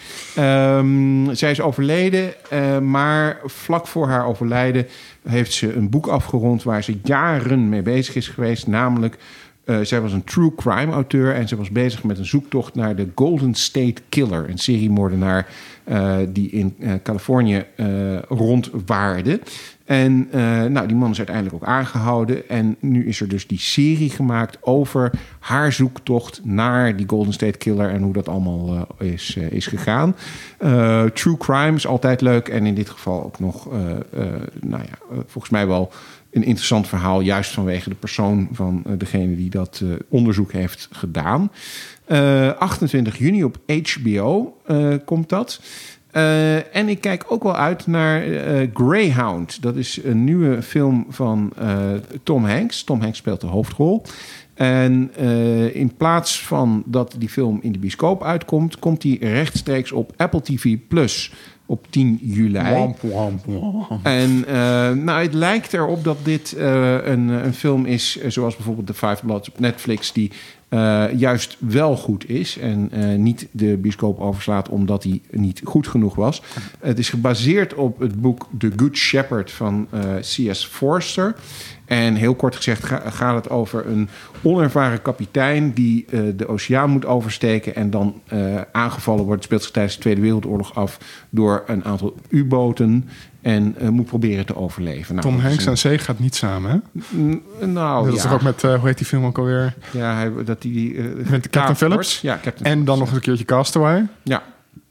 Um, zij is overleden, uh, maar vlak voor haar overlijden heeft ze een boek afgerond waar ze jaren mee bezig is geweest, namelijk Uh, zij was een true crime auteur en ze was bezig met een zoektocht naar de Golden State Killer, een seriemoordenaar uh, die in uh, Californië uh, rondwaarde. En uh, nou, die man is uiteindelijk ook aangehouden. En nu is er dus die serie gemaakt over haar zoektocht naar die Golden State Killer en hoe dat allemaal uh, is, uh, is gegaan. Uh, true crime is altijd leuk en in dit geval ook nog, uh, uh, nou ja, uh, volgens mij wel een interessant verhaal, juist vanwege de persoon van uh, degene die dat uh, onderzoek heeft gedaan. Uh, achtentwintig juni op H B O uh, komt dat. Uh, en ik kijk ook wel uit naar uh, Greyhound. Dat is een nieuwe film van uh, Tom Hanks. Tom Hanks speelt de hoofdrol. En uh, in plaats van dat die film in de bioscoop uitkomt, komt die rechtstreeks op Apple T V Plus op tien juli. Womp, womp, womp. En uh, nou, het lijkt erop dat dit uh, een, een film is, zoals bijvoorbeeld The Five Bloods op Netflix, die uh, juist wel goed is en uh, niet de bioscoop overslaat omdat hij niet goed genoeg was. Het is gebaseerd op het boek The Good Shepherd van uh, C S Forster. En heel kort gezegd ga, gaat het over een onervaren kapitein die uh, de oceaan moet oversteken en dan uh, aangevallen wordt, speelt zich tijdens de Tweede Wereldoorlog af door een aantal U-boten en uh, moet proberen te overleven. Nou, Tom Hanks een... en zee gaat niet samen, hè? N- nou, dat ja. is toch ook met, uh, hoe heet die film ook alweer? Ja, hij, dat die... Uh, met Captain Phillips? Ja, Captain en Phillips. dan nog eens een keertje Castaway? Ja.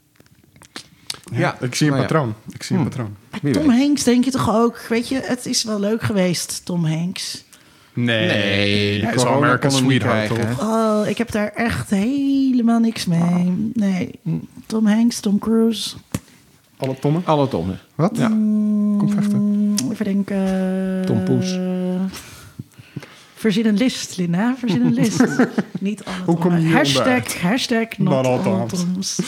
Ja, ja. ik zie een nou, patroon. Ja. Ik zie hmm. een patroon. Wie Tom weet. Hanks denk je toch ook? Weet je, het is wel leuk geweest, Tom Hanks. Nee, nee hij is wel America's Sweetheart, krijgen, toch? Oh, ik heb daar echt helemaal niks mee. Nee, Tom Hanks, Tom Cruise. Alle Tommen? Alle Tommen. Wat? Ja. Kom vechten. Even denken. Tom Poes. Verzin een list, Linda. Verzin een list. Niet alle Hoe kom je hier Hashtag, hashtag not, not all Toms.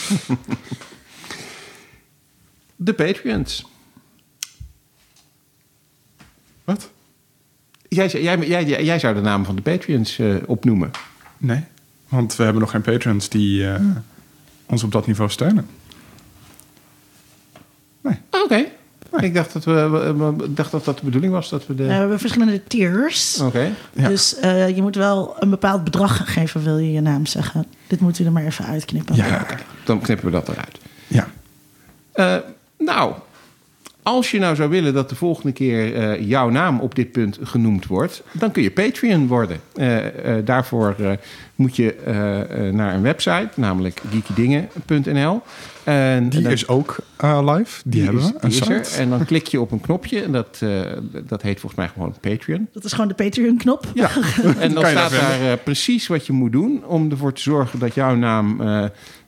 De Patreons. Wat? Jij, jij, jij, jij zou de naam van de Patreons uh, opnoemen. Nee, want we hebben nog geen patrons die uh, ons op dat niveau steunen. Nee. Oké. Okay. Nee. Ik dacht dat, we, we, dacht dat dat de bedoeling was. Dat we, de... uh, we hebben verschillende tiers. Oké. Okay. Ja. Dus uh, je moet wel een bepaald bedrag geven, wil je je naam zeggen. Dit moet u er maar even uitknippen. Ja, okay. Dan knippen we dat eruit. Ja. Uh, nou... Als je nou zou willen dat de volgende keer uh, jouw naam op dit punt genoemd wordt, dan kun je Patreon worden. Uh, uh, daarvoor uh, moet je uh, uh, naar een website, namelijk geekydingen punt n l. En, die en dan, is ook uh, live. Die, die hebben is, we. Een die site. is er. En dan klik je op een knopje en dat, uh, dat heet volgens mij gewoon Patreon. Dat is gewoon de Patreon-knop. Ja. En dan staat daar uh, precies wat je moet doen om ervoor te zorgen dat jouw naam Uh,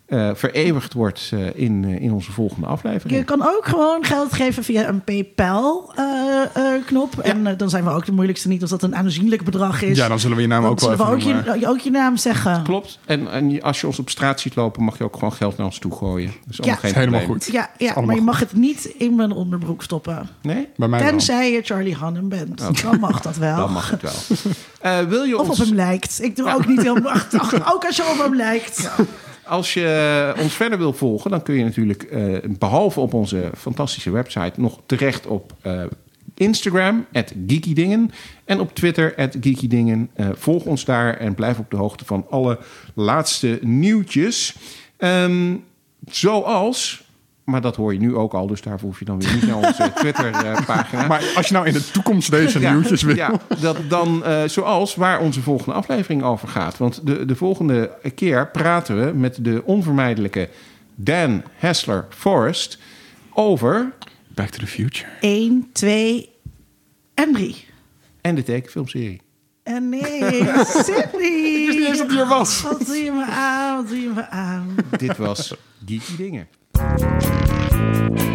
uh, vereeuwigd wordt uh, in, uh, in onze volgende aflevering. Je kan ook gewoon geld geven via een PayPal-knop. Uh, uh, en uh, dan zijn we ook de moeilijkste niet als dat een aanzienlijk bedrag is. Ja, dan zullen we je naam dan ook wel even ook noemen. je, ook je naam zeggen. Klopt. En, en als je ons op straat ziet lopen, mag je ook gewoon geld naar ons toe gooien. Dat is allemaal Ja. geen Helemaal probleem. goed. Ja, ja maar je mag het niet in mijn onderbroek stoppen. Nee? Bij mij wel. Tenzij je Charlie Hannem bent. Okay. Dan mag dat wel. Dan mag het wel. Uh, wil je Of ons... op hem lijkt. Ik doe ook niet heel machtig. Ook als je op hem lijkt. Ja. Als je ons verder wil volgen, dan kun je natuurlijk, uh, behalve op onze fantastische website, nog terecht op uh, Instagram, at geekydingen. En op Twitter, at geekydingen. Uh, volg ons daar en blijf op de hoogte van alle laatste nieuwtjes. Um, zoals... Maar dat hoor je nu ook al, dus daarvoor hoef je dan weer niet naar onze Twitter-pagina. Uh, maar als je nou in de toekomst deze ja, nieuwtjes wil... Ja, dat dan uh, zoals waar onze volgende aflevering over gaat. Want de, de volgende keer praten we met de onvermijdelijke Dan Hessler Forrest over... Back to the Future. één, twee en drie. En de tekenfilmserie. En nee, Sydney. Ik wist niet eens dat hij er was. Wat doe je me aan, wat doe je me aan? Dit was Geeky Dingen.